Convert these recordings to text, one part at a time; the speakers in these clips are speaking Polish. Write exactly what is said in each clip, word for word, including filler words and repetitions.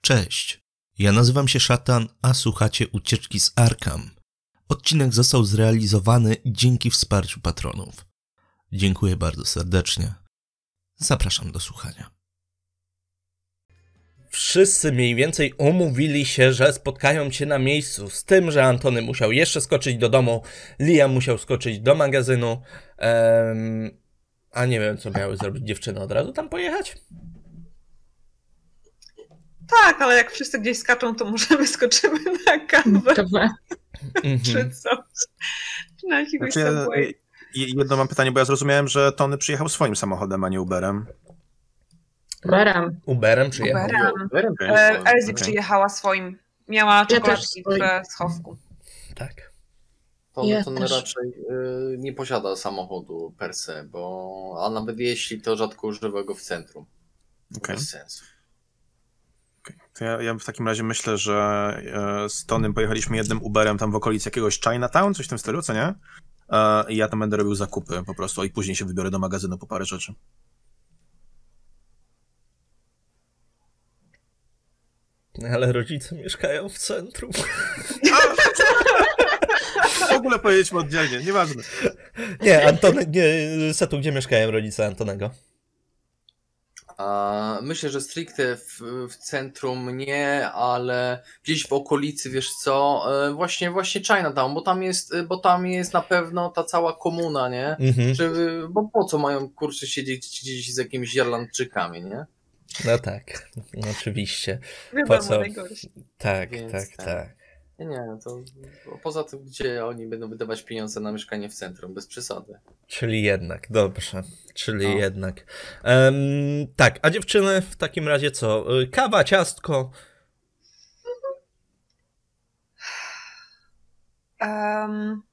Cześć, ja nazywam się Szatan, a słuchacie Ucieczki z Arkham. Odcinek został zrealizowany dzięki wsparciu patronów. Dziękuję bardzo serdecznie. Zapraszam do słuchania. Wszyscy mniej więcej umówili się, że spotkają się na miejscu, z tym, że Antony musiał jeszcze skoczyć do domu, Liam musiał skoczyć do magazynu, em, a nie wiem, co miały zrobić dziewczyny, od razu tam pojechać? Tak, ale jak wszyscy gdzieś skaczą, to może wyskoczymy na kawę. Kawę. Czy coś. Czy na jakiegoś Znaczy, Subway. jedno mam pytanie, bo ja zrozumiałem, że Tony przyjechał swoim samochodem, a nie Uberem. Uberem. Uberem przyjechał. Uberem. Uberem? E, Elsie Okay. przyjechała swoim. Miała czekoladki też w schowku. Tak. Tony, Ja Tony też. raczej y, nie posiada samochodu per se, bo a nawet jeśli, to rzadko używa go w centrum. Okay. Bez sensu. Okay. To ja, ja w takim razie myślę, że e, z Tonym pojechaliśmy jednym Uberem tam w okolicy jakiegoś Chinatown, coś w tym stylu, co nie? E, I ja tam będę robił zakupy po prostu, i później się wybiorę do magazynu po parę rzeczy. Ale rodzice mieszkają w centrum. W ogóle pojedźmy oddzielnie, nieważne. Nie, Antony, nie, Setu, gdzie mieszkają rodzice Antonego? A myślę, że stricte w, w centrum nie, ale gdzieś w okolicy, wiesz co, y, właśnie właśnie Chinatown, bo tam jest, y, bo tam jest na pewno ta cała komuna, nie? Mhm. Żeby, bo po co mają kurczę siedzieć gdzieś z jakimiś Irlandczykami, nie? No tak, no, oczywiście. Wiadomo, Po co? najgorsze. Tak, Więc tak, tak. tak. Nie, nie, to poza tym, gdzie oni będą wydawać pieniądze na mieszkanie w centrum, bez przesady. Czyli jednak, dobrze. Czyli No. jednak. Em, tak, a dziewczyny w takim razie co? Y, Kawa, ciastko? Um,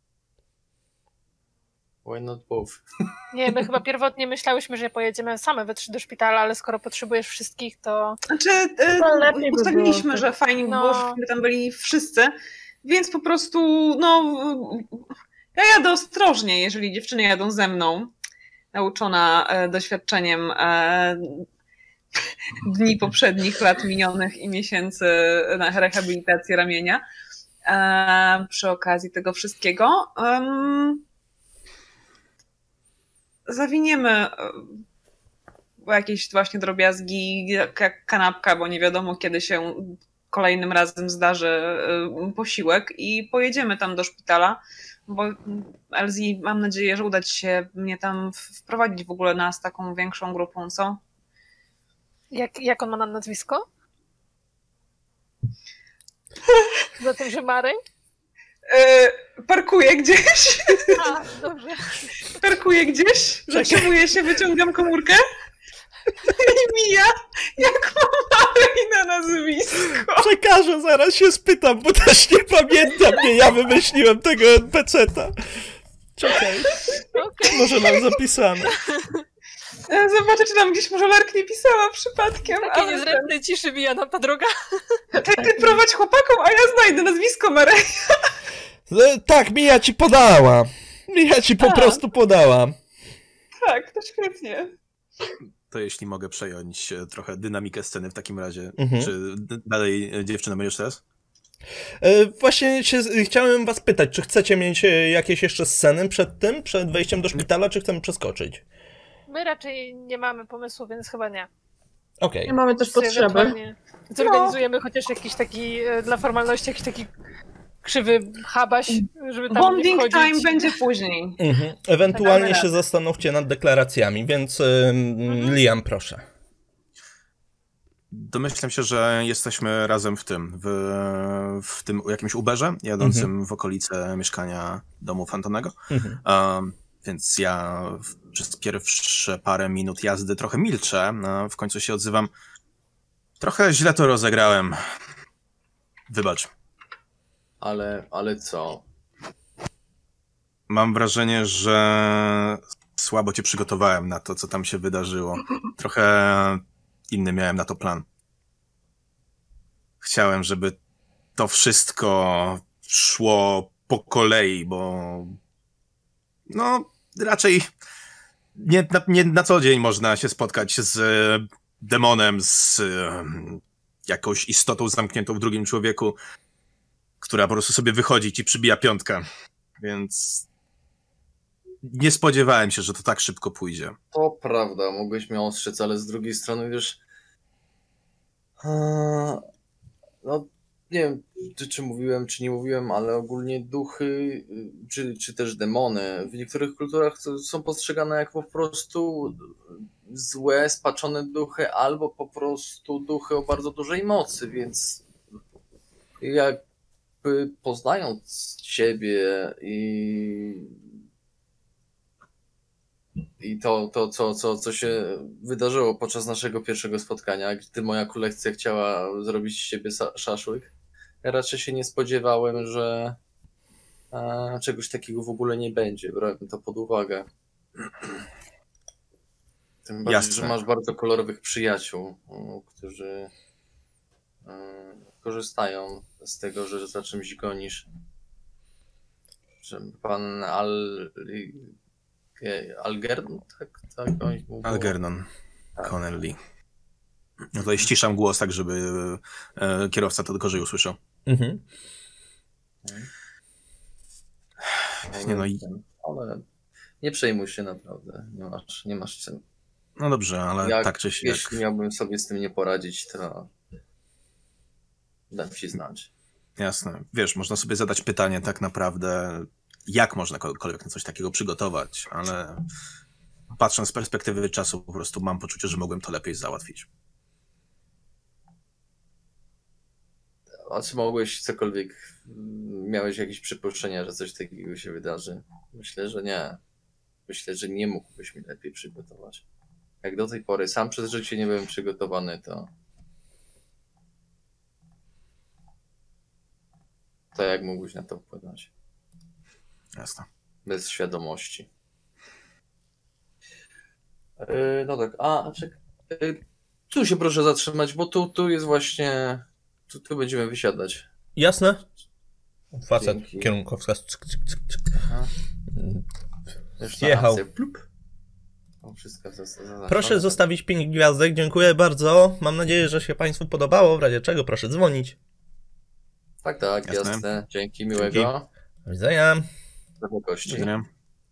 Why not both? Nie, my chyba pierwotnie myślałyśmy, że pojedziemy same we trzy do szpitala, ale skoro potrzebujesz wszystkich, to... znaczy, e, Chyba lepiej by ustaliliśmy, było. że fajnie by No. było, żebyśmy tam byli wszyscy, więc po prostu, no, ja jadę ostrożnie, jeżeli dziewczyny jadą ze mną, nauczona e, doświadczeniem e, dni poprzednich lat minionych i miesięcy na rehabilitację ramienia e, przy okazji tego wszystkiego. Um, zawiniemy e, jakieś właśnie drobiazgi, jak kanapka, bo nie wiadomo kiedy się kolejnym razem zdarzy e, posiłek i pojedziemy tam do szpitala, bo Elsie, mam nadzieję, że uda ci się mnie tam wprowadzić w ogóle nas taką większą grupą, co? Jak, jak on ma na nazwisko? Za tym, że Mary? E, parkuję gdzieś, A, dobrze. parkuję gdzieś, zatrzymuję się, wyciągam komórkę i mija, jak ma Maryi na nazwisko. Przekażę, zaraz się spytam, bo też nie pamiętam, nie ja wymyśliłem tego en pe ce ta. Czekaj, Okay. może mam zapisane. E, Zobaczę, czy tam gdzieś może Lark nie pisała przypadkiem. Takiej ale niezręcznej ciszy mija nam ta droga. Ty, ty prowadź chłopakom, a ja znajdę nazwisko Maryi. E, Tak, Mija ci podała. Mija ci po A. prostu podała. Tak, to świetnie. To jeśli mogę przejąć e, trochę dynamikę sceny w takim razie. Mhm. Czy d- dalej e, dziewczyna będziesz teraz? E, Właśnie się, chciałem was pytać, czy chcecie mieć e, jakieś jeszcze sceny przed tym, przed wejściem do szpitala, czy chcemy przeskoczyć? My raczej nie mamy pomysłu, więc chyba nie. Okej. Nie mamy też Sobie potrzeby. ewentualnie Zorganizujemy chociaż jakiś taki, e, dla formalności, jakiś taki krzywy habaś, żeby tam nie Bonding wchodzić. time będzie później. Mhm. Ewentualnie Tak, się radę. zastanówcie nad deklaracjami, więc ym, Liam, proszę. Domyślam się, że jesteśmy razem w tym, w, w tym jakimś Uberze, jadącym Mhm. w okolice mieszkania domu Antonego. Mhm. Um, więc ja w, przez pierwsze parę minut jazdy trochę milczę, a w końcu się odzywam. Trochę źle to rozegrałem. Wybacz. Ale, ale co? Mam wrażenie, że słabo cię przygotowałem na to, co tam się wydarzyło. Trochę inny miałem na to plan. Chciałem, żeby to wszystko szło po kolei, bo no raczej nie na, nie na co dzień można się spotkać z demonem, z jakąś istotą zamkniętą w drugim człowieku, która po prostu sobie wychodzi i ci przybija piątkę. Więc nie spodziewałem się, że to tak szybko pójdzie. To prawda, mogłeś mnie ostrzec, ale z drugiej strony, wiesz, no nie wiem, czy, czy mówiłem, czy nie mówiłem, ale ogólnie duchy, czy, czy też demony w niektórych kulturach są postrzegane jako po prostu złe, spaczone duchy, albo po prostu duchy o bardzo dużej mocy, więc jakby poznając siebie i I to, to co, co, co się wydarzyło podczas naszego pierwszego spotkania, gdy moja kolekcja chciała zrobić z siebie szaszłyk, ja raczej się nie spodziewałem, że e, czegoś takiego w ogóle nie będzie. Brałem to pod uwagę. Tym bardziej, Jasne. że masz bardzo kolorowych przyjaciół, którzy e, korzystają z tego, że za czymś gonisz. Że pan Al... Algernon? Tak, tak. Algernon. Connelly. No tutaj ściszam głos, tak żeby e, kierowca to gorzej usłyszał. Mhm. Nie, no i... Ale nie przejmuj się naprawdę. Nie masz, nie masz czym. No dobrze, ale Jak, tak czy siak. Jeśli miałbym sobie z tym nie poradzić, to dam ci znać. Jasne. Wiesz, można sobie zadać pytanie tak naprawdę, jak można kogokolwiek na coś takiego przygotować, ale patrząc z perspektywy czasu, po prostu mam poczucie, że mogłem to lepiej załatwić. A czy mogłeś cokolwiek, miałeś jakieś przypuszczenia, że coś takiego się wydarzy? Myślę, że nie. Myślę, że nie mógłbyś mi lepiej przygotować. Jak do tej pory sam przez życie nie byłem przygotowany, to to jak mógłbyś na to wpłynąć? Jasne. Bez świadomości. Yy, no tak, a czekaj. Yy, tu się proszę zatrzymać, bo tu, tu jest właśnie. Tu, tu będziemy wysiadać. Jasne? Facet, Dzięki. kierunkowskaz. Cyk, cyk, cyk, cyk. Aha. Już na Wjechał. akcję. Plup. O, wszystko za- za- zaznaczone. Proszę zostawić pięć gwiazdek, dziękuję bardzo. Mam nadzieję, że się Państwu podobało, w razie czego proszę dzwonić. Tak, tak, Jasne. jasne. Dzięki, miłego. Do widzenia. Do gości. Nie?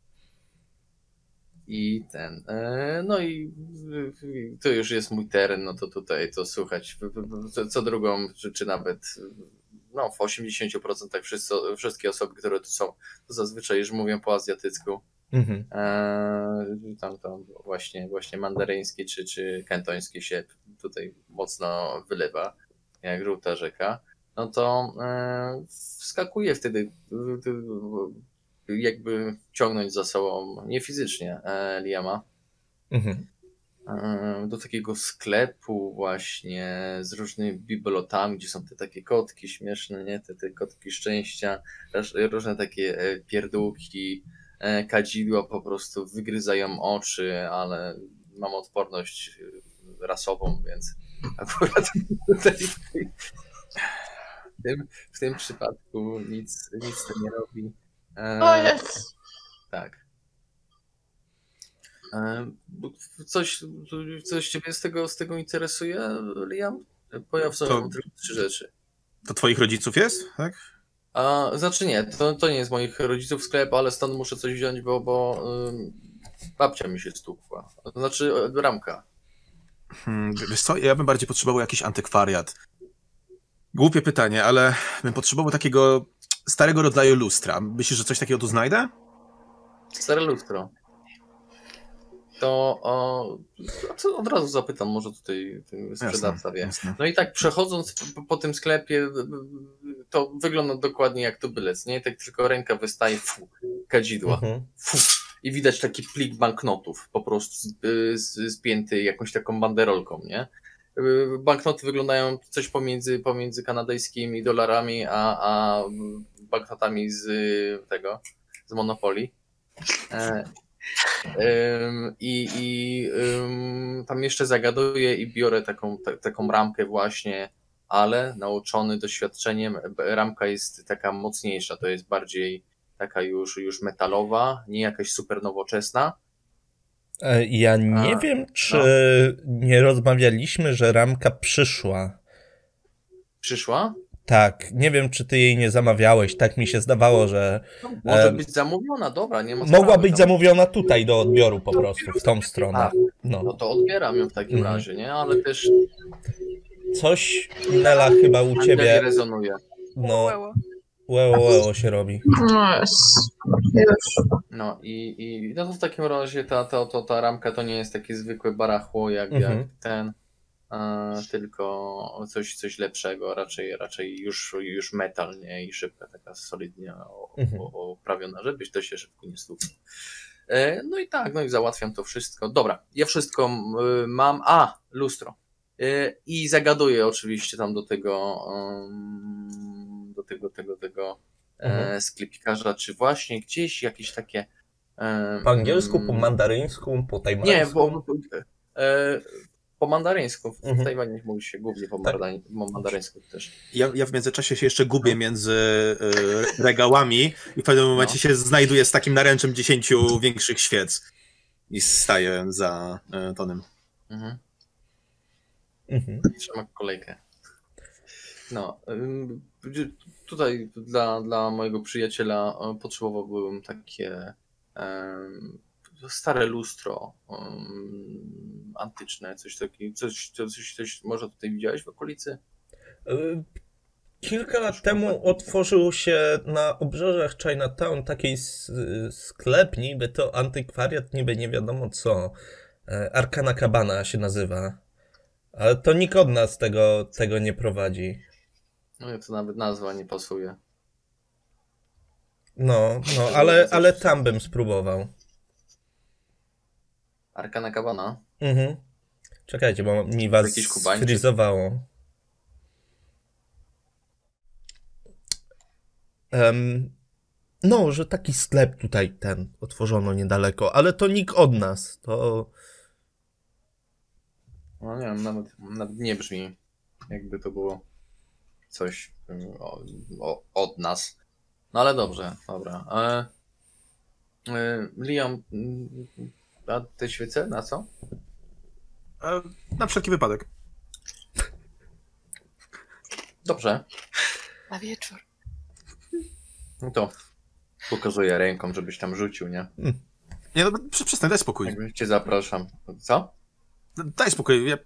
I ten. E, no i y, to już jest mój teren, no to tutaj to słuchać. w- w- w- Co drugą, czy, czy nawet no, w osiemdziesięciu procentach wszyscy, wszystkie osoby, które tu są, to zazwyczaj już mówią po azjatycku. Mhm. E, tam, tam właśnie, właśnie mandaryński czy, czy kantoński się tutaj mocno wylewa, jak żółta rzeka. No to e, wskakuje wtedy, w- w- jakby ciągnąć za sobą, nie fizycznie, e, Liama, Mhm. e, do takiego sklepu właśnie z różnymi bibelotami, gdzie są te takie kotki śmieszne, nie? Te, te kotki szczęścia, róż- różne takie e, pierdółki, e, kadzidła po prostu wygryzają oczy, ale mam odporność e, rasową, więc akurat tutaj w tym, w tym przypadku nic, nic to nie robi. E, O jest. Tak. E, Coś, coś Ciebie z tego, z tego interesuje, Liam? Bo ja w sobie To- mam tylko trzy rzeczy. To twoich rodziców jest, tak? A, znaczy nie, to, to nie jest moich rodziców sklep, ale stąd muszę coś wziąć, bo, bo ym, babcia mi się stukła. To znaczy e, ramka. Hmm, wiesz co, ja bym bardziej potrzebował jakiś antykwariat. Głupie pytanie, ale bym potrzebował takiego starego rodzaju lustra. Myślisz, że coś takiego tu znajdę? Stare lustro. To, o, to od razu zapytam, może tutaj ten sprzedawca wie. jasne. No i tak przechodząc po, po tym sklepie, to wygląda dokładnie jak tubylec, nie? Tak tylko ręka wystaje, fu, kadzidła, Mhm. fu, i widać taki plik banknotów, po prostu z- z- spięty jakąś taką banderolką, nie? Banknoty wyglądają coś pomiędzy, pomiędzy kanadyjskimi dolarami, a, a banknotami z tego, z Monopoly. E, Ym, I i ym, tam jeszcze zagaduję i biorę taką, ta, taką ramkę właśnie, ale nauczony doświadczeniem, b- ramka jest taka mocniejsza, to jest bardziej taka już, już metalowa, nie jakaś super nowoczesna. E, Ja nie A, wiem, czy no. nie rozmawialiśmy, że ramka przyszła. Przyszła? Tak, nie wiem, czy ty jej nie zamawiałeś, tak mi się zdawało, że No, może Em, być zamówiona, dobra, nie ma mogła sprawy, być tam. zamówiona tutaj do odbioru po prostu, w tą stronę. A, No. no to odbieram ją w takim Mhm. razie, nie? Ale też Coś, Nela, chyba u nie ciebie, rezonuje. no, Łeło. łeło, łeło się robi. No, jest. Już. No i, i no to w takim razie ta, ta, ta, ta ramka to nie jest takie zwykłe barachło jak, Mhm. jak ten, e, tylko coś, coś lepszego, raczej, raczej już, już metal, nie? I szybka, taka solidnie o- Mhm. o- oprawiona, żebyś to się szybko nie stukł. E, No i tak, no i załatwiam to wszystko. Dobra, ja wszystko y, mam. A, lustro. Y, I zagaduję oczywiście tam do tego, ym, do tego, tego, tego e, Mhm. sklepikarza, czy właśnie gdzieś jakieś takie. e, Po angielsku, po mm, mandaryńsku, po tajmańsku? Nie, bo, bo e, po mandaryńsku. W Mhm. Tajwanie mówi się głównie po, Tak. mandaryń, po mandaryńsku też. Ja, ja w międzyczasie się jeszcze gubię między y, regałami i w pewnym momencie No. się znajduję z takim naręczem dziesięciu większych świec i staję za y, Tonym. Mhm. Mhm. Trzyma kolejkę. No, ym, tutaj dla, dla mojego przyjaciela e, potrzebowałbym takie em, stare lustro em, antyczne, coś takiego, coś, coś, coś może tutaj widziałeś w okolicy? Y, Kilka lat temu otworzył się na obrzeżach Chinatown taki s- sklep, niby to antykwariat, niby nie wiadomo co. E, Arkana Cabana się nazywa. Ale to nikt od nas tego, tego nie prowadzi. No to nawet nazwa nie pasuje. No, no, ale, ale tam bym spróbował. Arkana Cabana? Mhm. Czekajcie, bo mi was Jakiś Kubańczyk? sfrizowało. Em, no, że taki sklep tutaj ten otworzono niedaleko, ale to nikt od nas. To No nie wiem, nawet, nawet nie brzmi jakby to było coś ym, o, o, od nas. No ale dobrze, dobra. E, e, Liam, mm, a te świece na co? E, na wszelki wypadek. Dobrze. Na wieczór. No to pokazuję ręką, żebyś tam rzucił, nie? Nie, no, prze- przestań, daj spokój. Jakby cię zapraszam. Co? Daj spokój. Ja...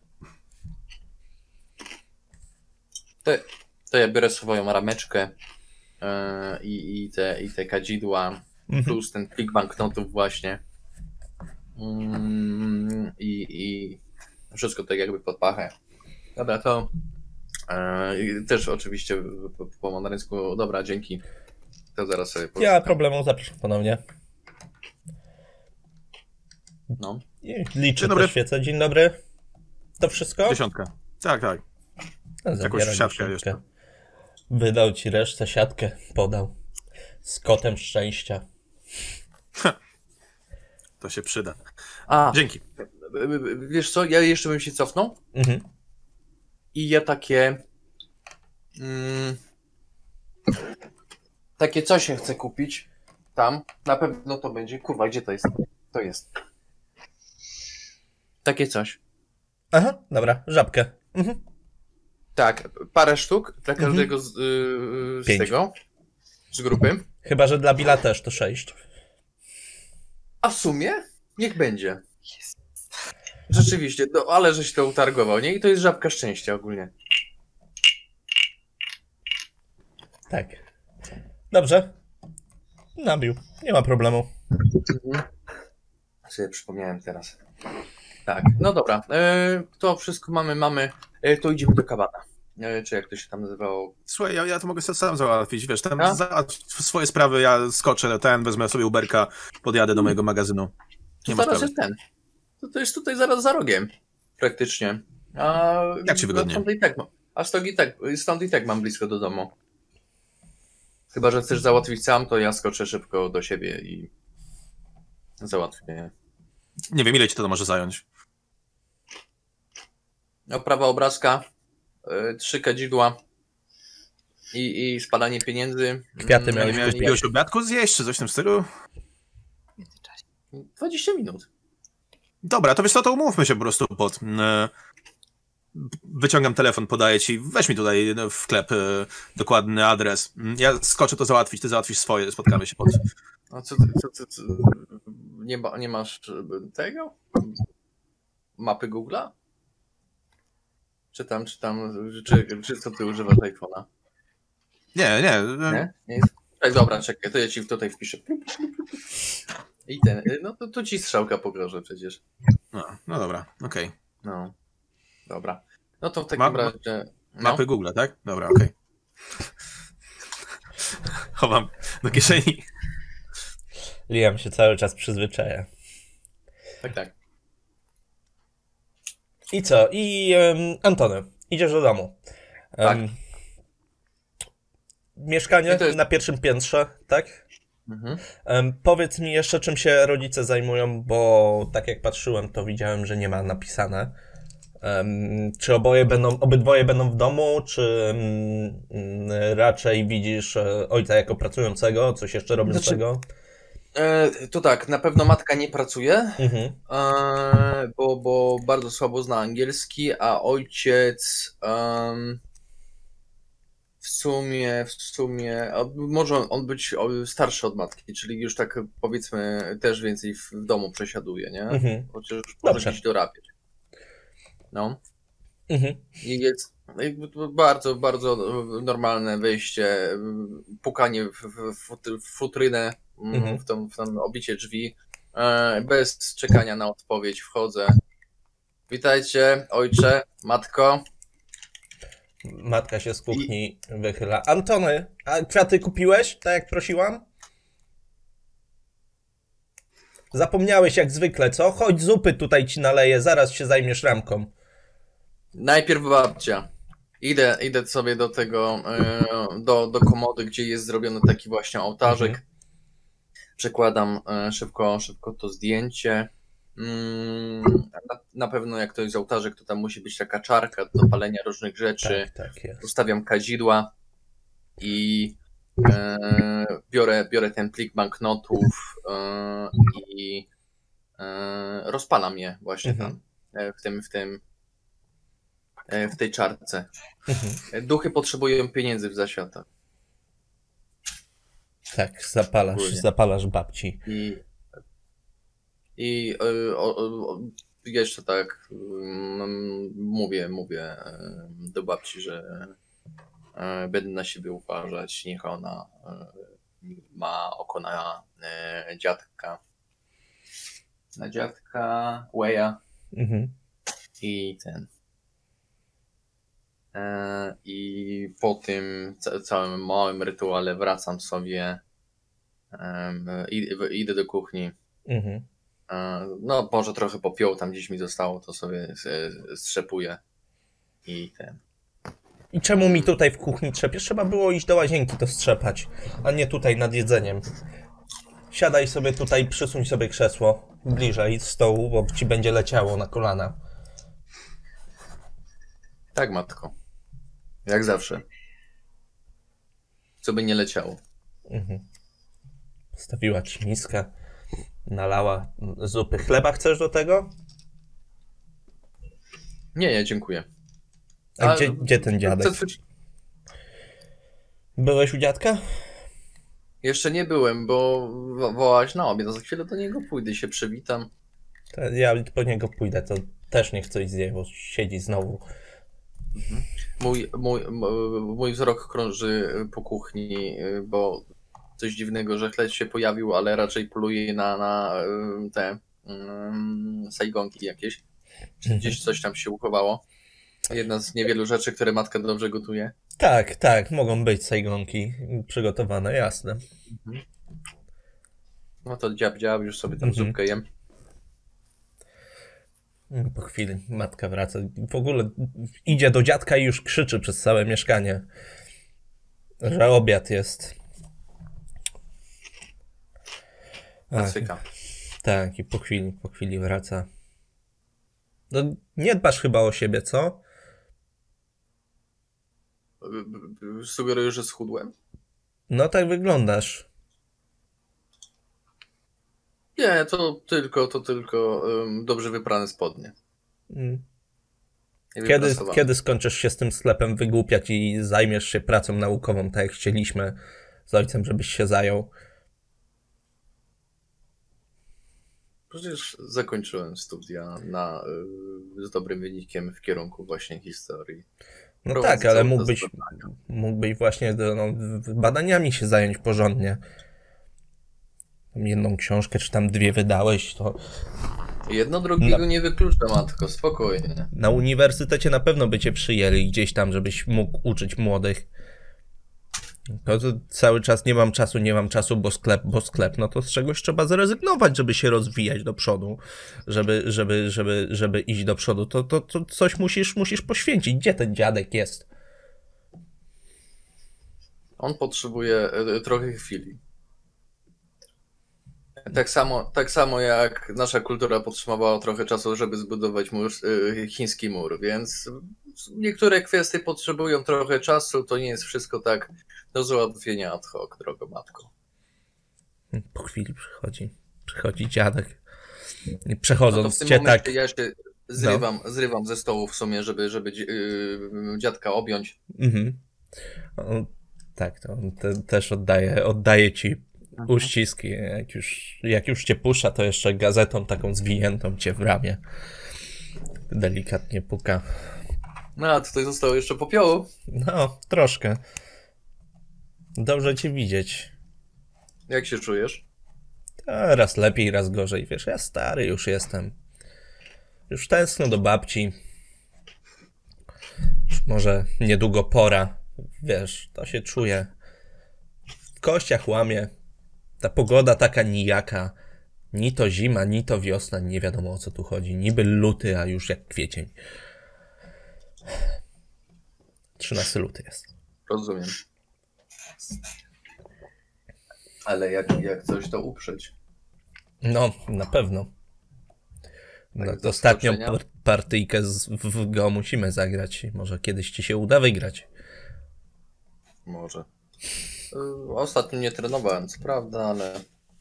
To, to ja biorę swoją rameczkę e, i, i, te, i te kadzidła, Mhm. plus ten plik banknotów właśnie. Mm, i, I wszystko tak jakby pod pachę. Dobra, to e, i też oczywiście po, po mandaryńsku. Dobra, dzięki. To zaraz sobie nie ma poszukam. problemu, zapraszam ponownie. No. I liczę Dzień dobry. te świece. Dzień dobry. To wszystko? Dziesiątka. Tak, tak. No, zabieram siatkę dziesiątkę. jeszcze. Wydał ci resztę, siatkę podał. Z kotem szczęścia. To się przyda. A, Dzięki. wiesz co, ja jeszcze bym się cofnął. Mhm. I ja takie. Mm, takie coś ja chcę kupić. Tam. Na pewno to będzie. Kurwa, gdzie to jest? To jest. Takie coś. Aha, dobra, żabkę. Mhm. Tak, parę sztuk dla Mhm. każdego z, yy, z Pięć. tego. Z grupy. Chyba, że dla Billa też to sześć. A w sumie niech będzie. Rzeczywiście, no, ale żeś to utargował, nie? I to jest żabka szczęścia ogólnie. Tak. Dobrze. Nabił. Nie ma problemu. Sobie przypomniałem teraz. Tak, no dobra. E, to wszystko mamy, mamy. E, to idziemy do kabana. E, czy jak to się tam nazywało? Słuchaj, ja, ja to mogę sobie sam załatwić, wiesz, tam A? załatw swoje sprawy, ja skoczę, ten, wezmę sobie Uberka, podjadę do mojego magazynu. Nie To ma zaraz sprawy. jest ten. To, to jest tutaj zaraz za rogiem. Praktycznie. A, Jak ci wygodnie? no, Stąd i tak, mam- a stąd i, tak, stąd i tak mam blisko do domu. Chyba, że chcesz załatwić sam, to ja skoczę szybko do siebie i załatwię. Nie wiem, ile ci to może zająć. Oprawa obrazka, y, trzy kadzidła i, i spadanie pieniędzy. Kwiaty Mm, miałeś Nie miałeś kupić. jakiegoś obiadku zjeść, czy coś w tym stylu? W międzyczasie. dwadzieścia minut. Dobra, to wiesz co, to umówmy się po prostu pod... e, wyciągam telefon, podaję ci, weź mi tutaj no, wklep y, dokładny adres. Ja skoczę to załatwić, ty załatwisz swoje, spotkamy się pod... A co, ty- co, co, co nie, ma, nie masz tego? Mapy Google'a? Czy tam, czy tam, czy, czy co ty używasz iPhone'a? Nie, nie. Nie? Nie jest? Tak, dobra, czekaj, to ja ci tutaj wpiszę. I ten, no to tu ci strzałka pogrożę przecież. No, no dobra, okej. No, dobra. No to w takim Ma- razie... No. Mapy Google, tak? Dobra, okej. Chowam do kieszeni. Liam się cały czas przyzwyczaja. Tak, tak. I co? I um, Antony, idziesz do domu. Tak. Um, mieszkanie I to jest- na pierwszym piętrze, tak? Mhm. Um, powiedz mi jeszcze, czym się rodzice zajmują, bo tak jak patrzyłem, to widziałem, że nie ma napisane. Um, czy oboje będą, obydwoje będą w domu, czy um, raczej widzisz e, ojca jako pracującego, coś jeszcze robiącego? E, to tak, na pewno matka nie pracuje, Mhm. e, bo, bo bardzo słabo zna angielski, a ojciec em, w sumie, w sumie, a może on, on być o, starszy od matki, czyli już tak powiedzmy też więcej w, w domu przesiaduje, nie? Mhm. Chociaż może Dobrze. gdzieś dorabiać. No. Mhm. I jest jakby to bardzo, bardzo normalne wejście, pukanie w, w, w fut- w futrynę, mm, Mhm. w, tą, w tam obicie drzwi, e, bez czekania na odpowiedź wchodzę. Witajcie, ojcze, matko. Matka się z kuchni wychyla. Antony, a kwiaty kupiłeś, tak jak prosiłam? Zapomniałeś jak zwykle, co? Chodź, zupy tutaj ci naleję, zaraz się zajmiesz ramką. Najpierw babcia. Idę, idę sobie do tego, e, do, do komody, gdzie jest zrobiony taki właśnie ołtarzek. Mhm. Przekładam e, szybko, szybko to zdjęcie. Mm, na, na pewno jak to jest ołtarzek, to tam musi być taka czarka do palenia różnych rzeczy. Tak, tak jest. Ustawiam kadzidła i e, biorę, biorę ten plik banknotów e, i e, rozpalam je właśnie Mhm. tam, e, w tym, w tym, e, w tej czarce. Mhm. Duchy potrzebują pieniędzy w zaświatach. Tak, zapalasz, Ogólnie. zapalasz babci. I, i e, o, o, jeszcze tak mm, mówię, mówię e, do babci, że e, będę na siebie uważać, niech ona e, ma oko na e, dziadka, na dziadka Weya Mhm. i ten. E, I po tym ca- całym małym rytuale wracam sobie, em, i- idę do kuchni. Mhm. E, No, może trochę popiołu tam gdzieś mi zostało, to sobie e, strzepuję i ten. I czemu mi tutaj w kuchni trzepiesz? Trzeba było iść do łazienki to strzepać, a nie tutaj nad jedzeniem. Siadaj sobie tutaj, przysuń sobie krzesło bliżej stołu, bo ci będzie leciało na kolana. Tak, matko. Jak zawsze. Co by nie leciało. Mhm. Stawiła ci miskę, nalała zupy. Chleba chcesz do tego? Nie, nie, dziękuję. A A- gdzie, gdzie ten dziadek? Co- co- Byłeś u dziadka? Jeszcze nie byłem, bo wo- wołałaś na obiad, a za chwilę do niego pójdę i się przywitam. To ja po niego pójdę, to też nie chcę iść z niego, bo siedzi znowu. Mój, mój, m- mój wzrok krąży po kuchni, bo coś dziwnego, że chleb się pojawił, ale raczej poluje na, na y, te um, sajgonki jakieś. Czy gdzieś coś tam się uchowało. Jedna z niewielu rzeczy, które matka dobrze gotuje. Tak, tak, mogą być sajgonki przygotowane, jasne. No to dziab, dziab, już sobie tam Mhm. zupkę jem. Po chwili matka wraca. W ogóle idzie do dziadka i już krzyczy przez całe mieszkanie, że obiad jest. Ach, Klasyka. tak, i po chwili, po chwili wraca. No, nie dbasz chyba o siebie, co? Sugerujesz, że schudłem? No tak wyglądasz. Nie, to tylko, to tylko um, dobrze wyprane spodnie. Mm. Kiedy, kiedy skończysz się z tym sklepem wygłupiać i zajmiesz się pracą naukową, tak jak chcieliśmy z ojcem, żebyś się zajął? Przecież zakończyłem studia na, z dobrym wynikiem w kierunku właśnie historii. No Prowadzę tak, ale całe mógłbyś, to badania. mógłbyś właśnie no, badaniami się zająć porządnie. Jedną książkę, czy tam dwie wydałeś, to... Jedno drugiego Na- nie wyklucza, matko, spokojnie. Na uniwersytecie na pewno by cię przyjęli gdzieś tam, żebyś mógł uczyć młodych. To, to cały czas nie mam czasu, nie mam czasu, bo sklep, bo sklep, no to z czegoś trzeba zrezygnować, żeby się rozwijać do przodu, żeby, żeby, żeby, żeby iść do przodu, to, to, to coś musisz, musisz poświęcić. Gdzie ten dziadek jest? On potrzebuje e, trochę chwili. Tak samo, tak samo jak nasza kultura potrzebowała trochę czasu, żeby zbudować mur, e, chiński mur, więc niektóre kwestie potrzebują trochę czasu, to nie jest wszystko tak do załatwienia ad hoc, drogo matko. Po chwili przychodzi, przychodzi dziadek. I No to przechodząc w tym cię momencie tak... ja się zrywam, zrywam ze stołu w sumie, żeby, żeby yy, dziadka objąć. Mhm. O, tak, to on te, też oddaje, oddaje ci uściski. Jak już, jak już cię pusza, to jeszcze gazetą taką zwiniętą cię w ramię. Delikatnie puka. No a tutaj zostało jeszcze popiołu. No, troszkę. Dobrze cię widzieć. Jak się czujesz? A, raz lepiej, raz gorzej. Wiesz, ja stary już jestem. Już tęskno do babci. Już może niedługo pora. Wiesz, to się czuje. W kościach łamie. Ta pogoda taka nijaka. Ni to zima, ni to wiosna. Nie wiadomo, o co tu chodzi. Niby luty, a już jak kwiecień. trzynasty luty jest. Rozumiem. Ale jak, jak coś to uprzeć. No, na pewno. Tak, No, z ostatnią zaskoczenia? par- partyjkę z, w go musimy zagrać. Może kiedyś ci się uda wygrać. Może. Y, Ostatnio nie trenowałem, co prawda, ale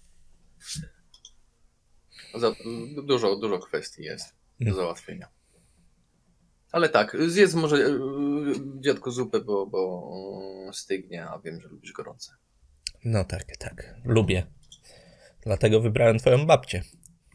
za, dużo, dużo kwestii jest do załatwienia. Ale tak, zjedz może y, dziadku zupę, bo, bo stygnie, a wiem, że lubisz gorące. No tak, tak. Lubię. Dlatego wybrałem twoją babcię.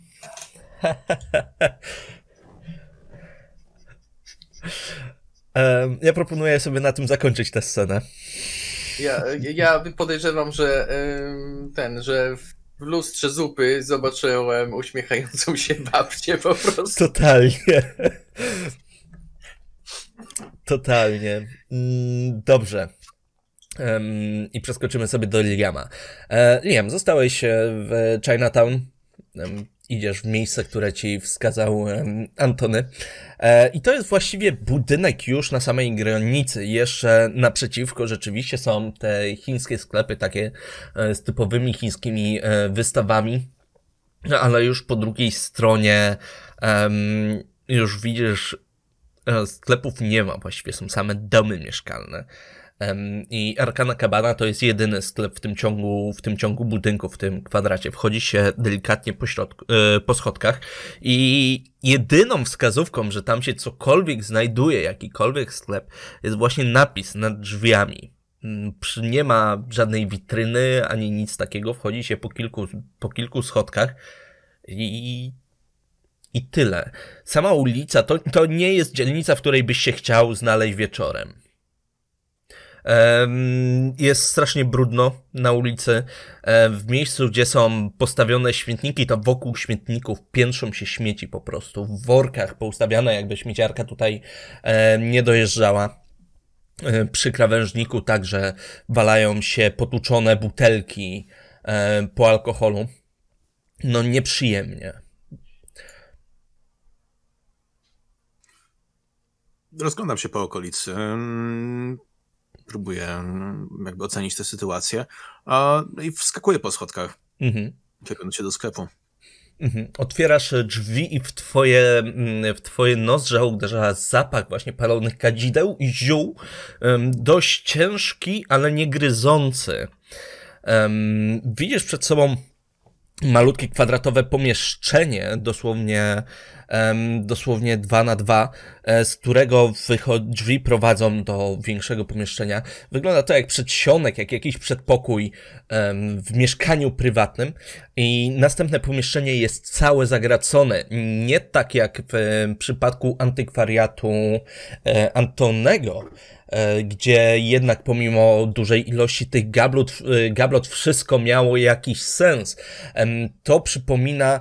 Em, Ja proponuję sobie na tym zakończyć tę scenę. Ja, ja podejrzewam, że ym, ten, że w lustrze zupy zobaczyłem uśmiechającą się babcię po prostu. Totalnie. Totalnie. Mm, Dobrze. Em, I przeskoczymy sobie do Liama. E, Liam, zostałeś e, w Chinatown. Em, Idziesz w miejsce, które ci wskazał em, Antony. E, I to jest właściwie budynek już na samej granicy. Jeszcze naprzeciwko rzeczywiście są te chińskie sklepy, takie e, z typowymi chińskimi e, wystawami. No, ale już po drugiej stronie em, już widzisz, e, sklepów nie ma, właściwie są same domy mieszkalne. Em, I Arkana Cabana to jest jedyny sklep w tym ciągu, w tym ciągu budynku, w tym kwadracie. Wchodzi się delikatnie po, środku, e, po schodkach i jedyną wskazówką, że tam się cokolwiek znajduje, jakikolwiek sklep, jest właśnie napis nad drzwiami. Mm, przy- Nie ma żadnej witryny, ani nic takiego. Wchodzi się po kilku, po kilku schodkach i, i tyle. Sama ulica to, to nie jest dzielnica, w której byś się chciał znaleźć wieczorem. Em, Jest strasznie brudno na ulicy. E, W miejscu, gdzie są postawione śmietniki, to wokół śmietników piętrzą się śmieci po prostu. W workach poustawiane, jakby śmieciarka tutaj e, nie dojeżdżała. E, Przy krawężniku także walają się potłuczone butelki e, po alkoholu. No nieprzyjemnie. Rozglądam się po okolicy. Ym, Próbuję ym, jakby ocenić tę sytuację. A, I wskakuję po schodkach. Mhm. Kierując się do sklepu. Mhm. Otwierasz drzwi i w twoje, mm, w twoje nozdrza uderza zapach właśnie palonych kadzideł i ziół. em, Dość ciężki, ale nie gryzący. Em, Widzisz przed sobą malutkie kwadratowe pomieszczenie, dosłownie, um, dosłownie dwa na dwa, z którego drzwi prowadzą do większego pomieszczenia. Wygląda to jak przedsionek, jak jakiś przedpokój um, w mieszkaniu prywatnym i następne pomieszczenie jest całe zagracone. Nie tak jak w przypadku antykwariatu e, Antonego, gdzie jednak pomimo dużej ilości tych gablot, gablot wszystko miało jakiś sens. To przypomina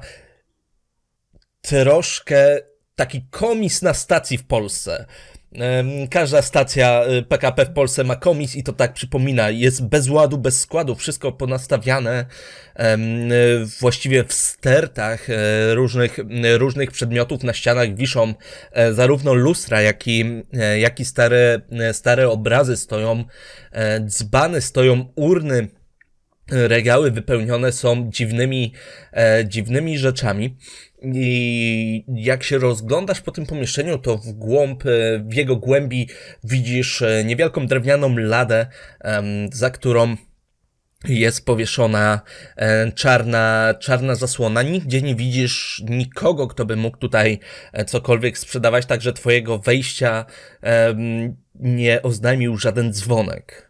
troszkę taki komis na stacji w Polsce. Każda stacja P K P w Polsce ma komis i to tak przypomina. Jest bez ładu, bez składu, wszystko ponastawiane właściwie w stertach różnych, różnych przedmiotów. Na ścianach wiszą zarówno lustra, jak i, jak i stare, stare obrazy stoją, dzbany stoją, urny, regały wypełnione są dziwnymi, dziwnymi rzeczami. I jak się rozglądasz po tym pomieszczeniu, to w głąb, w jego głębi widzisz niewielką drewnianą ladę, za którą jest powieszona czarna, czarna zasłona. Nigdzie nie widzisz nikogo, kto by mógł tutaj cokolwiek sprzedawać, także twojego wejścia nie oznajmił żaden dzwonek.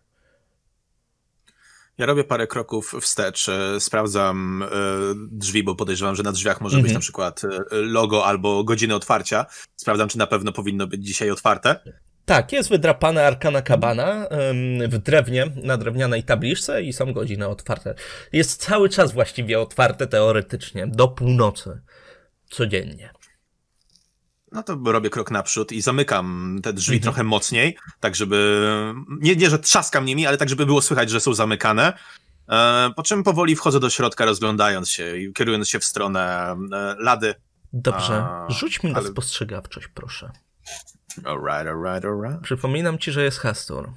Ja robię parę kroków wstecz, sprawdzam drzwi, bo podejrzewam, że na drzwiach może mm-hmm. być na przykład logo albo godziny otwarcia. Sprawdzam, czy na pewno powinno być dzisiaj otwarte. Tak, jest wydrapane Arkana Cabana w drewnie, na drewnianej tabliczce i są godziny otwarte. Jest cały czas właściwie otwarte teoretycznie, do północy, codziennie. No to robię krok naprzód i zamykam te drzwi mm-hmm. trochę mocniej, tak żeby, nie, nie że trzaskam nimi, ale tak żeby było słychać, że są zamykane. E, po czym powoli wchodzę do środka, rozglądając się i kierując się w stronę e, lady. Dobrze, A, rzuć mi na ale... spostrzegawczość, proszę. Alright, alright, alright. Przypominam ci, że jest Hastur.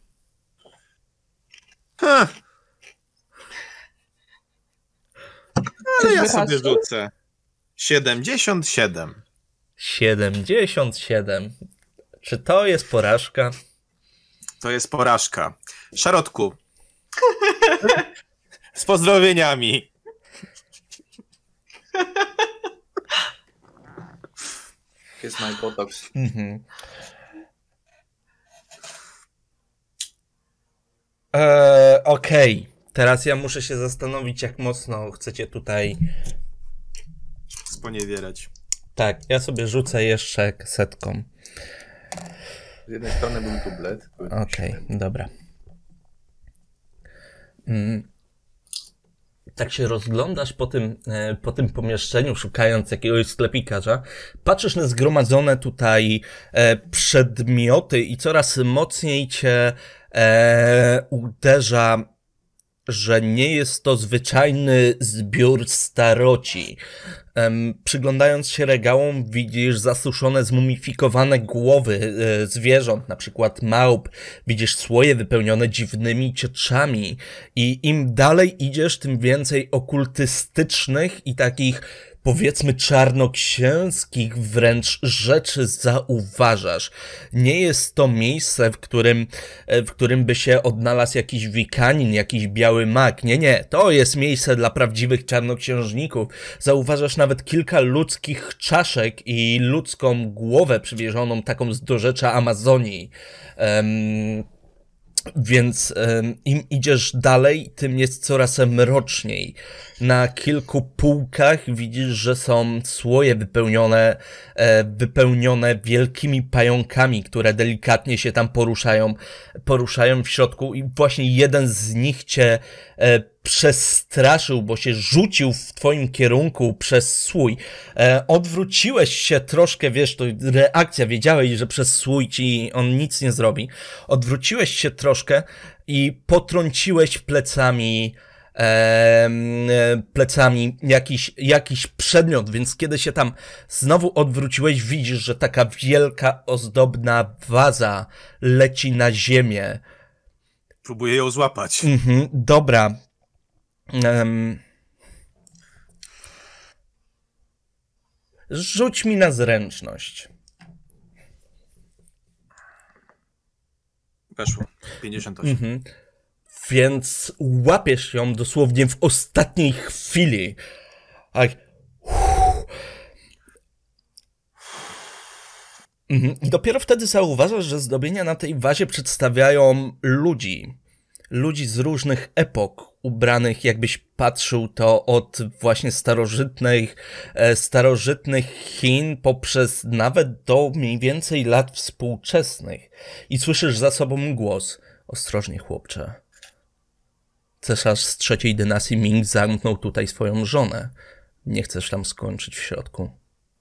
Huh. Ale ja sobie rzucę. siedemdziesiąt siedem. siedemdziesiąt siedem. Czy to jest porażka? To jest porażka. Szarotku. Z pozdrowieniami. Jest my botox. Mhm. Eee, Okej. Okay. Teraz ja muszę się zastanowić, jak mocno chcecie tutaj sponiewierać. Tak, ja sobie rzucę jeszcze kasetką. Z jednej strony był dublet. Okej, okay, dobra. Mm. Tak się rozglądasz po tym, e, po tym pomieszczeniu, szukając jakiegoś sklepikarza. Patrzysz na zgromadzone tutaj e, przedmioty i coraz mocniej cię e, uderza, że nie jest to zwyczajny zbiór staroci. Um, przyglądając się regałom, widzisz zasuszone, zmumifikowane głowy e, zwierząt, na przykład małp. Widzisz słoje wypełnione dziwnymi cieczami. I im dalej idziesz, tym więcej okultystycznych i takich, powiedzmy, czarnoksięskich wręcz rzeczy zauważasz. Nie jest to miejsce, w którym, w którym by się odnalazł jakiś wikanin, jakiś biały mag. Nie, nie. To jest miejsce dla prawdziwych czarnoksiężników. Zauważasz nawet kilka ludzkich czaszek i ludzką głowę przywieżoną taką z dorzecza Amazonii. Um, Więc um, im idziesz dalej, tym jest coraz mroczniej. Na kilku półkach widzisz, że są słoje wypełnione, e, wypełnione wielkimi pająkami, które delikatnie się tam poruszają, poruszają w środku i właśnie jeden z nich cię e, przestraszył, bo się rzucił w twoim kierunku przez słój. E, odwróciłeś się troszkę, wiesz, to reakcja, wiedziałeś, że przez słój ci on nic nie zrobi. Odwróciłeś się troszkę i potrąciłeś plecami e, plecami jakiś, jakiś przedmiot, więc kiedy się tam znowu odwróciłeś, widzisz, że taka wielka, ozdobna waza leci na ziemię. Próbuję ją złapać. Mhm, dobra. Um, rzuć mi na zręczność. Weszło. pięćdziesiąt osiem. Mhm. więc łapiesz ją dosłownie w ostatniej chwili. Tak. I dopiero wtedy zauważasz, że zdobienia na tej wazie przedstawiają ludzi. Ludzi z różnych epok, ubranych, jakbyś patrzył to od właśnie starożytnych, e, starożytnych Chin poprzez nawet do mniej więcej lat współczesnych. I słyszysz za sobą głos. Ostrożnie, chłopcze. Cesarz z trzeciej dynastii Ming zamknął tutaj swoją żonę. Nie chcesz tam skończyć w środku.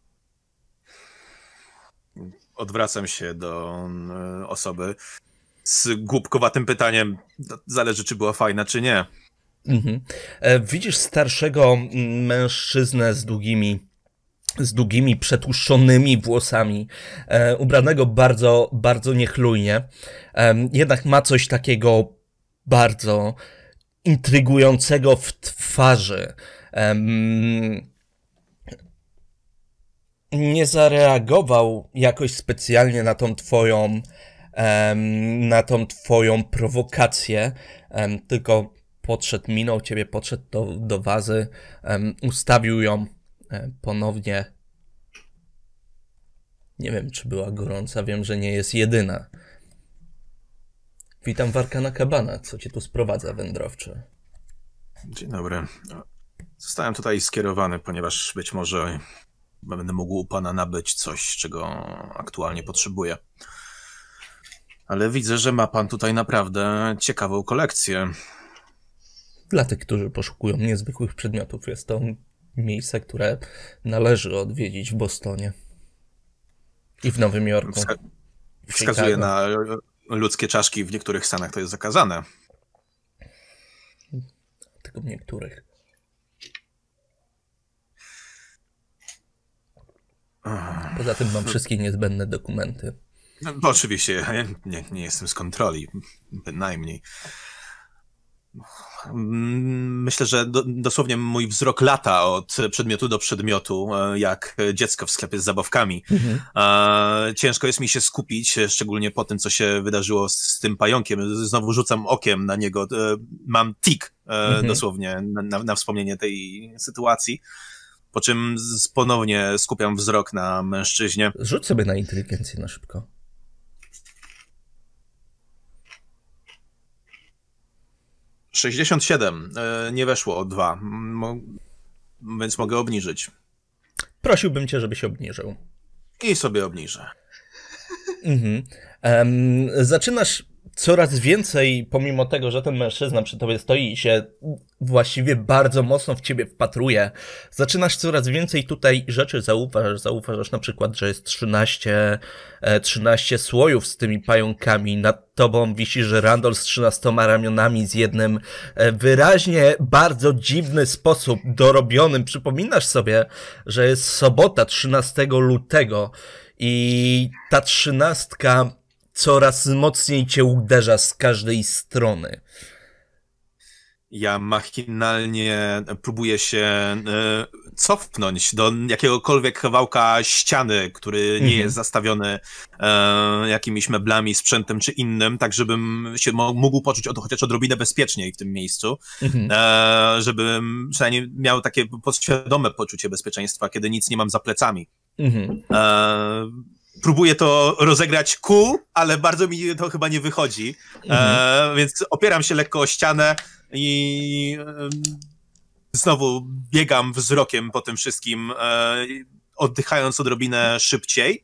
Odwracam się do y, osoby z głupkowatym pytaniem. Zależy, czy była fajna, czy nie. Mhm. E, widzisz starszego mężczyznę z długimi, z długimi, przetłuszczonymi włosami, e, ubranego bardzo, bardzo niechlujnie. E, jednak ma coś takiego bardzo intrygującego w twarzy. E, nie zareagował jakoś specjalnie na tą twoją, em, na tą twoją prowokację, em, tylko podszedł, minął ciebie, podszedł do, do wazy, em, ustawił ją em, ponownie. Nie wiem, czy była gorąca, wiem, że nie jest jedyna. Witam Warkana Kabana, co cię tu sprowadza, wędrowczy? Dzień dobry. Zostałem tutaj skierowany, ponieważ być może będę mógł u pana nabyć coś, czego aktualnie potrzebuję. Ale widzę, że ma pan tutaj naprawdę ciekawą kolekcję. Dla tych, którzy poszukują niezwykłych przedmiotów, jest to miejsce, które należy odwiedzić w Bostonie i w Nowym Jorku. Wska- wskazuje na ludzkie czaszki, w niektórych stanach to jest zakazane. Tylko w niektórych. Poza tym mam wszystkie niezbędne dokumenty. No, bo oczywiście, ja nie, nie jestem z kontroli, bynajmniej. Myślę, że do, dosłownie mój wzrok lata od przedmiotu do przedmiotu, jak dziecko w sklepie z zabawkami. Mhm. Ciężko jest mi się skupić, szczególnie po tym, co się wydarzyło z tym pająkiem. Znowu rzucam okiem na niego. Mam tik mhm. dosłownie na, na wspomnienie tej sytuacji. Po czym ponownie skupiam wzrok na mężczyźnie. Rzuć sobie na inteligencję na szybko. sześćdziesiąt siedem. Nie weszło o dwa, Mo- więc mogę obniżyć. Prosiłbym cię, żebyś obniżył. I sobie obniżę. Mhm. Um, zaczynasz coraz więcej, pomimo tego, że ten mężczyzna przy tobie stoi i się właściwie bardzo mocno w ciebie wpatruje, zaczynasz coraz więcej tutaj rzeczy zauważasz. Zauważasz na przykład, że jest trzynaście, trzynaście słojów z tymi pająkami. Nad tobą wisi, że Randall z trzynastoma ramionami, z jednym wyraźnie bardzo dziwny sposób dorobionym. Przypominasz sobie, że jest sobota, trzynastego lutego i ta trzynastka coraz mocniej cię uderza z każdej strony. Ja machinalnie próbuję się e, cofnąć do jakiegokolwiek kawałka ściany, który nie mhm. jest zastawiony e, jakimiś meblami, sprzętem czy innym, tak żebym się mógł poczuć o to chociaż odrobinę bezpieczniej w tym miejscu, mhm. e, żebym przynajmniej miał takie podświadome poczucie bezpieczeństwa, kiedy nic nie mam za plecami. Mhm. E, Próbuję to rozegrać cool, ale bardzo mi to chyba nie wychodzi. Mhm. E, więc opieram się lekko o ścianę i e, znowu biegam wzrokiem po tym wszystkim, e, oddychając odrobinę szybciej.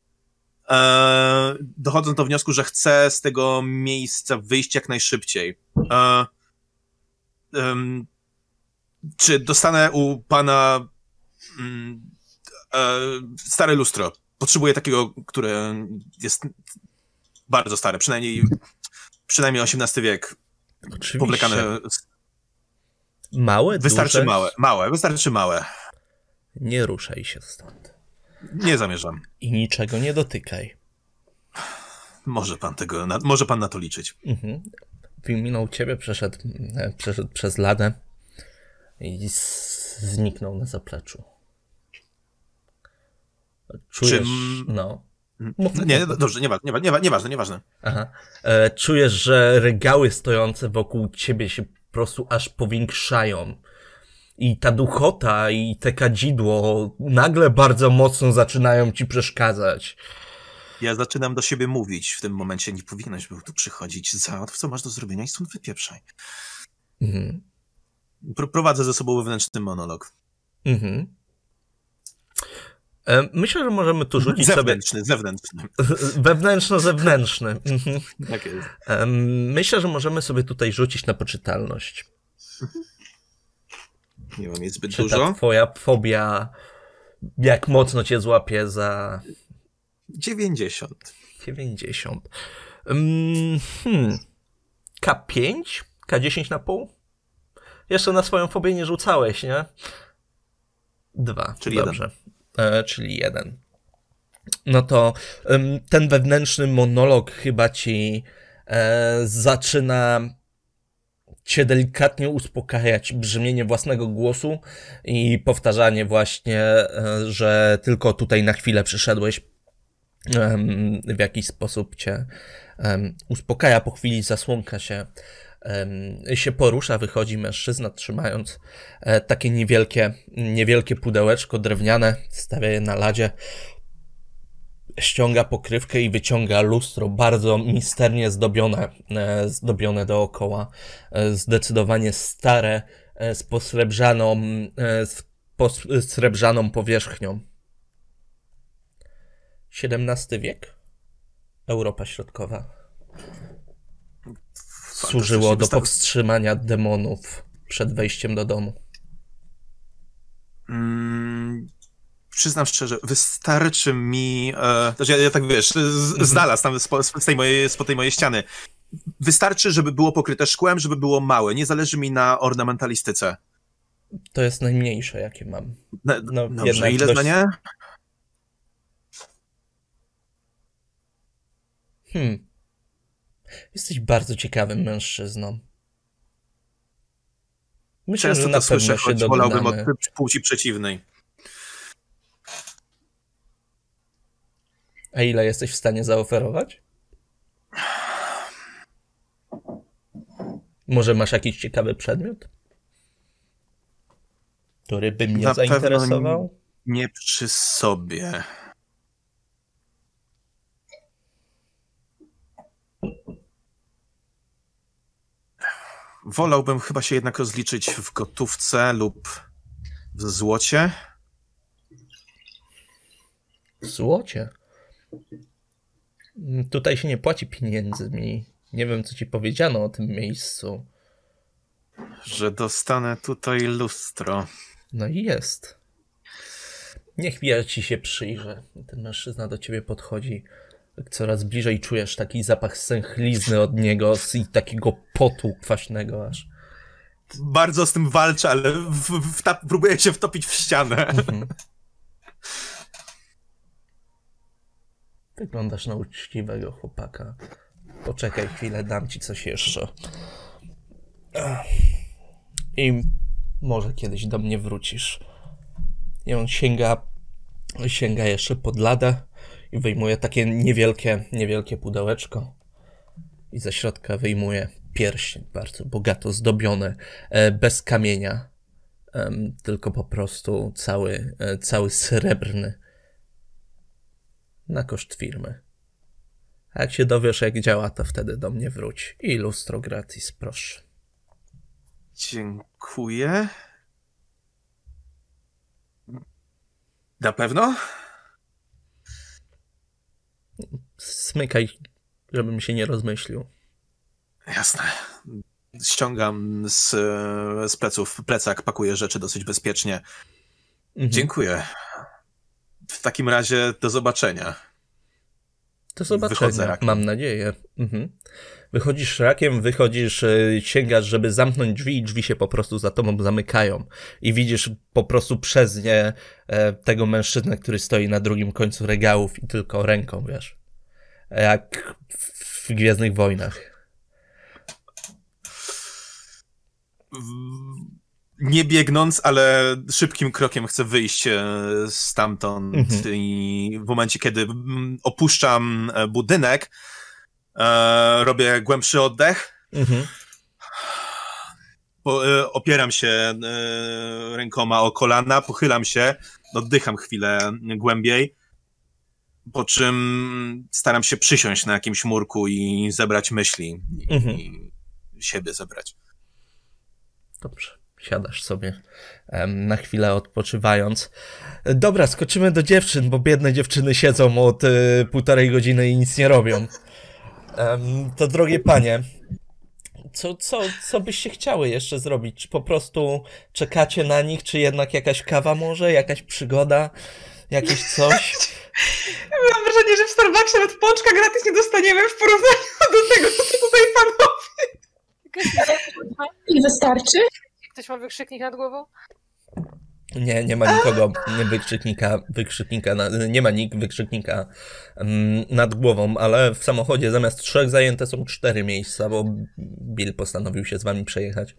E, dochodząc do wniosku, że chcę z tego miejsca wyjść jak najszybciej. E, e, czy dostanę u pana mm, e, stare lustro? Potrzebuję takiego, które jest bardzo stare, przynajmniej przynajmniej osiemnasty wiek. Oczywiście. Powlekane. Małe? Wystarczy duże? małe, małe, wystarczy małe. Nie ruszaj się stąd. Nie zamierzam. I niczego nie dotykaj. Może pan tego, na, może pan na to liczyć. Mhm. Minął ciebie, przeszedł, przeszedł przez ladę i zniknął na zapleczu. Czujesz, Czy, no. Mów, No, nie, mów. dobrze, nieważne, nie, nie, nieważne, nieważne. Aha. E, czujesz, że regały stojące wokół ciebie się po prostu aż powiększają. I ta duchota i te kadzidło nagle bardzo mocno zaczynają ci przeszkadzać. Ja zaczynam do siebie mówić w tym momencie, nie powinieneś był tu przychodzić, załatw co masz do zrobienia i stąd wypieprzaj. Mhm. Pro- prowadzę ze sobą wewnętrzny monolog. Mhm. E, myślę, że możemy tu rzucić Zewnętrzny, zewnętrzny. sobie... Wewnętrzno-zewnętrzny. Mhm. Tak jest. E, myślę, że możemy sobie tutaj rzucić na poczytalność. Nie mam jej zbyt Czy dużo. ta twoja fobia jak mocno cię złapie za dziewięćdziesiąt. dziewięćdziesiąt. Um, hmm. K pięć? K dziesięć na pół? Jeszcze na swoją fobię nie rzucałeś, nie? Dwa. Czyli Dobrze. E, czyli jeden. No to um, ten wewnętrzny monolog chyba ci e, zaczyna cię delikatnie uspokajać, brzmienie własnego głosu i powtarzanie właśnie, e, że tylko tutaj na chwilę przyszedłeś, em, w jakiś sposób cię em, uspokaja. Po chwili zasłonka się, em, się porusza, wychodzi mężczyzna, trzymając e, takie niewielkie, niewielkie pudełeczko drewniane, stawia je na ladzie, ściąga pokrywkę i wyciąga lustro, bardzo misternie zdobione, e, zdobione dookoła, e, zdecydowanie stare, e, z posrebrzaną, e, z posrebrzaną powierzchnią. siedemnasty wiek? Europa Środkowa. Służyło do Wysta- powstrzymania demonów przed wejściem do domu. Mm, przyznam szczerze, wystarczy mi... E, znaczy ja, ja tak wiesz, z, z dala, z, z, z, tej mojej, z po tej mojej ściany. Wystarczy, żeby było pokryte szkłem, żeby było małe. Nie zależy mi na ornamentalistyce. To jest najmniejsze, jakie mam. Na, No, dobrze, jednak ile dość- zdanie? Hmm. Jesteś bardzo ciekawym mężczyzną. Myślę, Często że na to słyszę, pewno się choć wolałbym od dogadamy. płci przeciwnej. A ile jesteś w stanie zaoferować? Może masz jakiś ciekawy przedmiot, który by mnie Na pewno zainteresował? Nie przy sobie. Wolałbym chyba się jednak rozliczyć w gotówce lub w złocie. W złocie. Mm, Tutaj się nie płaci pieniędzmi. Nie wiem, co ci powiedziano o tym miejscu. Że dostanę tutaj lustro. No i jest. Niech ja ci się przyjrzę. Ten mężczyzna do ciebie podchodzi. Coraz bliżej czujesz taki zapach stęchlizny od niego i takiego potu kwaśnego aż. Bardzo z tym walczę, ale w, w, ta, próbuję się wtopić w ścianę. Mhm. Wyglądasz na uczciwego chłopaka. Poczekaj chwilę, dam ci coś jeszcze. Ach. I może kiedyś do mnie wrócisz. I on sięga, sięga jeszcze pod ladę i wyjmuje takie niewielkie, niewielkie pudełeczko. I ze środka wyjmuje pierścień bardzo bogato zdobiony, e, bez kamienia. Em, tylko po prostu cały, e, cały srebrny. Na koszt firmy. A jak się dowiesz, jak działa, to wtedy do mnie wróć. I lustro gratis, proszę. Dziękuję. Na pewno? Smykaj, żebym się nie rozmyślił. Jasne. Ściągam z, z pleców plecak, pakuję rzeczy dosyć bezpiecznie. Mhm. Dziękuję. W takim razie do zobaczenia. Do zobaczenia, Wychodzę rakiem. mam nadzieję. Mhm. Wychodzisz rakiem, wychodzisz, e, sięgasz, żeby zamknąć drzwi i drzwi się po prostu za tobą zamykają. I widzisz po prostu przez nie e, tego mężczyznę, który stoi na drugim końcu regałów i tylko ręką, wiesz. Jak w Gwiezdnych Wojnach. W- nie biegnąc, ale szybkim krokiem chcę wyjść e, stamtąd Mhm. i w momencie, kiedy mm, opuszczam e, budynek, e, robię głębszy oddech, Mhm. po, e, opieram się e, rękoma o kolana, pochylam się, oddycham chwilę głębiej, po czym staram się przysiąść na jakimś murku i zebrać myśli Mhm. i siebie zebrać. Dobrze, siadasz sobie em, na chwilę odpoczywając. E, Dobra, skoczymy do dziewczyn, bo biedne dziewczyny siedzą od e, półtorej godziny i nic nie robią. Em, to drogie panie, co, co, co byście chciały jeszcze zrobić? Czy po prostu czekacie na nich, czy jednak jakaś kawa może, jakaś przygoda, jakieś coś? Mam wrażenie, że w Starbucksie nawet pączka gratis nie dostaniemy w porównaniu do tego, co tutaj panowie. I wystarczy? Ktoś ma wykrzyknik nad głową? Nie, nie ma nikogo, nie wykrzyknika, wykrzyknika, na, nie ma nikt wykrzyknika mm, nad głową, ale w samochodzie zamiast trzech zajęte są cztery miejsca, bo Bill postanowił się z wami przejechać.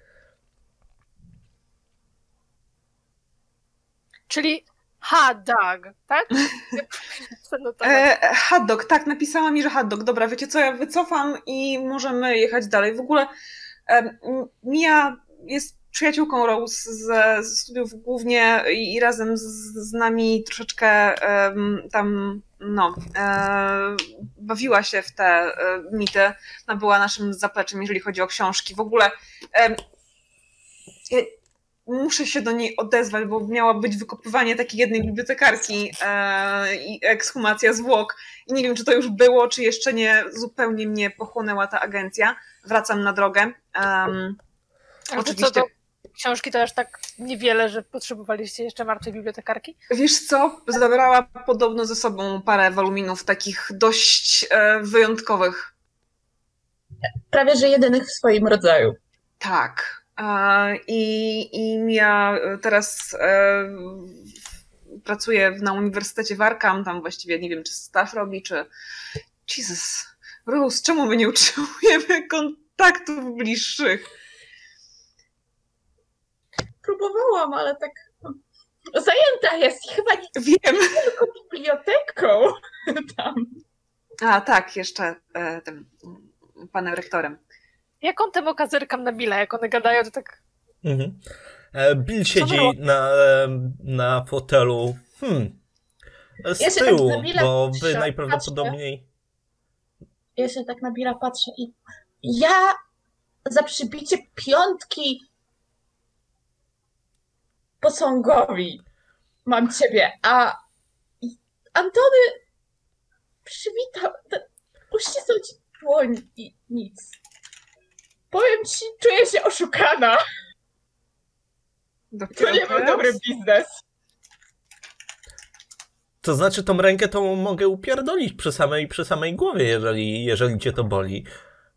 Czyli hot dog, tak? No to E, hot dog, tak, napisała mi, że hot dog. Dobra, wiecie co, ja wycofam i możemy jechać dalej. W ogóle e, m- Mia jest przyjaciółką Rose ze, ze studiów głównie i, i razem z, z nami troszeczkę em, tam, no, e, bawiła się w te e, mity. Ona była naszym zapleczem, jeżeli chodzi o książki. W ogóle em, ja muszę się do niej odezwać, bo miała być wykopywanie takiej jednej bibliotekarki e, i ekshumacja zwłok. I nie wiem, czy to już było, czy jeszcze nie. Zupełnie mnie pochłonęła ta agencja. Wracam na drogę. Um, Ale to oczywiście. co do książki to aż tak niewiele, że potrzebowaliście jeszcze martwej bibliotekarki? Wiesz co? Zabrała podobno ze sobą parę woluminów takich dość e, wyjątkowych. Prawie, że jedynych w swoim rodzaju. Tak. E, I, i Mia teraz e, pracuje na Uniwersytecie w Arkham, tam właściwie nie wiem, czy staż robi, czy... Jezus, Rose, czemu my nie utrzymujemy kontaktów bliższych? Próbowałam, ale tak no, zajęta jest i chyba nie Wiem. tylko biblioteką tam. A tak, jeszcze e, tym panem rektorem. Ja kątem oka zerkam na Billa, jak one gadają, to tak... Mhm. E, Bill siedzi było? na, e, na fotelu hmm, z Ja się tak tyłu, na Billa bo wy patrzę, najprawdopodobniej... Ja się tak na Billa patrzę i ja za przybicie piątki posągowi mam ciebie, a Antony przywitał, uścisnął ci dłoń i nic. Powiem ci, czuję się oszukana. To nie był dobry biznes. To znaczy, tą rękę to mogę upierdolić przy samej, przy samej głowie, jeżeli, jeżeli cię to boli.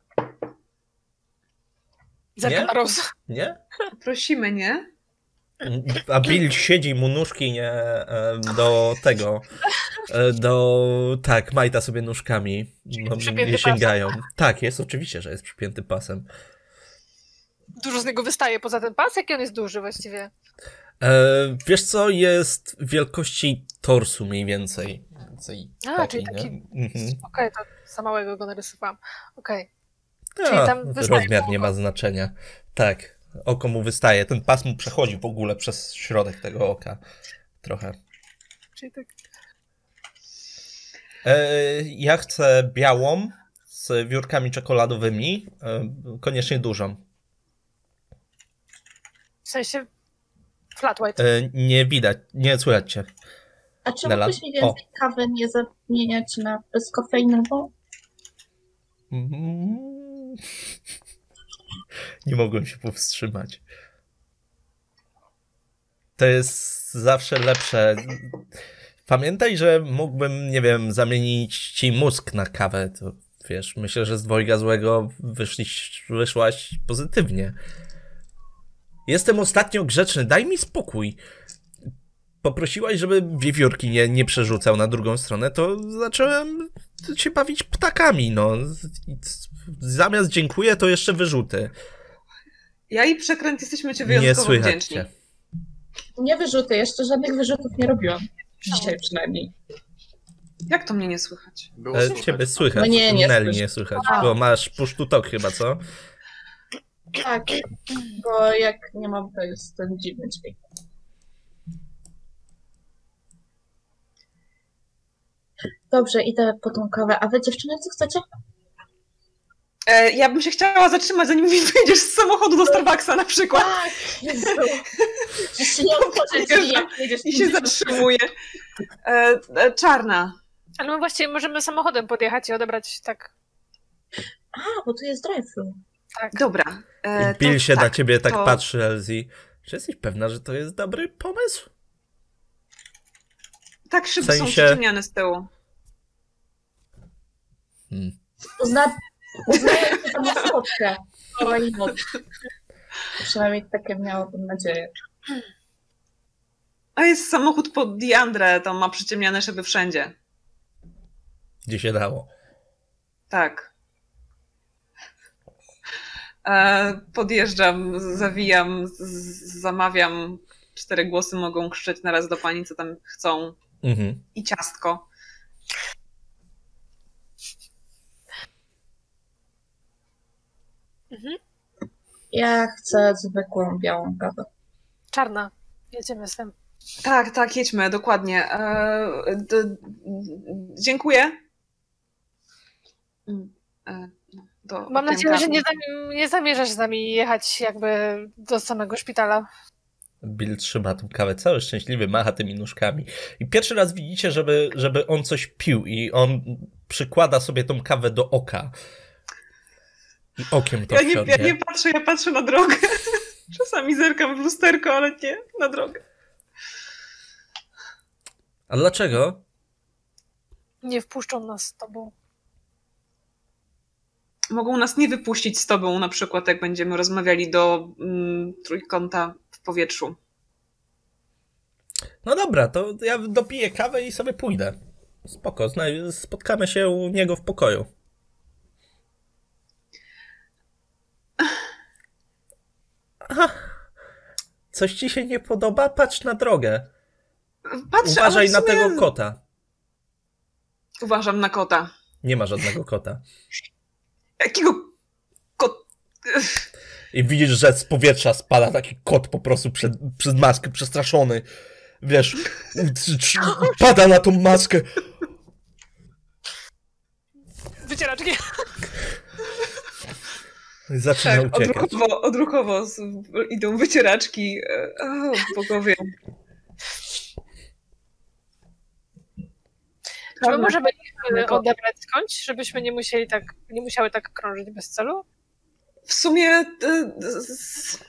Zerkam Nie? na Rose. Nie? Prosimy, nie? A Bill siedzi, mu nóżki nie e, do tego, e, do, tak, majta sobie nóżkami, no, Przypięty nie sięgają. Tak, jest, oczywiście, że jest przypięty pasem. Dużo z niego wystaje poza ten pas, jaki on jest duży właściwie. E, wiesz co, jest wielkości torsu mniej więcej. więcej A, czyli nie? taki- Mhm. Okej, to za małego go narysowałam. Okej. Czyli A, tam wystaje rozmiar mu nie ma znaczenia. Tak, oko mu wystaje. Ten pas mu przechodzi w ogóle przez środek tego oka. Trochę. Czyli tak... E, ja chcę białą z wiórkami czekoladowymi. E, koniecznie dużą. W sensie flat white. E, nie widać, nie słychać cię. A czy Nela? mógłbyś mi więcej kawy nie zamieniać na bezkofeinową? Mm. Nie mogłem się powstrzymać. To jest zawsze lepsze. Pamiętaj, że mógłbym, nie wiem, zamienić ci mózg na kawę. To wiesz, myślę, że z dwojga złego wyszliś, wyszłaś pozytywnie. Jestem ostatnio grzeczny, daj mi spokój. Poprosiłaś, żeby wiewiórki nie, nie przerzucał na drugą stronę, to zacząłem się bawić ptakami, no. Zamiast dziękuję, to jeszcze wyrzuty. Ja i Przekręt jesteśmy Cię Nie wyjątkowo słychać wdzięczni. cię. Nie wyrzuty, jeszcze żadnych wyrzutów nie robiłam. Dzisiaj przynajmniej. Jak to mnie nie słychać? Było E, słychać. Ciebie słychać, No nie, nie Nelly słyszę. nie słychać, A. bo masz push to talk chyba, co? Tak, bo jak nie mam, to jest ten dziwny dźwięk. Dobrze, idę po tą kawę. A wy dziewczyny, co chcecie? E, ja bym się chciała zatrzymać, zanim wyjdziesz z samochodu do Starbucksa na przykład. Tak, Jezu. Jeszcze nie otworzę drzwi, jak jedziesz. I się zatrzymuje. E, e, czarna. Ale my właściwie możemy samochodem podjechać i odebrać tak. A, bo tu jest drive-thru. tak. Dobra. E, I Bill to się tak, na ciebie tak to... patrzy, Elsie. Czy jesteś pewna, że to jest dobry pomysł? Tak, szyby W są sensie- przyciemniane z tyłu. Hmm. Uzna... Uznaję się tam na słodkę. Przynajmniej takie miałabym nadzieję. A jest samochód pod Diandre, to ma przyciemniane szyby wszędzie. Gdzie się dało. Tak. E, podjeżdżam, zawijam, z- zamawiam. Cztery głosy mogą krzyczeć naraz do pani, co tam chcą. Mhm. I ciastko. Ja chcę zwykłą białą kawę. Czarna. Jedziemy z tym. Tak, tak, jedźmy, dokładnie. E, d, d, dziękuję. Mm, e, no, do Mam nadzieję, okienka. że nie, zam- nie zamierzasz z nami jechać jakby do samego szpitala. Bill trzyma tą kawę, cały szczęśliwy, macha tymi nóżkami. I pierwszy raz widzicie, żeby, żeby on coś pił i on przykłada sobie tą kawę do oka. I okiem to Ja nie, wsiądzie. ja nie patrzę, ja patrzę na drogę. Czasami zerkam w lusterko, ale nie na drogę. A dlaczego? Nie wpuszczą nas z tobą. Mogą nas nie wypuścić z tobą, na przykład jak będziemy rozmawiali do mm, trójkąta w powietrzu. No dobra, to ja dopiję kawę i sobie pójdę. Spoko, zna- spotkamy się u niego w pokoju. Aha. Coś ci się nie podoba? Patrz na drogę. Patrzę, Uważaj ale w na sumie... tego kota. Uważam na kota. Nie ma żadnego kota. Jakiego kot... I widzisz, że z powietrza spada taki kot po prostu przed, przez maskę, przestraszony. Wiesz, pada na tą maskę. Wycieraczki. I zaczyna Tak, uciekać. odruchowo, odruchowo z- idą wycieraczki. E, O, bogowie. Czy my możemy ich e, Czarnego. odebrać skądś, żebyśmy nie musieli tak, nie musiały tak krążyć bez celu? W sumie... e, z-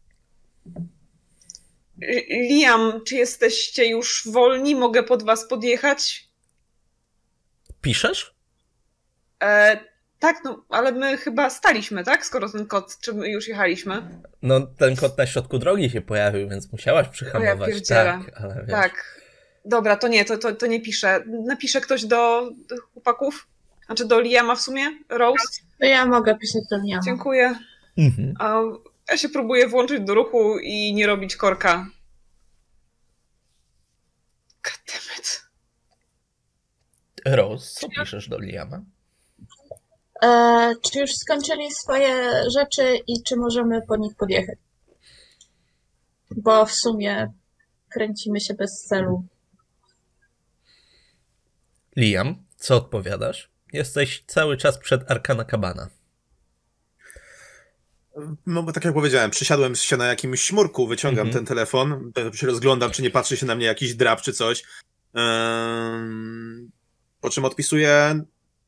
Liam, czy jesteście już wolni? Mogę pod was podjechać? Piszesz? E, tak, no, ale my chyba staliśmy, tak? Skoro ten kot, czy my już jechaliśmy? No, ten kot na środku drogi się pojawił, więc musiałaś przyhamować. pierdzielę. tak, ale wiesz. Tak. Dobra, to nie, to, to, to nie piszę. Napisze ktoś do, do chłopaków? Znaczy do Liama w sumie? Rose? To ja mogę pisać do mnie. Dziękuję. Mhm. A ja się próbuję włączyć do ruchu i nie robić korka. Goddammit. Rose, co piszesz do Liama? E, czy już skończyli swoje rzeczy i czy możemy po nich podjechać? Bo w sumie kręcimy się bez celu. Liam, co odpowiadasz? Jesteś cały czas przed Arkana Cabana. No bo tak jak powiedziałem, przysiadłem się na jakimś śmurku, wyciągam Mhm. ten telefon, to się rozglądam, czy nie patrzy się na mnie jakiś drap czy coś. Ym, po czym odpisuję.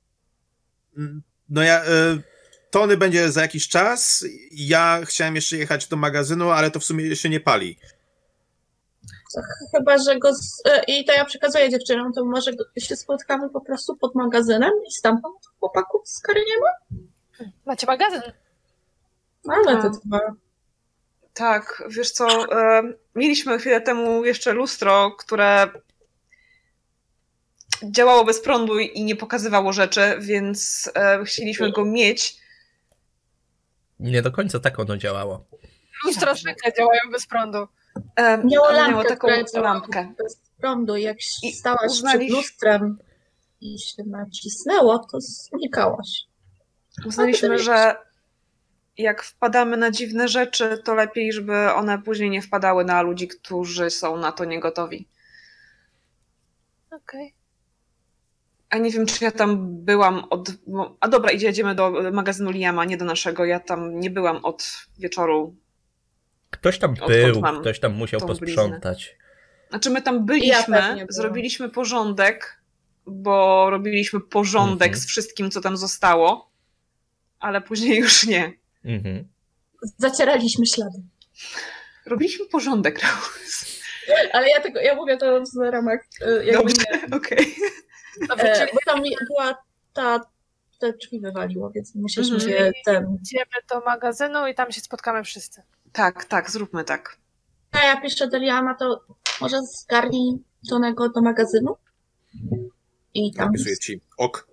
No ja. Y, Tony będzie za jakiś czas. Ja chciałem jeszcze jechać do magazynu, ale to w sumie się nie pali. Chyba, że go... Z... e, I to ja przekazuję dziewczynom, to może go- się spotkamy po prostu pod magazynem i stamtąd chłopaków z Kary nie ma? Macie magazyn? Ale to A. chyba... Tak, wiesz co, e, mieliśmy chwilę temu jeszcze lustro, które działało bez prądu i nie pokazywało rzeczy, więc e, chcieliśmy go mieć. Nie do końca tak ono działało. Lustra zwykle działają bez prądu. E, Miało ale lampkę, miało taką która działała lampkę. bez prądu. Jak I stałaś uznali- przed lustrem i się nacisnęło, to znikałaś. Uznaliśmy, że jak wpadamy na dziwne rzeczy, to lepiej, żeby one później nie wpadały na ludzi, którzy są na to niegotowi. Okej. A nie wiem, czy ja tam byłam od... A dobra, idzie, jedziemy do magazynu Liama, nie do naszego. Ja tam nie byłam od wieczoru. Ktoś tam Odkąd był, mam ktoś tam musiał tą posprzątać. Znaczy my tam Ja byliśmy, pewnie byłam. zrobiliśmy porządek, bo robiliśmy porządek Mhm. z wszystkim, co tam zostało, ale później już nie. Mhm. Zacieraliśmy ślady. Robiliśmy porządek, Raus. Ale ja tego, ja mówię to w ramach e, jakby Dobrze, nie, okej. A wy e, czy bo tam mi- była ta, te drzwi wywaliło, więc musieliśmy Mhm. się ten... idziemy do magazynu i tam się spotkamy wszyscy. Tak, tak, zróbmy tak. A ja piszę do Liama, to może zgarnij Tonego do magazynu? I tam... Napisuję ci ok.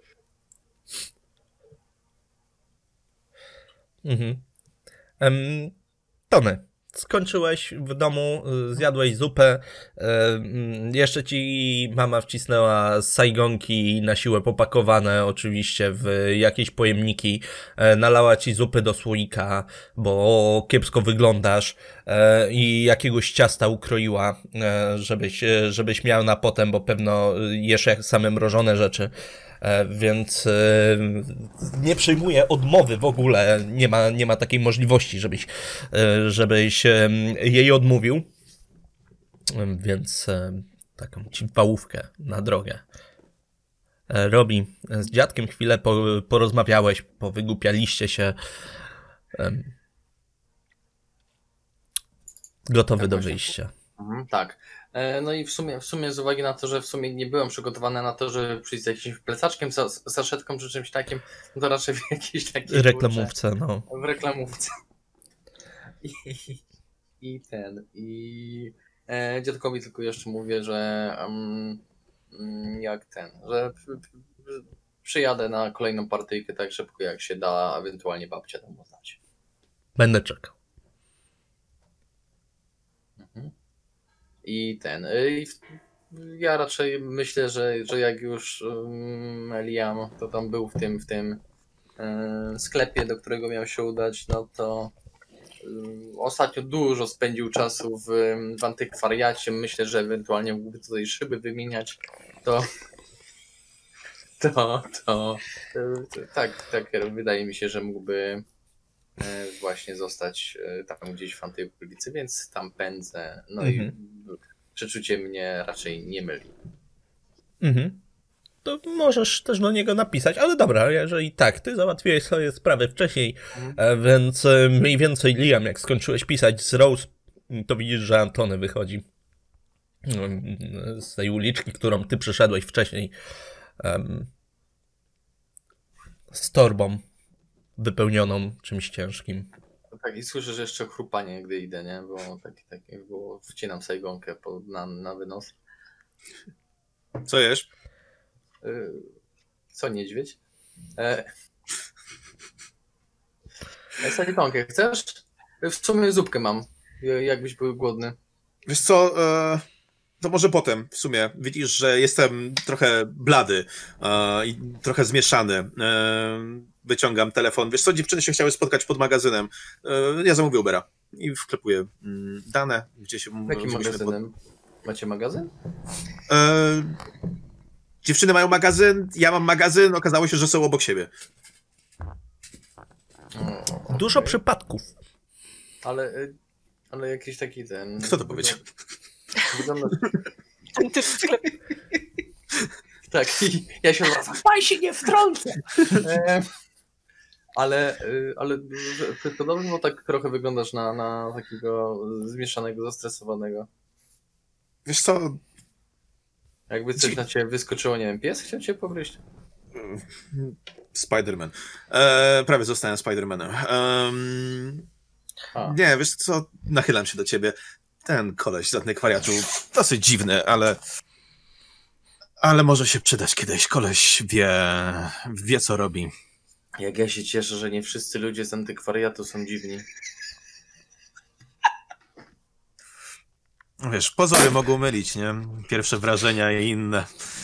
Mhm. Em, Tony, skończyłeś w domu, y, zjadłeś zupę, em, jeszcze ci mama wcisnęła sajgonki na siłę popakowane oczywiście w jakieś pojemniki, e, nalała ci zupy do słoika, bo kiepsko wyglądasz, e, i jakiegoś ciasta ukroiła, e, żebyś, e, żebyś miał na potem, bo pewno jesz jak same mrożone rzeczy. E, Więc e, nie przyjmuję odmowy w ogóle, nie ma, nie ma takiej możliwości, żebyś, e, żebyś e, jej odmówił. E, Więc e, taką ci wałówkę na drogę. E, Robi, z dziadkiem chwilę po, porozmawiałeś, powygłupialiście się. E, Gotowy Tak, do właśnie. wyjścia. Mhm, tak. E, No i w sumie, w sumie z uwagi na to, że w sumie nie byłem przygotowany na to, żeby przyjść z jakimś plecaczkiem, sa- z saszetką czy czymś takim, no to raczej w jakiejś takiej Reklamówce, no. kurczę, w reklamówce. I, i ten, i e, dziadkowi tylko jeszcze mówię, że um, mm, jak ten, że p- p- przyjadę na kolejną partyjkę tak szybko jak się da, a ewentualnie babcia tam znać. Będę czekał. Mhm. I ten. y, i w- Ja raczej myślę, że, że jak już um, Liam to tam był w tym w tym y, sklepie, do którego miał się udać, no to y, ostatnio dużo spędził czasu w, w antykwariacie. Myślę, że ewentualnie mógłby tutaj szyby wymieniać. To to, to, y, tak, tak wydaje mi się, że mógłby y, właśnie zostać y, tam gdzieś w Antykolicy, więc tam pędzę. No i Mhm. przeczucie mnie raczej nie myli. Mhm. To możesz też do niego napisać, ale dobra, jeżeli tak, ty załatwiłeś swoje sprawy wcześniej, e, więc e, mniej więcej Liam, jak skończyłeś pisać z Rose, to widzisz, że Antony wychodzi mm, z tej uliczki, którą ty przeszedłeś wcześniej, em, z torbą wypełnioną czymś ciężkim. Tak, i słyszę, że jeszcze chrupanie, gdy idę, nie? Bo tak, tak, bo wcinam sajgonkę po, na, na wynos. Co jesz? Y, Co, niedźwiedź? E... e, Sajgonkę chcesz? W sumie zupkę mam, jakbyś był głodny. Wiesz co, e, to może potem w sumie. Widzisz, że jestem trochę blady e, i trochę zmieszany. E, wyciągam telefon. Wiesz co, dziewczyny się chciały spotkać pod magazynem. E, ja zamówię Ubera i wklepuję mm, dane, gdzie się... Jakim żebyśmy magazynem? Macie magazyn? Pod... E, dziewczyny mają magazyn, ja mam magazyn, okazało się, że są obok siebie. O, Dużo okej. przypadków. Ale, y, ale jakiś taki ten... Kto to powiedział? Wygląda... Ten typ w sklepie. Tak, i ja się odwracam. Pan się nie wtrącę! E, ale, y, ale y, podobno bo tak trochę wyglądasz na, na takiego zmieszanego, zestresowanego. Wiesz co, Jakby coś na ciebie wyskoczyło, nie wiem, pies chciał cię pogryźć? Spider-Man. E, prawie zostałem Spider-Manem. Um, A. nie, wiesz co, nachylam się do ciebie. Ten koleś z antykwariatu dosyć dziwny, ale ale może się przydać kiedyś. Koleś wie, wie co robi. Jak ja się cieszę, że nie wszyscy ludzie z antykwariatu są dziwni. Wiesz, pozory mogą mylić, nie? Pierwsze wrażenia i inne.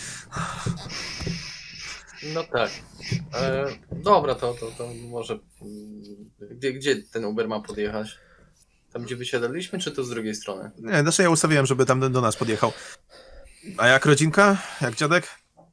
No tak. E, dobra, to, to, to może... Gdzie, gdzie ten Uber ma podjechać? Tam, gdzie wysiadaliśmy, czy to z drugiej strony? Nie, znaczy ja ustawiłem, żeby tam do nas podjechał. A jak rodzinka? Jak dziadek?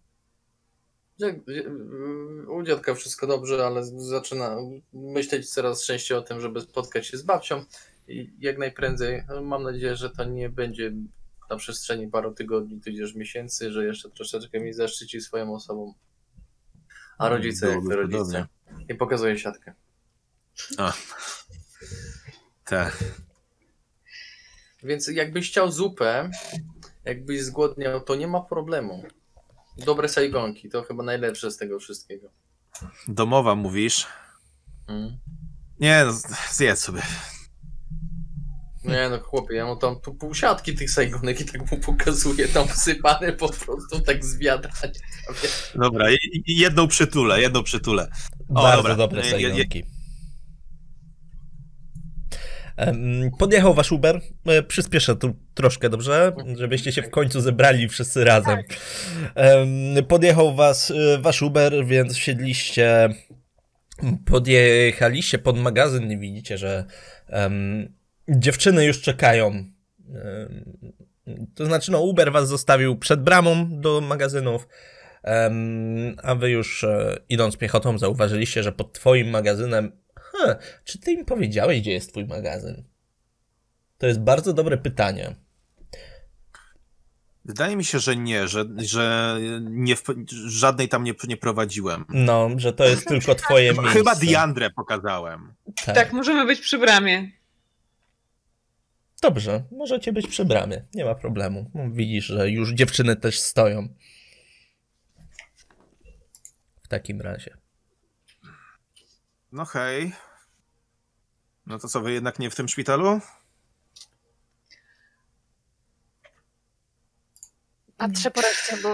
U dziadka wszystko dobrze, ale zaczyna myśleć coraz częściej o tym, żeby spotkać się z babcią i jak najprędzej. Mam nadzieję, że to nie będzie na przestrzeni paru tygodni, tudzież miesięcy, że jeszcze troszeczkę mi zaszczyci swoją osobą. A rodzice jak to rodzice. I pokazuje siatkę. A. Tak. Więc jakbyś chciał zupę, jakbyś zgłodniał, to nie ma problemu. Dobre sajgonki, to chyba najlepsze z tego wszystkiego. Domowa mówisz? Hmm. Nie, no, zjedz sobie. Nie no chłopie, ja mu tam tu pół siatki tych sajgonek i tak mu pokazuję, tam wsypane po prostu tak z wiadra. Dobra, i, i jedną przytulę, jedną przytulę. O, Bardzo dobra. dobre Je- je- sajgonki. Em, Podjechał wasz Uber. E, Przyspieszę tu troszkę, dobrze? Żebyście się w końcu zebrali wszyscy razem. Em, Podjechał was e, wasz Uber, więc wsiedliście, podjechaliście pod magazyn i widzicie, że em, dziewczyny już czekają. Em, To znaczy, no Uber was zostawił przed bramą do magazynów, em, a wy już e, idąc piechotą zauważyliście, że pod twoim magazynem Huh, czy ty im powiedziałeś, gdzie jest twój magazyn? To jest bardzo dobre pytanie. Wydaje mi się, że nie, że, że nie w, żadnej tam nie, nie prowadziłem. No, że to jest tylko twoje Chyba, miejsce. chyba Diandrę pokazałem. Tak. Tak, możemy być przy bramie. Dobrze, możecie być przy bramie, nie ma problemu. Widzisz, że już dziewczyny też stoją. W takim razie. No hej. No to co, wy jednak nie w tym szpitalu? Patrzę po reszcie, bo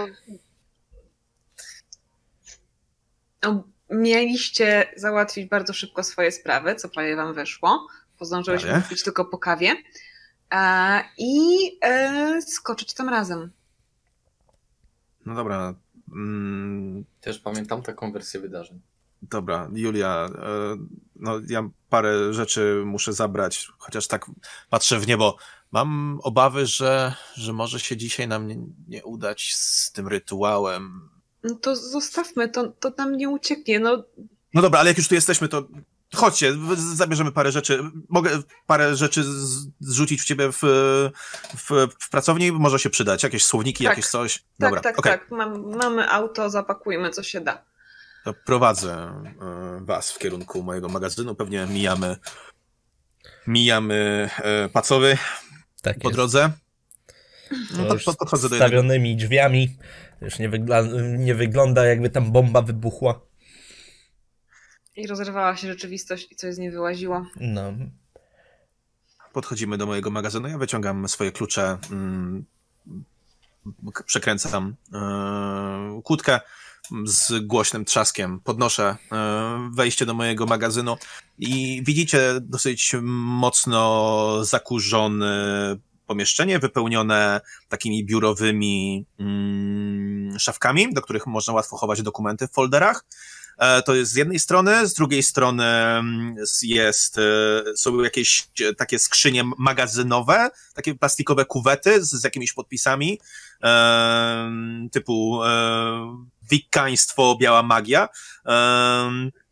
No, mieliście załatwić bardzo szybko swoje sprawy, co prawie wam wyszło. Pozdążyłyśmy Ale? kupić tylko po kawie. E, I e, skoczyć tam razem. No dobra. Mm, Też pamiętam taką wersję wydarzeń. dobra, Julia, e, no ja parę rzeczy muszę zabrać, chociaż tak patrzę w niebo. Mam obawy, że, że może się dzisiaj nam nie, nie udać z tym rytuałem. No to zostawmy, to, to nam nie ucieknie. No, No dobra, ale jak już tu jesteśmy, to chodźcie, zabierzemy parę rzeczy. Mogę parę rzeczy z- zrzucić w ciebie w, w, w pracowni? Może się przydać. Jakieś słowniki, Tak. jakieś coś? tak, Dobra, tak, okej. tak. Mam, mamy auto, zapakujmy co się da. To prowadzę e, was w kierunku mojego magazynu. Pewnie mijamy mijamy e, Pacowy Tak po jest. drodze. To No, już pod, podchodzę do z jednego. stawionymi drzwiami. Już nie, wygla- nie wygląda, jakby tam bomba wybuchła. I rozerwała się rzeczywistość i coś z niej wyłaziło. No. Podchodzimy do mojego magazynu. Ja wyciągam swoje klucze, mm, k- przekręcam e, kłódkę z głośnym trzaskiem. Podnoszę e, wejście do mojego magazynu i widzicie dosyć mocno zakurzone pomieszczenie, wypełnione takimi biurowymi mm, szafkami, do których można łatwo chować dokumenty w folderach. E, To jest z jednej strony, z drugiej strony mm, jest, e, są jakieś e, takie skrzynie magazynowe, takie plastikowe kuwety z, z jakimiś podpisami, e, typu e, wikaństwo, biała magia. E,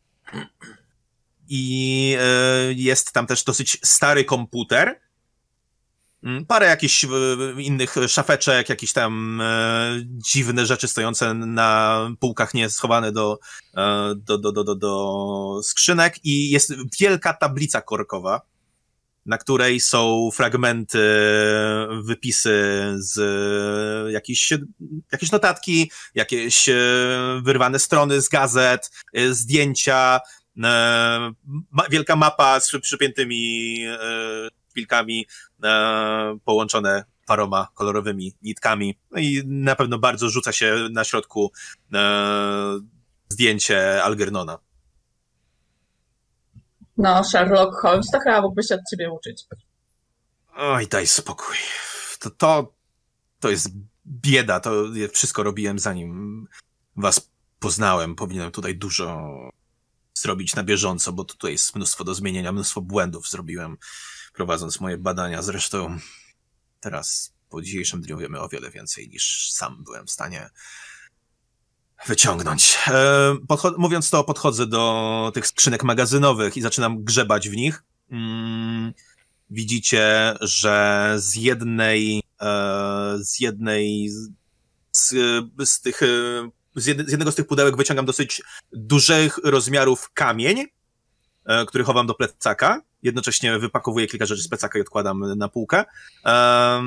I e, jest tam też dosyć stary komputer. Mm, Parę jakichś e, innych szafeczek, jakieś tam e, dziwne rzeczy stojące na półkach, nie schowane do, e, do, do, do, do, do skrzynek i jest wielka tablica korkowa, na której są fragmenty, wypisy z e, jakichś, jakieś notatki, jakieś e, wyrwane strony z gazet, e, zdjęcia, e, ma, wielka mapa z przypiętymi e, szpilkami, e, połączone paroma kolorowymi nitkami. No i na pewno bardzo rzuca się na środku e, zdjęcie Algernona. No, Sherlock Holmes, to chyba mógłby się od ciebie uczyć. Oj, daj spokój. To, to, to jest bieda, to ja wszystko robiłem zanim was poznałem. Powinienem tutaj dużo zrobić na bieżąco, bo tutaj jest mnóstwo do zmienienia, mnóstwo błędów zrobiłem, prowadząc moje badania. Zresztą teraz, po dzisiejszym dniu wiemy o wiele więcej, niż sam byłem w stanie wyciągnąć. E, podcho- mówiąc to, podchodzę do tych skrzynek magazynowych i zaczynam grzebać w nich. Mm, widzicie, że z jednej, e, z jednej z, z tych, z, jed, z jednego z tych pudełek wyciągam dosyć dużych rozmiarów kamień, e, który chowam do plecaka. Jednocześnie wypakowuję kilka rzeczy z plecaka i odkładam na półkę. E,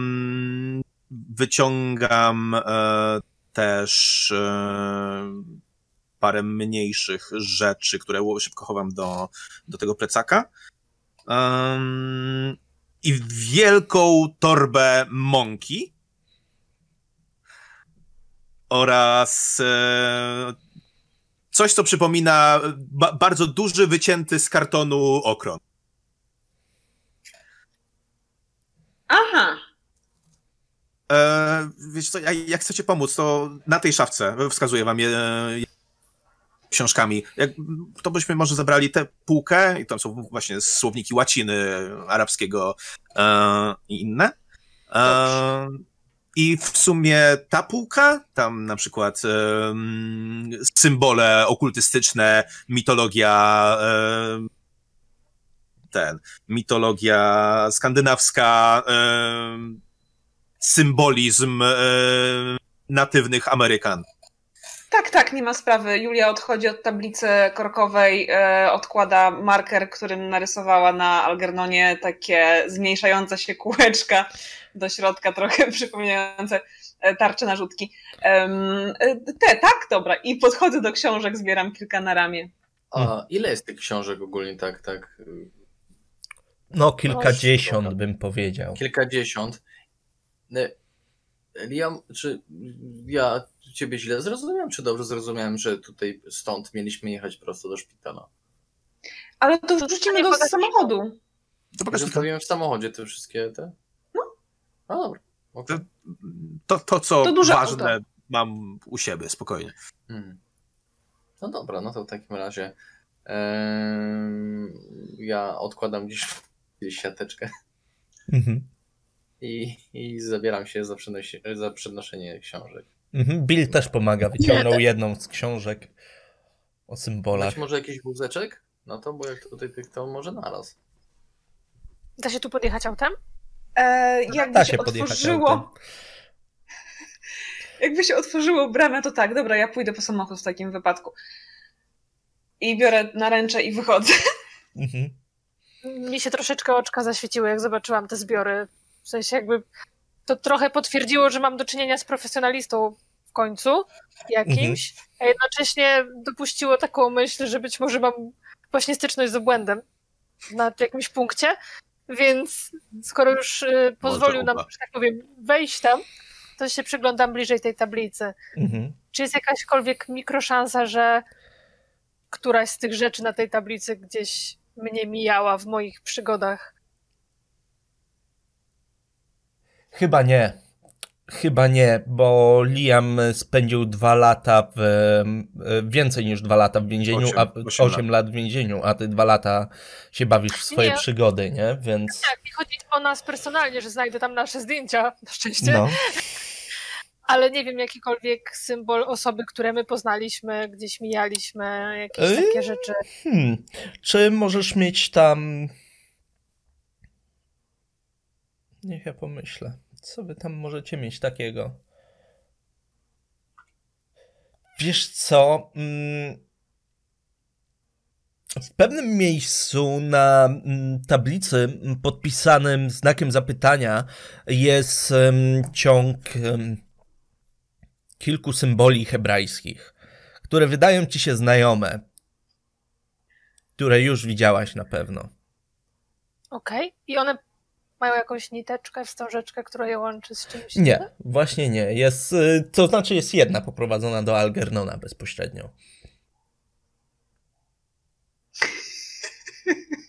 wyciągam e, też e, parę mniejszych rzeczy, które szybko chowam do, do tego plecaka. Um, I wielką torbę mąki oraz e, coś, co przypomina ba- bardzo duży, wycięty z kartonu okron. Aha. E, wiesz co, jak chcecie pomóc, to na tej szafce wskazuję wam je, je książkami. Jak, to byśmy może zabrali tę półkę i tam są właśnie słowniki łaciny, arabskiego e, i inne. E, I w sumie ta półka, tam na przykład e, symbole okultystyczne, mitologia e, ten, mitologia skandynawska, e, symbolizm e, natywnych Amerykan. Tak, tak, nie ma sprawy. Julia odchodzi od tablicy korkowej, e, odkłada marker, którym narysowała na Algernonie takie zmniejszające się kółeczka do środka, trochę przypominające tarcze na rzutki. E, te, tak, dobra. I podchodzę do książek, zbieram kilka na ramię. A ile jest tych książek ogólnie, tak, tak? No, kilkadziesiąt bym powiedział. Kilkadziesiąt. Liam, czy ja ciebie źle zrozumiałem, czy dobrze zrozumiałem, że tutaj stąd mieliśmy jechać prosto do szpitala? Ale to wrzucimy do samochodu. To pokaż Zostawiłem w samochodzie te wszystkie te? No. A dobra. Okay. To, to, co To duże ważne, auto. mam u siebie, spokojnie. Hmm. No dobra, no to w takim razie em, ja odkładam gdzieś, gdzieś siateczkę. Mhm. I, I zabieram się za, przenosi- za przenoszenie książek. Mhm. Bill też pomaga, wyciągnął jedną z książek o symbolach. Masz może jakiś wózeczek? No to, bo jak tutaj tych, to może naraz. Da się tu podjechać autem? E, jakby Da się się podjechać otworzyło, autem. jakby się otworzyło bramę, to tak, dobra, ja pójdę po samochód w takim wypadku. I biorę naręcze i wychodzę. Mhm. Mi się troszeczkę oczka zaświeciły, jak zobaczyłam te zbiory. W sensie jakby to trochę potwierdziło, że mam do czynienia z profesjonalistą w końcu jakimś, mhm. a jednocześnie dopuściło taką myśl, że być może mam właśnie styczność z obłędem na jakimś punkcie, więc skoro już y, pozwolił nam, że tak powiem, wejść tam, to się przyglądam bliżej tej tablicy. Mhm. Czy jest jakaśkolwiek mikroszansa, że któraś z tych rzeczy na tej tablicy gdzieś mnie mijała w moich przygodach? Chyba nie. Chyba nie, bo Liam spędził dwa lata w, więcej niż dwa lata w więzieniu, osiem, a osiem, osiem lat w więzieniu, a ty dwa lata się bawisz w swoje nie. przygody, nie? Więc... Tak, nie chodzi o nas personalnie, że znajdę tam nasze zdjęcia, na szczęście. No. Ale nie wiem, jakikolwiek symbol osoby, które my poznaliśmy, gdzieś mijaliśmy, jakieś yy, takie rzeczy. Hmm. Czy możesz mieć tam... Niech ja pomyślę. Co wy tam możecie mieć takiego? Wiesz co? W pewnym miejscu na tablicy podpisanym znakiem zapytania jest ciąg kilku symboli hebrajskich, które wydają ci się znajome, które już widziałaś na pewno. Okej. Okay. I one mają jakąś niteczkę, wstążeczkę, która je łączy z czymś? Nie, właśnie nie. Jest, to znaczy jest jedna poprowadzona do Algernona bezpośrednio.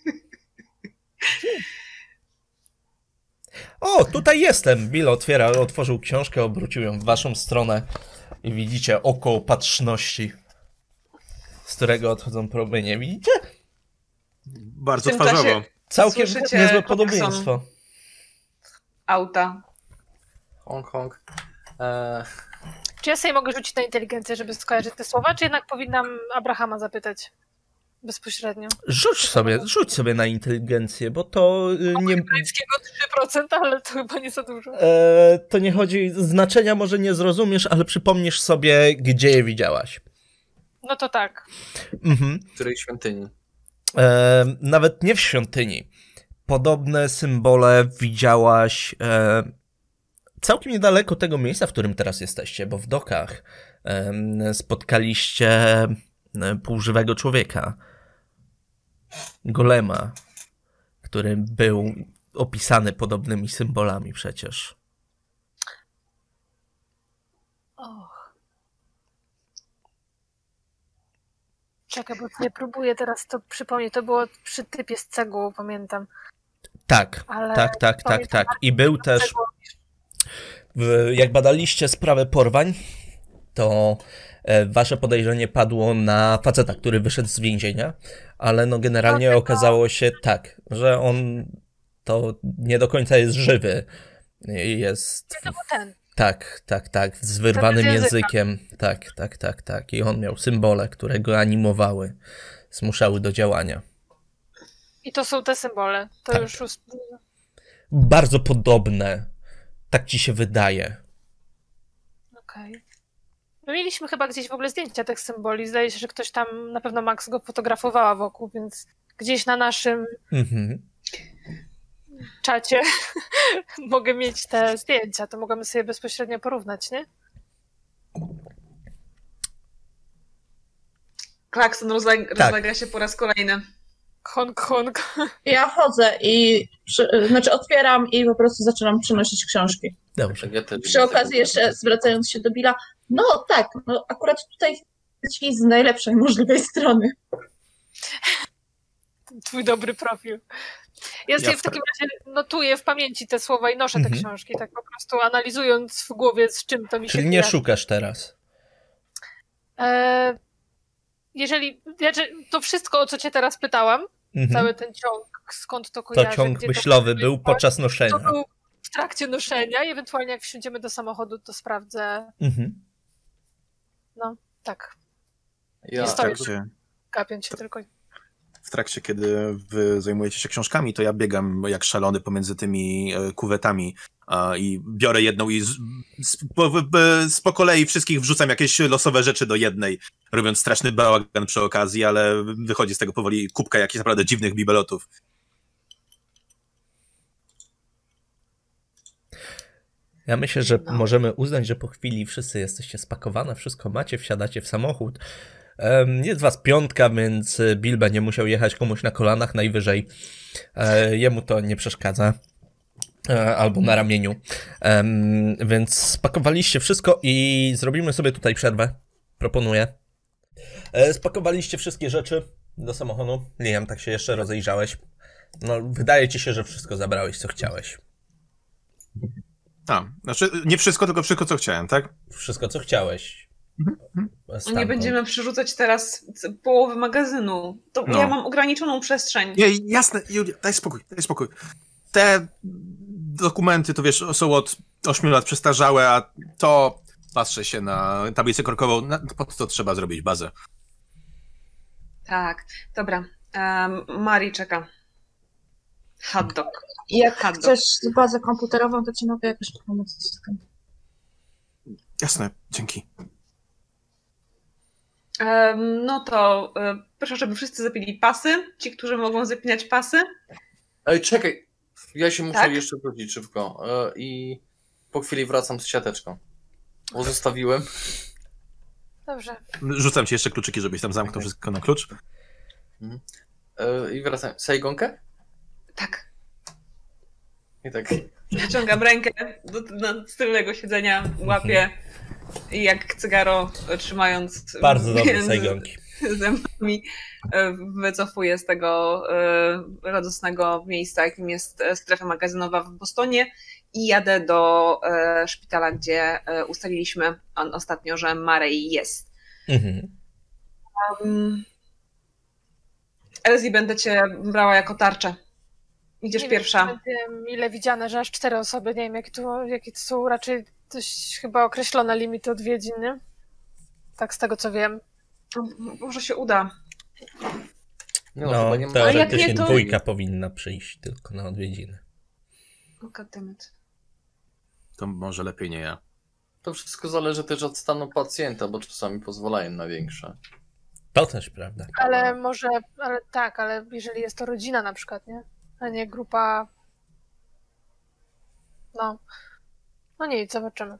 tutaj jestem. Bill otwiera, otworzył książkę, obrócił ją w waszą stronę i widzicie oko opatrzności, z którego odchodzą promienie. Widzicie? Bardzo W tym twarzowo. czasie Całkiem Słyszycie niezłe klakson. podobieństwo. auta. Hong Kong. Eee, Czy ja sobie mogę rzucić na inteligencję, żeby skojarzyć te słowa, czy jednak powinnam Abrahama zapytać bezpośrednio? Rzuć sobie, rzuć sobie na inteligencję, bo to y, nie... Brytyjskiego trzy procent, ale to chyba nie za dużo. E, to nie chodzi... Znaczenia może nie zrozumiesz, ale przypomnisz sobie, gdzie je widziałaś. No to tak. Mhm. w której świątyni? E, nawet nie w świątyni. Podobne symbole widziałaś e, całkiem niedaleko tego miejsca, w którym teraz jesteście, bo w dokach e, spotkaliście e, półżywego człowieka. Golema, który był opisany podobnymi symbolami przecież. Och. Czekaj, bo nie próbuję teraz to przypomnieć. To było przy typie z cegłą, pamiętam. Tak, Ale tak, tak, tak, pamiętam tak. I był też, cegłą. w, jak badaliście sprawę porwań, to e, wasze podejrzenie padło na faceta, który wyszedł z więzienia, ale no generalnie No, okazało się tak, że on to nie do końca jest żywy. Jest... To był ten. Tak, tak, tak, z wyrwanym Ten bez języka. językiem. Tak, tak, tak, tak. I on miał symbole, które go animowały, zmuszały do działania. I to są te symbole. To Tak. już... ust- Bardzo podobne. Tak ci się wydaje. Okej. My mieliśmy chyba gdzieś w ogóle zdjęcia tych symboli. Zdaje się, że ktoś tam, na pewno Max go fotografowała wokół, więc gdzieś na naszym Mhm. czacie mogę mieć te zdjęcia. To możemy sobie bezpośrednio porównać, nie? Klakson rozlega, rozlega się po raz kolejny. Hong Kong. Ja chodzę i przy, znaczy otwieram i po prostu zaczynam przynosić książki. Dobrze. Ja też Przy okazji jeszcze zwracając się do Billa, no tak, no akurat tutaj ci z najlepszej możliwej strony. Twój dobry profil. Ja sobie Ja w takim razie notuję w pamięci te słowa i noszę te Mhm. książki, tak po prostu analizując w głowie, z czym to mi się Czyli nie kojarzy. szukasz teraz. E, jeżeli, znaczy, to wszystko, o co cię teraz pytałam, Mhm. cały ten ciąg, skąd to To kojarzę. ciąg gdzie myślowy to był podczas To noszenia. był w trakcie noszenia i ewentualnie jak wsiądziemy do samochodu, to sprawdzę. Mhm. Tak, Ja, W Jest to- trakcie, gapiąc się tylko. w trakcie, kiedy wy zajmujecie się książkami, to ja biegam jak szalony pomiędzy tymi e, kuwetami a, i biorę jedną i z, z, po, b- z po kolei wszystkich wrzucam jakieś losowe rzeczy do jednej, robiąc straszny bałagan przy okazji, ale wychodzi z tego powoli kubka jakichś naprawdę dziwnych bibelotów. Ja myślę, że No. możemy uznać, że po chwili wszyscy jesteście spakowane, wszystko macie, wsiadacie w samochód. Em, Jest was piątka, więc Bill będzie musiał jechać komuś na kolanach najwyżej. E, Jemu to nie przeszkadza. E, Albo na ramieniu. Em, Więc spakowaliście wszystko i zrobimy sobie tutaj przerwę. Proponuję. E, Spakowaliście wszystkie rzeczy do samochodu. Liam, tak się jeszcze rozejrzałeś. No, wydaje ci się, że wszystko zabrałeś, co chciałeś. A, znaczy nie wszystko, tylko wszystko, co chciałem, tak? Wszystko, co chciałeś. No nie Stamtąd. będziemy przerzucać teraz c- połowy magazynu. To No. ja mam ograniczoną przestrzeń. Nie, jasne, Julia, daj spokój, daj spokój. Te dokumenty, to wiesz, są od ośmiu lat przestarzałe, a to patrzę się na tablicę korkową, na, pod to trzeba zrobić bazę. Tak, dobra. Um, Mari czeka. Hot dog. Jak Hot dog. chcesz bazę komputerową, to ci mogę jakoś pomóc z tym. Jasne, dzięki. Um, no to e, proszę, żeby wszyscy zapili pasy. Ci, którzy mogą zapinać pasy. Ej, czekaj. Ja się muszę Tak? jeszcze wrócić szybko. E, I po chwili wracam z siateczką. Bo zostawiłem. Dobrze. Rzucam ci jeszcze kluczyki, żebyś tam zamknął Okej. wszystko na klucz. E, I wracam. Saigonkę? Tak. I tak. Wyciągam rękę do, do tylnego siedzenia, łapię i jak cygaro e, trzymając Bardzo dobre między Saigonki. zębami e, wycofuję z tego e, radosnego miejsca, jakim jest e, strefa magazynowa w Bostonie i jadę do e, szpitala, gdzie e, ustaliliśmy on, ostatnio, że Marej jest. Mhm. Um, Elsie, będę cię brała jako tarczę. Idziesz Nie pierwsza. Wiem, wiem, ile widziane, że aż cztery osoby. Nie wiem, jakie to, jakie to są raczej dość chyba określone limity odwiedzin, nie? Tak z tego, co wiem. Może się uda. No, No, chyba nie ma- teoretycznie jak nie, to- dwójka powinna przyjść tylko na odwiedziny. Oh, goddammit. To może lepiej nie ja. To wszystko zależy też od stanu pacjenta, bo czasami pozwalają na większe. To też prawda. Ale może, ale tak, ale jeżeli jest to rodzina na przykład, nie? A nie grupa... No. No nic, zobaczymy.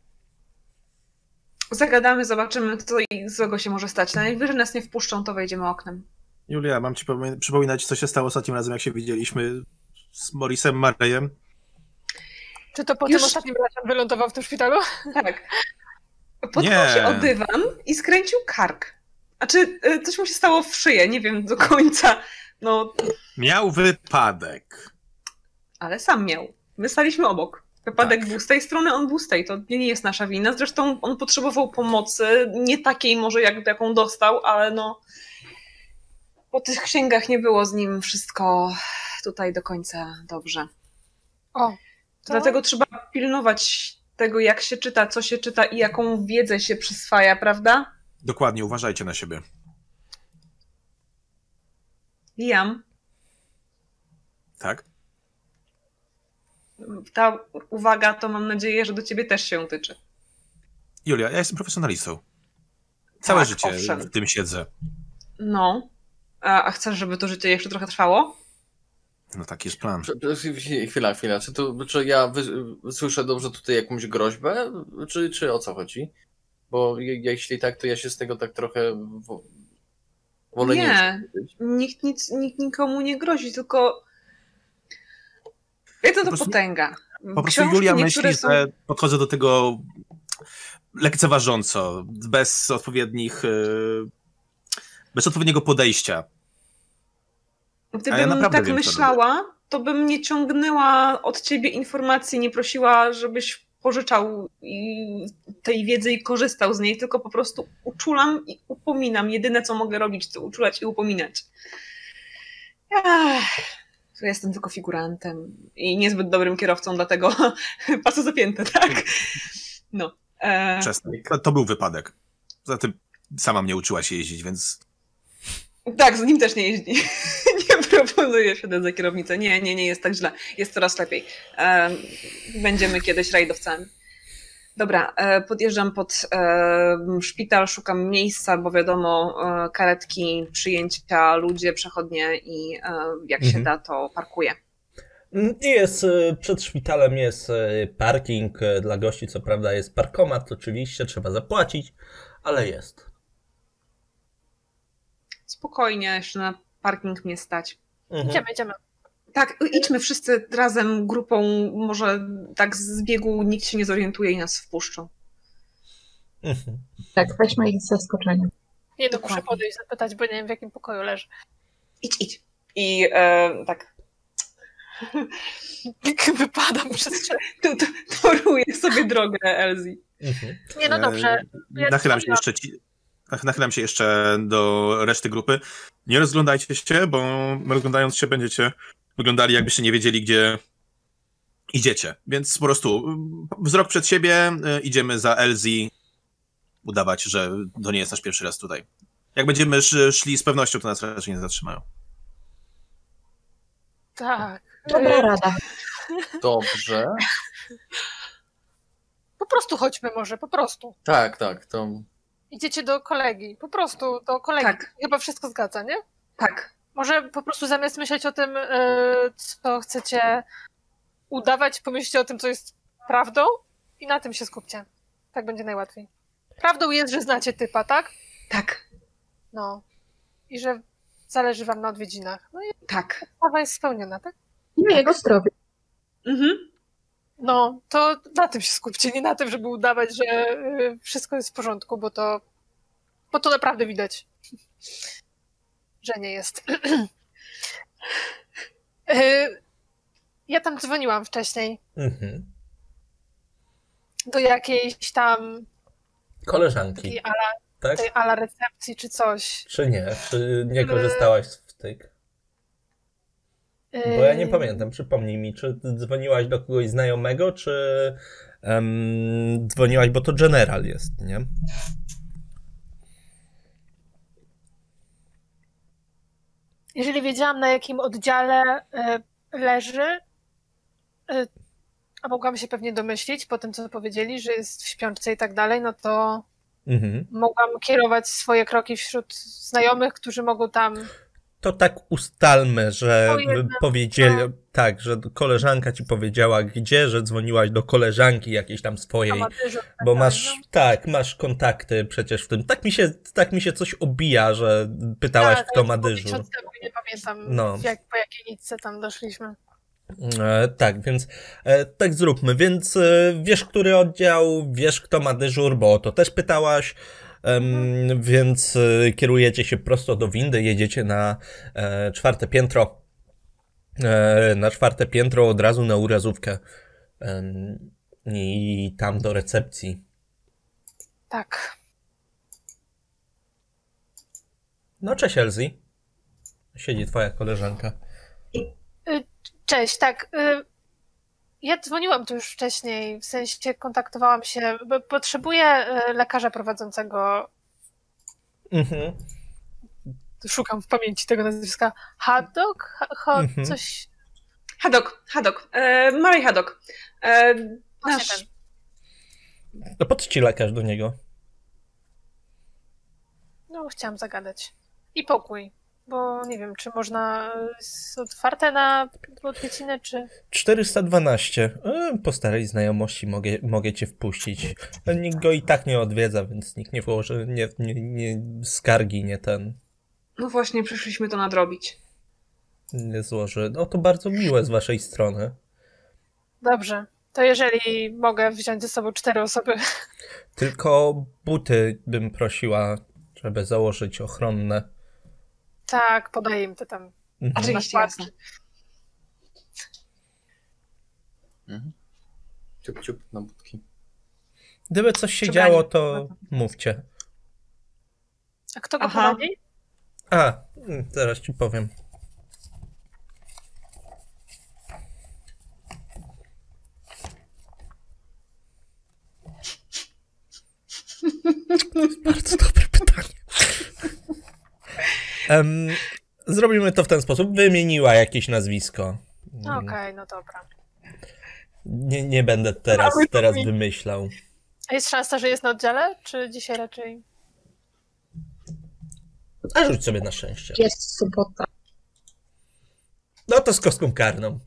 Zagadamy, zobaczymy, co i złego się może stać. Najwyżej nas nie wpuszczą, to wejdziemy oknem. Julia, mam ci pomi- przypominać, co się stało ostatnim razem, jak się widzieliśmy z Morrisem Marejem? Czy to po Już- tym ostatnim razem wylądował w tym szpitalu? Tak. Potknął Nie. się o dywan i skręcił kark. A czy y, coś mu się stało w szyję? Nie wiem do końca. No, Miał wypadek. ale sam miał. My staliśmy obok. Wypadek Tak. był z tej strony, on był z tej. To nie jest nasza wina. Zresztą on potrzebował pomocy. Nie takiej może, jak, jaką dostał, ale no... Po tych księgach nie było z nim wszystko tutaj do końca dobrze. O. To... Dlatego trzeba pilnować tego, jak się czyta, co się czyta i jaką wiedzę się przyswaja, prawda? Dokładnie, uważajcie na siebie. Liam, Tak? ta uwaga to mam nadzieję, że do ciebie też się tyczy. Julia, ja jestem profesjonalistą. Całe Tak, życie owszem. w tym siedzę. No. A, a chcesz, żeby to życie jeszcze trochę trwało? No taki jest plan. Prze- prze- Chwila, chwila. Czy, to, czy ja wy, słyszę dobrze tutaj jakąś groźbę? Czy, czy o co chodzi? Bo je- jeśli tak, to ja się z tego tak trochę wo- wolę nie, Nie. wiedzieć. Nikt, nic, nikt nikomu nie grozi, tylko... Wiedza Po to prostu- potęga. Po prostu Książki Julia niektóre myśli, są- że podchodzę do tego lekceważąco, bez odpowiednich, yy, bez odpowiedniego podejścia. A ja Gdybym naprawdę tak wiem, co myślała, to bym nie ciągnęła od ciebie informacji, nie prosiła, żebyś pożyczał i- tej wiedzy i korzystał z niej, tylko po prostu uczulam i upominam. Jedyne, co mogę robić, to uczulać i upominać. Ach, to jestem tylko figurantem i niezbyt dobrym kierowcą, dlatego pasy zapięte, tak? No. E, Przestań. To, to był wypadek. Poza tym sama mnie uczyła się jeździć, więc tak, z nim też nie jeździ. Nie proponuję siadać za kierownicę. Nie, nie, nie jest tak źle. Jest coraz lepiej. E, będziemy kiedyś rajdowcami. Dobra, e, podjeżdżam pod e, szpital, szukam miejsca, bo wiadomo, e, karetki, przyjęcia, ludzie, przechodnie i e, jak się Mhm. da, to parkuję. Jest, y, przed szpitalem jest y, parking y, dla gości, co prawda jest parkomat, oczywiście, trzeba zapłacić, ale jest. Spokojnie, jeszcze na parking mnie stać. Mhm. Idziemy, idziemy. Tak, idźmy wszyscy razem, grupą, może tak z biegu nikt się nie zorientuje i nas wpuszczą. Mhm. Tak, weźmy ich z zaskoczeniem. Nie no, Dokładnie. muszę podejść, zapytać, bo nie wiem, w jakim pokoju leży. Idź, idź. I e, tak, Wypadam przez drzwi. tu, tu, toruję sobie drogę, Elsie. Mhm. Nie no dobrze. e, Ja nachylam się zostawiam. jeszcze ci, nach- nachylam się jeszcze do reszty grupy. Nie rozglądajcie się, bo rozglądając się będziecie wyglądali, jakbyście nie wiedzieli, gdzie idziecie. Więc po prostu mm, wzrok przed siebie, y, idziemy za Elsie, udawać, że to nie jest nasz pierwszy raz tutaj. Jak będziemy sz- szli z pewnością, to nas raczej nie zatrzymają. Tak. Dobra E, rada. Dobrze. Po prostu chodźmy może, po prostu. Tak, tak. To Idziecie do kolegi, po prostu do kolegi. Tak. Chyba wszystko zgadza, nie? Tak. Może po prostu zamiast myśleć o tym, e, co chcecie udawać, pomyślcie o tym, co jest prawdą i na tym się skupcie. Tak będzie najłatwiej. Prawdą jest, że znacie typa, tak? Tak, No. I że zależy wam na odwiedzinach. No i tak. sprawa jest spełniona, tak? I na jego zdrowie. Mhm. No, to na tym się skupcie, nie na tym, żeby udawać, że y, wszystko jest w porządku, bo to, bo to naprawdę widać, że nie jest. Y, ja tam dzwoniłam wcześniej Mhm. do jakiejś tam Koleżanki, tej ala, tak? tej ala recepcji czy coś. Czy nie? Czy nie korzystałaś z wtyk? Bo ja nie pamiętam, przypomnij mi, czy dzwoniłaś do kogoś znajomego, czy um, dzwoniłaś, bo to general jest, nie? Jeżeli wiedziałam, na jakim oddziale y, leży, y, a mogłam się pewnie domyślić po tym, co powiedzieli, że jest w śpiączce i tak dalej, no to Mhm. mogłam kierować swoje kroki wśród znajomych, którzy mogą tam... To tak ustalmy, że To jedna- powiedzieli, no. tak, że koleżanka ci powiedziała gdzie, że dzwoniłaś do koleżanki jakiejś tam swojej, amatyżów, tak bo dalej, masz, no. tak, masz kontakty przecież w tym. Tak mi się, tak mi się coś obija, że pytałaś, Tak, kto ale ma to było dyżur. miesiąc temu, nie pamiętam, No. jak, po jakiej nitce tam doszliśmy. E, tak, więc e, tak zróbmy. Więc e, wiesz, który oddział, wiesz, kto ma dyżur, bo o to też pytałaś. Em, więc e, kierujecie się prosto do windy, jedziecie na e, czwarte piętro. E, na czwarte piętro od razu na urazówkę. Em, I tam do recepcji. Tak. No, cześć Elzy. Siedzi twoja koleżanka. Y, Cześć, tak. y, Ja dzwoniłam tu już wcześniej, w sensie kontaktowałam się, bo potrzebuję y, lekarza prowadzącego, Mhm. szukam w pamięci tego nazwiska, Haddock? Ha, ha, Mhm. coś... Haddock, Haddock, e, Mary Haddock. E, Właśnie nasz, ten. To po co ci lekarz do niego? No, chciałam zagadać. I pokój, bo nie wiem, czy można jest otwarte na odwiedzinę, czy... czterysta dwanaście. E, po starej znajomości mogę, mogę cię wpuścić. Nikt go i tak nie odwiedza, więc nikt nie włoży, nie, nie, nie skargi, nie ten, no właśnie, przyszliśmy to nadrobić. nie złoży. No to bardzo miłe z waszej strony. Dobrze, to jeżeli mogę wziąć ze sobą cztery osoby. Tylko buty bym prosiła, żeby założyć ochronne. Tak, podaję im te tam Mhm. Oczywiście, jasne. Mhm. Ciup, ciup na budki. Gdyby coś się Przebrani. działo, to mówcie. A kto go Aha. prowadzi? A, mm, zaraz ci powiem. To jest bardzo dobre pytanie. Em, zrobimy to w ten sposób. Wymieniła jakieś nazwisko. Okej, no dobra. Nie, nie będę teraz, teraz wymyślał. A jest szansa, że jest na oddziale, czy dzisiaj raczej... A rzuć sobie na szczęście. Jest sobota. No to z kostką karną.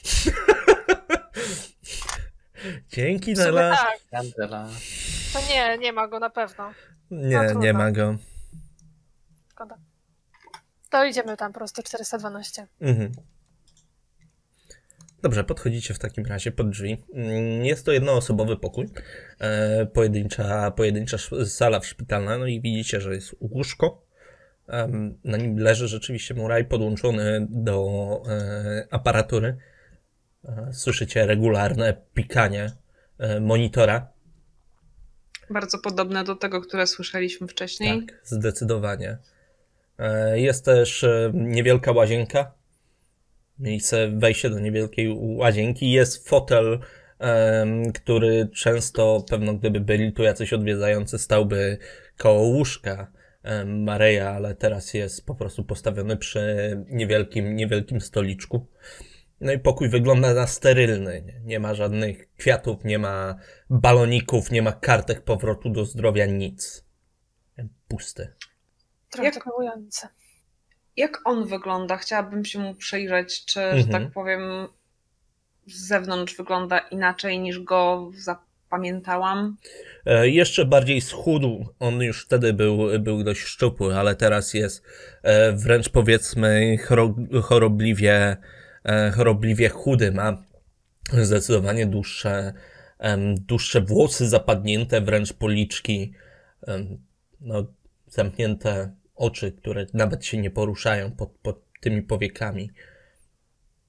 Dzięki, W sumie Nela. tak, Candela. to nie, nie ma go na pewno. Nie, No, trudno. nie ma go. Szkoda. To idziemy tam prosto, czterysta dwanaście. Mhm. Dobrze, podchodzicie w takim razie pod drzwi. Mm, Jest to jednoosobowy pokój. E, pojedyncza, pojedyncza sz- sala szpitalna. No i widzicie, że jest łóżko. Em, na nim leży rzeczywiście Muraj podłączony do e, aparatury. E, słyszycie regularne pikanie e, monitora. Bardzo podobne do tego, które słyszeliśmy wcześniej. Tak, zdecydowanie. E, Jest też e, niewielka łazienka. Miejsce, wejście do niewielkiej łazienki. Jest fotel, em, który często, pewno gdyby byli tu jacyś odwiedzający, stałby koło łóżka em, Mareja, ale teraz jest po prostu postawiony przy niewielkim, niewielkim stoliczku. No i pokój wygląda na sterylny. Nie, nie ma żadnych kwiatów, nie ma baloników, nie ma kartek powrotu do zdrowia, nic. Pusty. Trochę Jak- to kołujące. Jak on wygląda? Chciałabym się mu przyjrzeć, czy, że Mhm. tak powiem, z zewnątrz wygląda inaczej niż go zapamiętałam. E, jeszcze bardziej schudł. On już wtedy był, był dość szczupły, ale teraz jest e, wręcz powiedzmy choro, chorobliwie, e, chorobliwie chudy. Ma zdecydowanie dłuższe, em, dłuższe włosy zapadnięte, wręcz policzki, em, no, zamknięte oczy, które nawet się nie poruszają pod, pod tymi powiekami.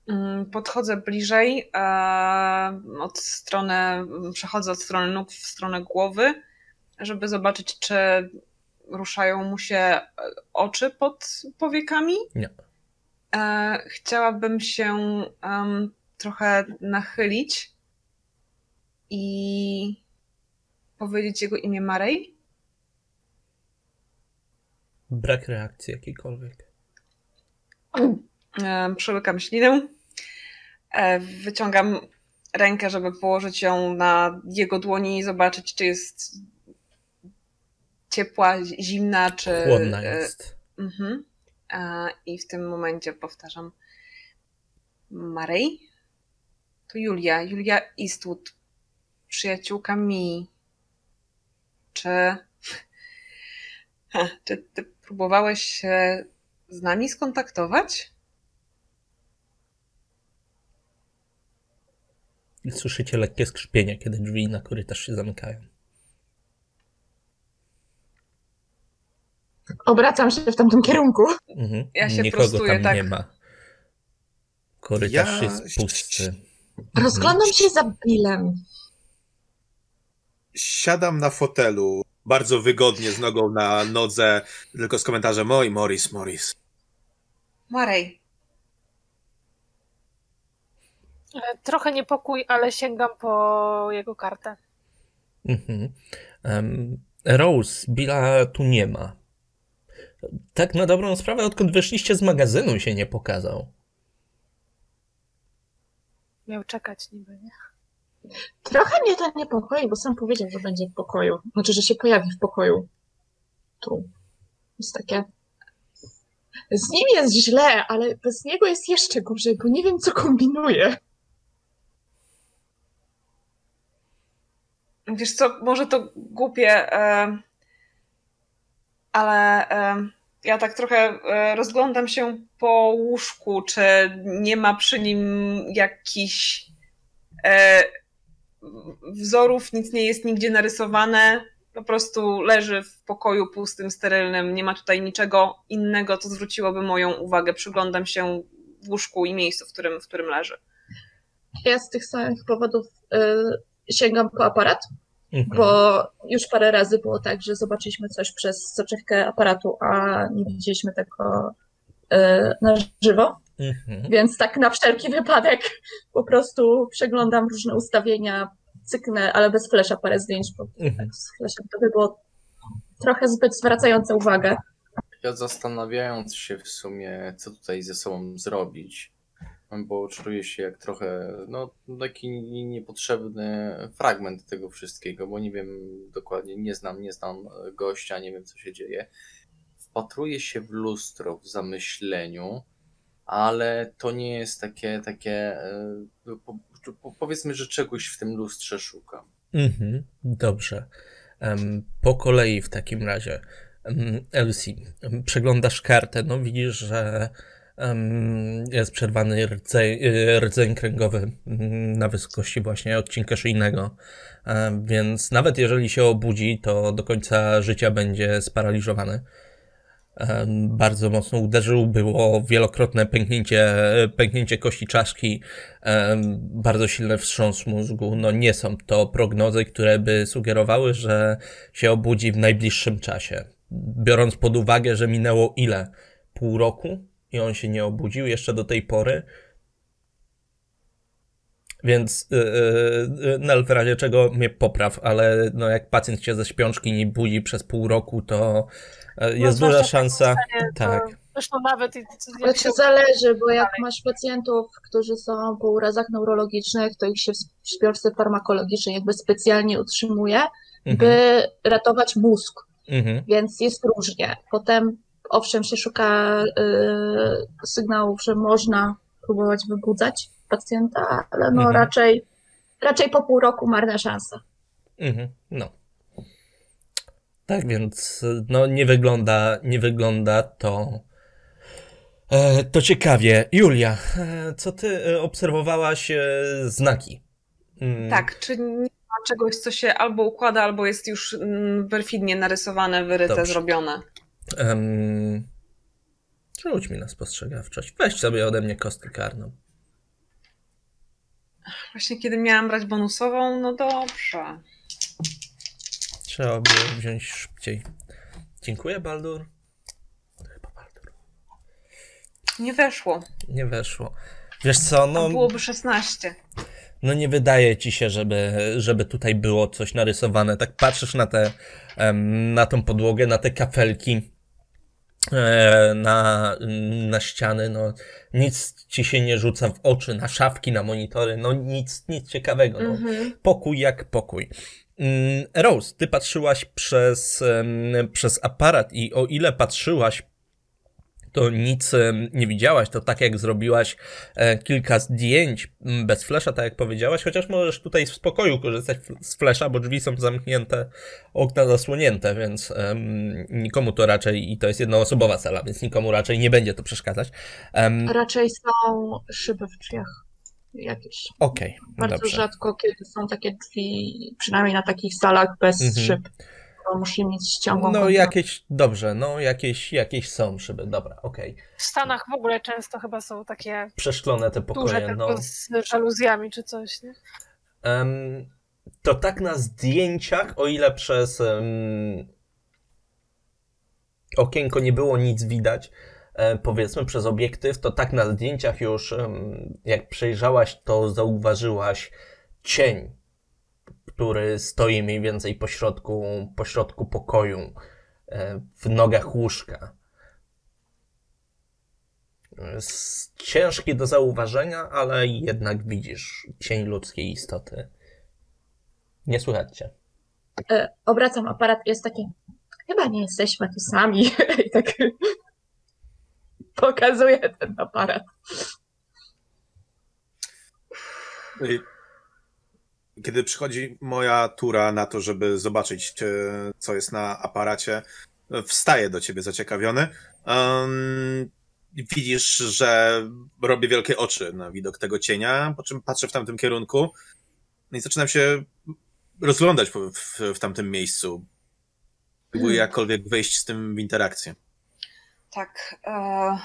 Podchodzę bliżej, e, od strony, przechodzę od strony nóg w stronę głowy, żeby zobaczyć, czy ruszają mu się oczy pod powiekami. Nie. E, chciałabym się um, trochę nachylić i powiedzieć jego imię Marej. Brak reakcji jakiejkolwiek. E, przełykam ślinę. E, wyciągam rękę, żeby położyć ją na jego dłoni i zobaczyć, czy jest ciepła, zimna, czy... Chłodna jest. E, mhm. e, I w tym momencie powtarzam. Marej? To Julia. Julia Eastwood. Przyjaciółka mi. Czy... Ha, czy ty próbowałeś się z nami skontaktować? I słyszycie lekkie skrzypienie, kiedy drzwi na korytarz się zamykają. Obracam się w tamtym kierunku. Mhm. Ja się Nikogo prostuję, tam tak. nie ma. Korytarz Ja- jest pusty. Rozglądam się za Billem. Siadam na fotelu, bardzo wygodnie, z nogą na nodze, tylko z komentarzem: oj, Morris, Morris. Marej. E, Trochę niepokój, ale sięgam po jego kartę. Mhm. Um, Rose, Billa tu nie ma. Tak na dobrą sprawę, odkąd wyszliście z magazynu, się nie pokazał. Miał czekać niby, nie? Trochę mnie to niepokoi, bo sam powiedział, że będzie w pokoju. Znaczy, że się pojawi w pokoju. Tu. Jest takie... Z nim jest źle, ale bez niego jest jeszcze gorzej, bo nie wiem, co kombinuje. Wiesz co, może to głupie, e, ale e, ja tak trochę e, rozglądam się po łóżku, czy nie ma przy nim jakichś e, wzorów, nic nie jest nigdzie narysowane, po prostu leży w pokoju pustym, sterylnym, nie ma tutaj niczego innego, co zwróciłoby moją uwagę. Przyglądam się w łóżku i miejscu, w którym, w którym leży. Ja z tych samych powodów y, sięgam po aparat, Mhm. bo już parę razy było tak, że zobaczyliśmy coś przez soczewkę aparatu, a nie widzieliśmy tego y, na żywo. Mhm. Więc tak na wszelki wypadek po prostu przeglądam różne ustawienia, cyknę, ale bez flesza parę zdjęć, bo Mhm. z fleszem to by było trochę zbyt zwracające uwagę. Ja zastanawiając się w sumie, co tutaj ze sobą zrobić, bo czuję się jak trochę, no taki niepotrzebny fragment tego wszystkiego, bo nie wiem dokładnie, nie znam, nie znam gościa, nie wiem co się dzieje. Wpatruję się w lustro w zamyśleniu, ale to nie jest takie, takie e, po, po, powiedzmy, że czegoś w tym lustrze szukam. Mhm. Dobrze. Em, po kolei w takim razie. Em, Elsie, em, przeglądasz kartę, no widzisz, że em, jest przerwany rdzeń, y, rdzeń kręgowy mm, na wysokości właśnie odcinka szyjnego, Em, więc nawet jeżeli się obudzi, to do końca życia będzie sparaliżowany. Em, Bardzo mocno uderzył, było wielokrotne pęknięcie, pęknięcie kości czaszki, em, bardzo silny wstrząs mózgu. No nie są to prognozy, które by sugerowały, że się obudzi w najbliższym czasie. Biorąc pod uwagę, że minęło ile? Pół roku i on się nie obudził jeszcze do tej pory. Więc yy, yy, no, w razie czego mnie popraw, ale no, jak pacjent się ze śpiączki nie budzi przez pół roku, to yy, jest zwłaszcza duża w takim szansa. stanie, to- Tak. Zresztą nawet... jak Ale się- to zależy, bo jak masz pacjentów, którzy są po urazach neurologicznych, to ich się w śpiączce farmakologicznej jakby specjalnie utrzymuje, Mhm. by ratować mózg, Mhm. więc jest różnie. Potem owszem się szuka y, sygnałów, że można próbować wybudzać pacjenta, ale no Mhm. raczej, raczej po pół roku marna szansa. Mhm. No. Tak więc no nie wygląda, nie wygląda to e, to ciekawie. Julia, e, co ty e, obserwowałaś e, znaki? Mm, Tak, czy nie ma czegoś, co się albo układa, albo jest już mm, perfidnie narysowane, wyryte, Dobrze. zrobione? em, Rzuć mi na spostrzegawczość. Weź sobie ode mnie kostkę karną. Właśnie kiedy miałam brać bonusową, no dobrze. Trzeba było wziąć szybciej. Dziękuję, Baldur. Chyba Baldur. Nie weszło. Nie weszło. Wiesz co, no... A byłoby szesnaście. No nie wydaje ci się, żeby, żeby tutaj było coś narysowane. Tak patrzysz na te, em, na tą podłogę, na te kafelki, e, na, na ściany, no nic ci się nie rzuca w oczy, na szafki, na monitory, no nic, nic ciekawego. No. Mhm. Pokój jak pokój. Mm, Rose, ty patrzyłaś przez, em, przez aparat i o ile patrzyłaś, to nic em, nie widziałaś, to tak jak zrobiłaś e, kilka zdjęć m, bez flesza, tak jak powiedziałaś, chociaż możesz tutaj w spokoju korzystać f- z flesza, bo drzwi są zamknięte, okna zasłonięte, więc em, nikomu to raczej, i to jest jednoosobowa sala, więc nikomu raczej nie będzie to przeszkadzać. Em, Raczej są szyby w drzwiach jakieś. Okej, Bardzo dobrze. rzadko, kiedy są takie drzwi, przynajmniej na takich salach bez Mhm. szyb. Bo musimy mieć ciągłą No kontrolę. jakieś, dobrze, no jakieś, jakieś są szyby, dobra, okej. W Stanach w ogóle często chyba są takie Przeszklone te duże, pokoje, tylko no. z żaluzjami czy coś, nie? Em, to tak na zdjęciach, o ile przez em, okienko nie było nic widać, e, powiedzmy przez obiektyw, to tak na zdjęciach już em, jak przejrzałaś, to zauważyłaś cień, który stoi mniej więcej pośrodku, pośrodku pokoju, e, w nogach łóżka. Jest ciężki do zauważenia, ale jednak widzisz cień ludzkiej istoty. Nie słychać cię. E, Obracam aparat i jest takie, chyba nie jesteśmy tu sami. I tak pokazuję ten aparat. I Kiedy przychodzi moja tura na to, żeby zobaczyć, e, co jest na aparacie, e, wstaję do ciebie zaciekawiony. Um, widzisz, że robię wielkie oczy na widok tego cienia, po czym patrzę w tamtym kierunku i zaczynam się rozglądać po- w, w tamtym miejscu. Próbuję jakkolwiek wejść z tym w interakcję. Tak. E...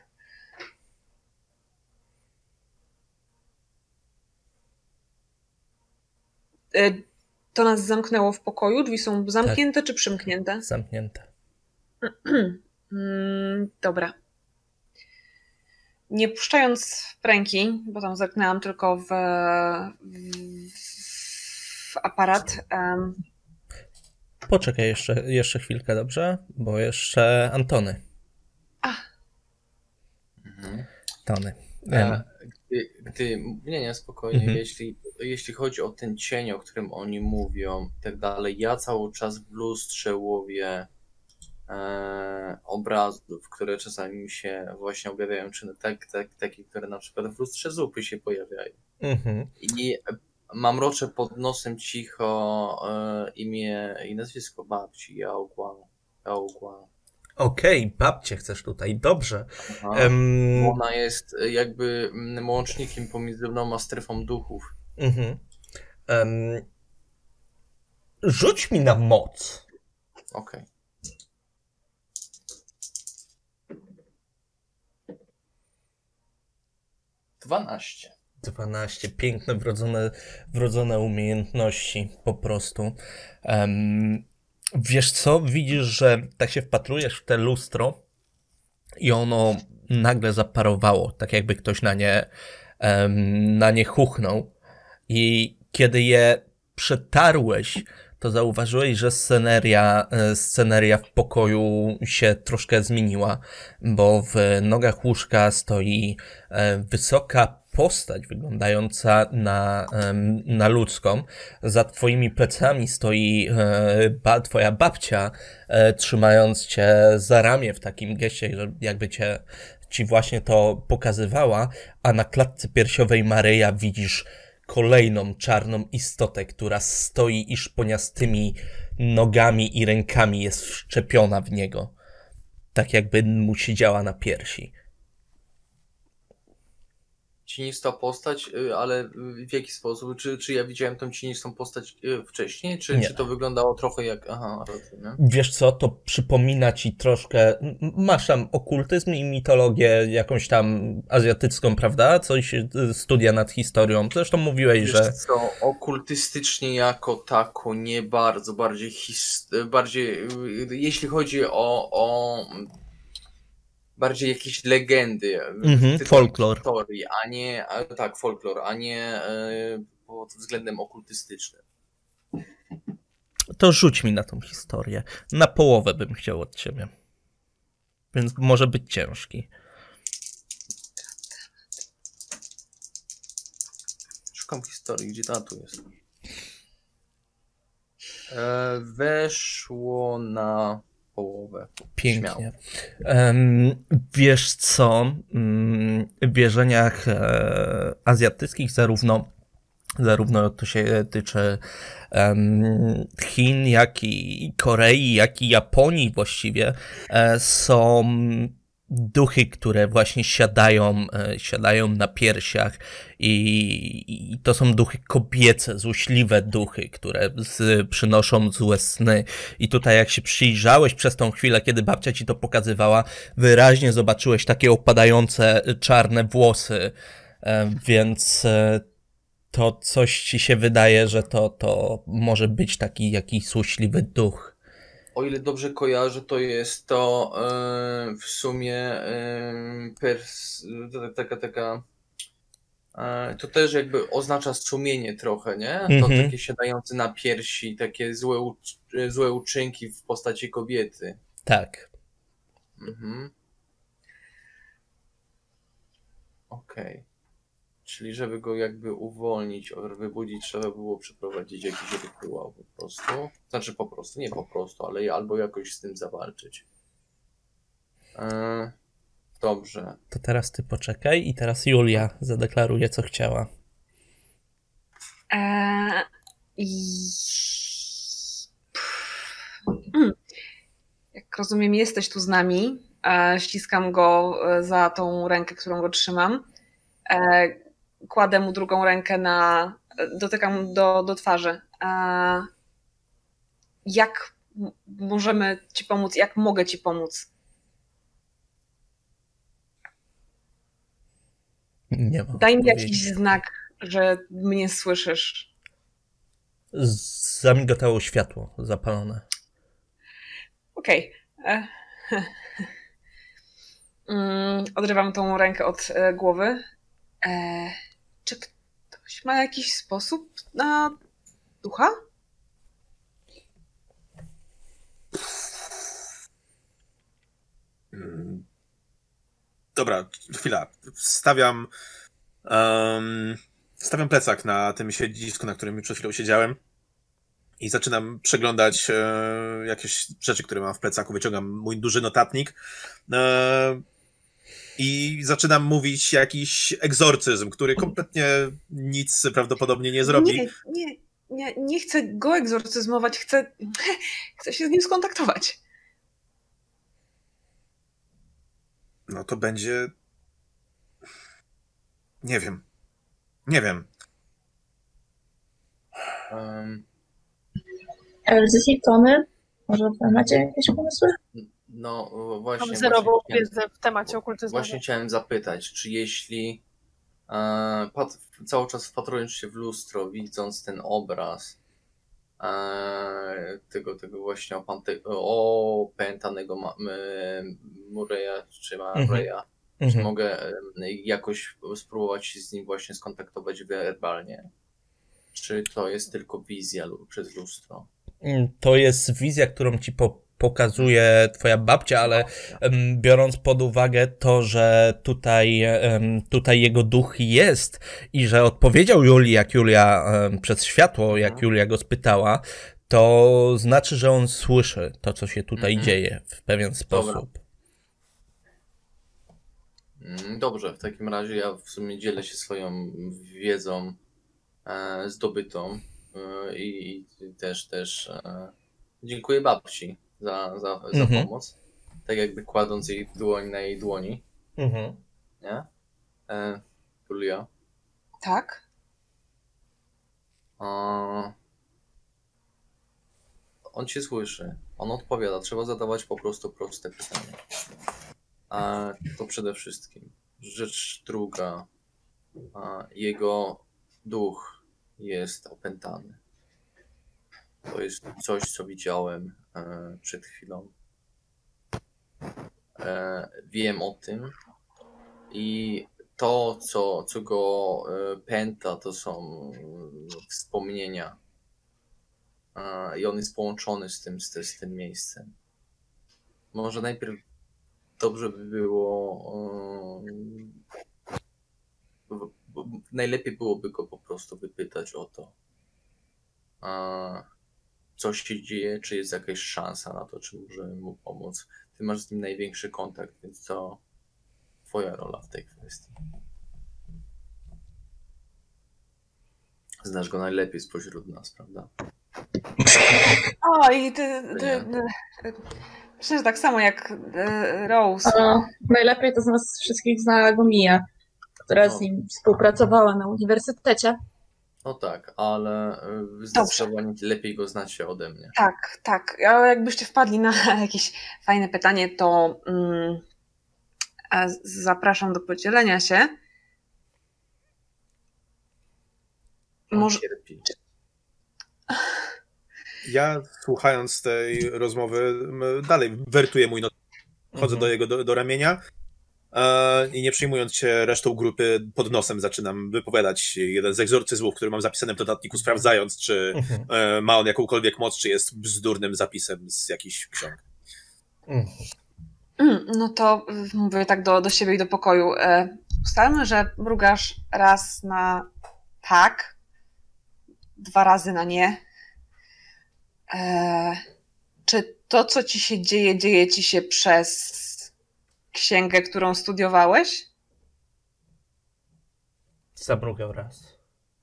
E, To nas zamknęło w pokoju? Drzwi są zamknięte czy przymknięte? Zamknięte. Mm, dobra. Nie puszczając ręki, bo tam zerknęłam tylko w, w, w aparat. em, Poczekaj jeszcze, jeszcze chwilkę, dobrze? Bo jeszcze Antony. Mhm. Tony. E, Gdy, gdy, nie, nie, spokojnie. Mhm. Jeśli, jeśli chodzi o ten cień, o którym oni mówią i tak dalej, ja cały czas w lustrze łowię e, obrazów, które czasami mi się właśnie objawiają, czy tak, tak, takie, które na przykład w lustrze zupy się pojawiają. Mhm. I mamroczę pod nosem cicho e, imię i nazwisko babci, Jaogłan. Jaogłan. Okej, babcie chcesz tutaj, dobrze. Aha. Em, Ona jest e, jakby mm, łącznikiem pomiędzy mną a strefą duchów. mhm. Em, rzuć mi na moc. Okej. Dwanaście. dwanaście. Piękne, wrodzone, wrodzone umiejętności, po prostu. Em, wiesz co? Widzisz, że tak się wpatrujesz w te lustro i ono nagle zaparowało, tak jakby ktoś na nie, em, na nie chuchnął. I kiedy je przetarłeś, to zauważyłeś, że sceneria, e, sceneria w pokoju się troszkę zmieniła, bo w nogach łóżka stoi e, wysoka postać wyglądająca na, em, na ludzką. Za twoimi plecami stoi e, ba, twoja babcia, e, trzymając cię za ramię w takim geście, że jakby cię ci właśnie to pokazywała, a na klatce piersiowej Maryja widzisz kolejną czarną istotę, która stoi i szponiastymi nogami i rękami jest wszczepiona w niego. Tak jakby mu siedziała na piersi. cienista postać, y, ale w jaki sposób? Czy, czy ja widziałem tą cienistą postać y, wcześniej, czy, Nie. czy to wyglądało trochę jak... Aha, rozumiem. Wiesz co, to przypomina ci troszkę, m- masz tam okultyzm i mitologię jakąś tam azjatycką, prawda? Coś, y, studia nad historią. Zresztą mówiłeś, Wiesz że... co, okultystycznie jako tako nie bardzo, bardziej, his, bardziej y, jeśli chodzi o, o bardziej jakieś legendy, Mhm, tytułem folklor. historii, a nie, a, tak, folklor, a nie y, pod względem okultystycznym. To rzuć mi na tą historię. Na połowę bym chciał od ciebie. Więc może być ciężki. Szukam historii, gdzie ta tu jest. E, weszło na połowę. Pięknie. Em, wiesz co? Mm, W wierzeniach e, azjatyckich zarówno, zarówno to się tyczy em, Chin, jak i Korei, jak i Japonii właściwie, e, są duchy, które właśnie siadają, e, siadają na piersiach i, i to są duchy kobiece, złośliwe duchy, które z, przynoszą złe sny. I tutaj jak się przyjrzałeś przez tą chwilę, kiedy babcia ci to pokazywała, wyraźnie zobaczyłeś takie opadające czarne włosy, e, więc e, to coś ci się wydaje, że to, to może być taki jakiś złośliwy duch. O ile dobrze kojarzę, to jest to e, w sumie e, pers, to taka, taka e, to też jakby oznacza sumienie trochę, nie? To Mhm. takie siadające na piersi, takie złe, ucz- złe uczynki w postaci kobiety. Tak. Mhm. Okej. Czyli żeby go jakby uwolnić, wybudzić, trzeba było przeprowadzić jakiś rytuał po prostu. Znaczy po prostu, nie po prostu, ale albo jakoś z tym zawalczyć. Eee, dobrze. To teraz ty poczekaj i teraz Julia zadeklaruje, co chciała. Eee, i- Mm. Jak rozumiem, jesteś tu z nami. E, ściskam go e, za tą rękę, którą go trzymam. E, kładę mu drugą rękę na... dotykam do, do twarzy. E, jak m- możemy ci pomóc? Jak mogę ci pomóc? Nie ma Daj mi odpowiedzi. jakiś znak, że mnie słyszysz. Z- Zamigotało światło zapalone. Okej. E, mm, Odrywam tą rękę od e, głowy. E, czy ktoś ma jakiś sposób na ducha? Mm. Dobra, chwila. Stawiam um, stawiam plecak na tym siedzisku, na którym przed chwilą siedziałem i zaczynam przeglądać e, jakieś rzeczy, które mam w plecaku. Wyciągam mój duży notatnik e, i zaczynam mówić jakiś egzorcyzm, który kompletnie nic prawdopodobnie nie zrobi. Nie, nie, nie, nie chcę go egzorcyzmować, chcę, chcę się z nim skontaktować. No to będzie... Nie wiem. Nie wiem. Um, Elzy i Tony, może wy macie jakieś pomysły? no właśnie, Mam właśnie, zerową chciałem, wiedzę w temacie okultyzmu. właśnie chciałem zapytać, czy jeśli e, pat, cały czas wpatrując się w lustro, widząc ten obraz e, tego, tego właśnie opante, opętanego ma, m, Murraya, czy Murraya, czy Mhm. mogę e, jakoś spróbować się z nim właśnie skontaktować werbalnie? Czy to jest tylko wizja lu- przez lustro? Mm, To jest wizja, którą ci po pokazuje twoja babcia, ale em, biorąc pod uwagę to, że tutaj, em, tutaj jego duch jest i że odpowiedział Julii, jak Julia em, przez światło, jak Mhm. Julia go spytała, to znaczy, że on słyszy to, co się tutaj Mhm. dzieje w pewien Dobra. sposób. Mm, Dobrze, w takim razie ja w sumie dzielę się swoją wiedzą e, zdobytą e, i, i też też e, dziękuję babci za, za, za Mhm. pomoc. Tak jakby kładąc jej dłoń na jej dłoni, Mhm. nie? E, tu Julia. Tak? A... On cię słyszy. On odpowiada. Trzeba zadawać po prostu proste pytania. A to przede wszystkim. Rzecz druga. A jego duch jest opętany. To jest coś, co widziałem e, przed chwilą. E, wiem o tym. I to, co, co go e, pęta, to są wspomnienia. E, I on jest połączony z tym, z, tym- z tym miejscem. Może najpierw dobrze by było. e, w- w- Najlepiej byłoby go po prostu wypytać o to, e, co się dzieje, czy jest jakaś szansa na to, czy możemy mu pomóc. Ty masz z nim największy kontakt, więc to twoja rola w tej kwestii. Znasz go najlepiej spośród nas, prawda? O, i ty, ty, ty, myślę, że tak samo jak e, Rose. A najlepiej to z nas wszystkich zna go Mia, która No. z nim współpracowała na uniwersytecie. No tak, ale y, wy zdecydowanie lepiej go znacie ode mnie. Tak, tak. Ale jakbyście wpadli na jakieś fajne pytanie, to mm, e, zapraszam do podzielenia się. On Może, cierpi. Ja słuchając tej rozmowy m, dalej wertuję mój not. Chodzę Mhm. do jego do, do ramienia e, i nie przejmując się resztą grupy, pod nosem zaczynam wypowiadać jeden z egzorcyzmów, który mam zapisany w notatniku, sprawdzając, czy Mhm. e, ma on jakąkolwiek moc, czy jest bzdurnym zapisem z jakichś ksiąg. Mhm. mm, no to y, mówię tak do, do siebie i do pokoju. E, ustalmy, że mrugasz raz na tak, dwa razy na nie. E, czy to, co ci się dzieje, dzieje ci się przez księgę, którą studiowałeś? Zamrugał raz.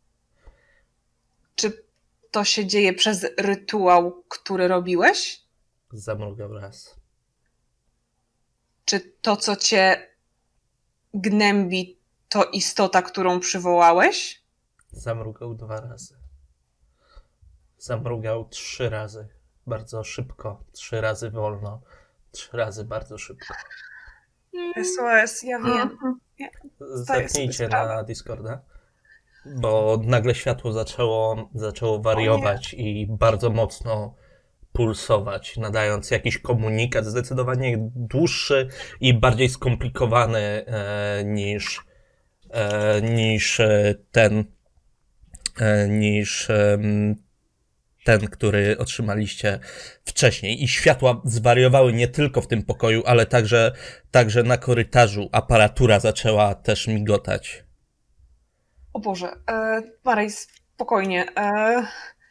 Czy to się dzieje przez rytuał, który robiłeś? Zamrugał raz. Czy to, co cię gnębi, to istota, którą przywołałeś? Zamrugał dwa razy. Zamrugał trzy razy. Bardzo szybko. Trzy razy wolno. Trzy razy bardzo szybko. S O S, ja wiem. Mhm. Zdaję Zerknijcie sobie sprawę. na Discorda. Bo nagle światło zaczęło, zaczęło wariować i bardzo mocno pulsować, nadając jakiś komunikat zdecydowanie dłuższy i bardziej skomplikowany e, niż, e, niż e, ten, e, niż em, ten, który otrzymaliście wcześniej. I światła zwariowały nie tylko w tym pokoju, ale także, także na korytarzu. Aparatura zaczęła też migotać. O Boże, e, Marej, spokojnie. E,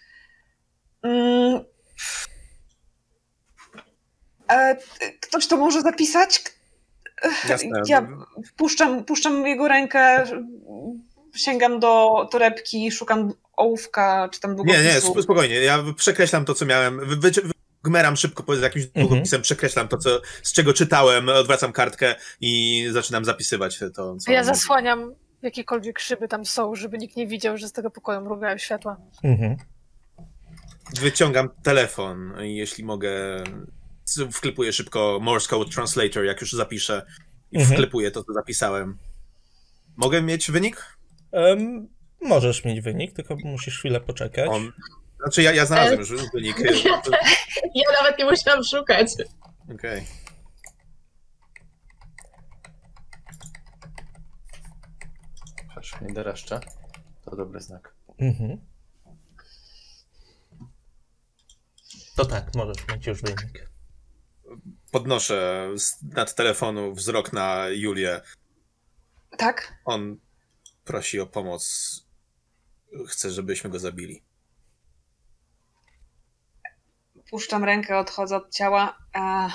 mm, e, ktoś to może zapisać? Jasne. Ja puszczam, puszczam jego rękę, sięgam do torebki, szukam ołówka, czy tam Nie, długopisu. nie, sp- spokojnie. Ja przekreślam to, co miałem. Wy, wy, wy, gmeram szybko poza jakimś Mhm. długopisem, przekreślam to, co, z czego czytałem, odwracam kartkę i zaczynam zapisywać to, co Ja on mówi. zasłaniam jakiekolwiek szyby tam są, żeby nikt nie widział, że z tego pokoju mrugają światła. Mhm. Wyciągam telefon i jeśli mogę, z- wklepuję szybko Morse Code Translator, jak już zapiszę i Mhm. wklepuję to, co zapisałem. Mogę mieć wynik? Em, możesz mieć wynik, tylko musisz chwilę poczekać. On... Znaczy ja, ja znalazłem już wynik. Ja nawet nie musiałam szukać. Okej. Patrz, nie dreszcze. To dobry znak. Mhm. To tak, możesz mieć już wynik. Podnoszę z- nad telefonu wzrok na Julię. Tak? On prosi o pomoc. Chce, żebyśmy go zabili. Puszczam rękę, odchodzę od ciała. E,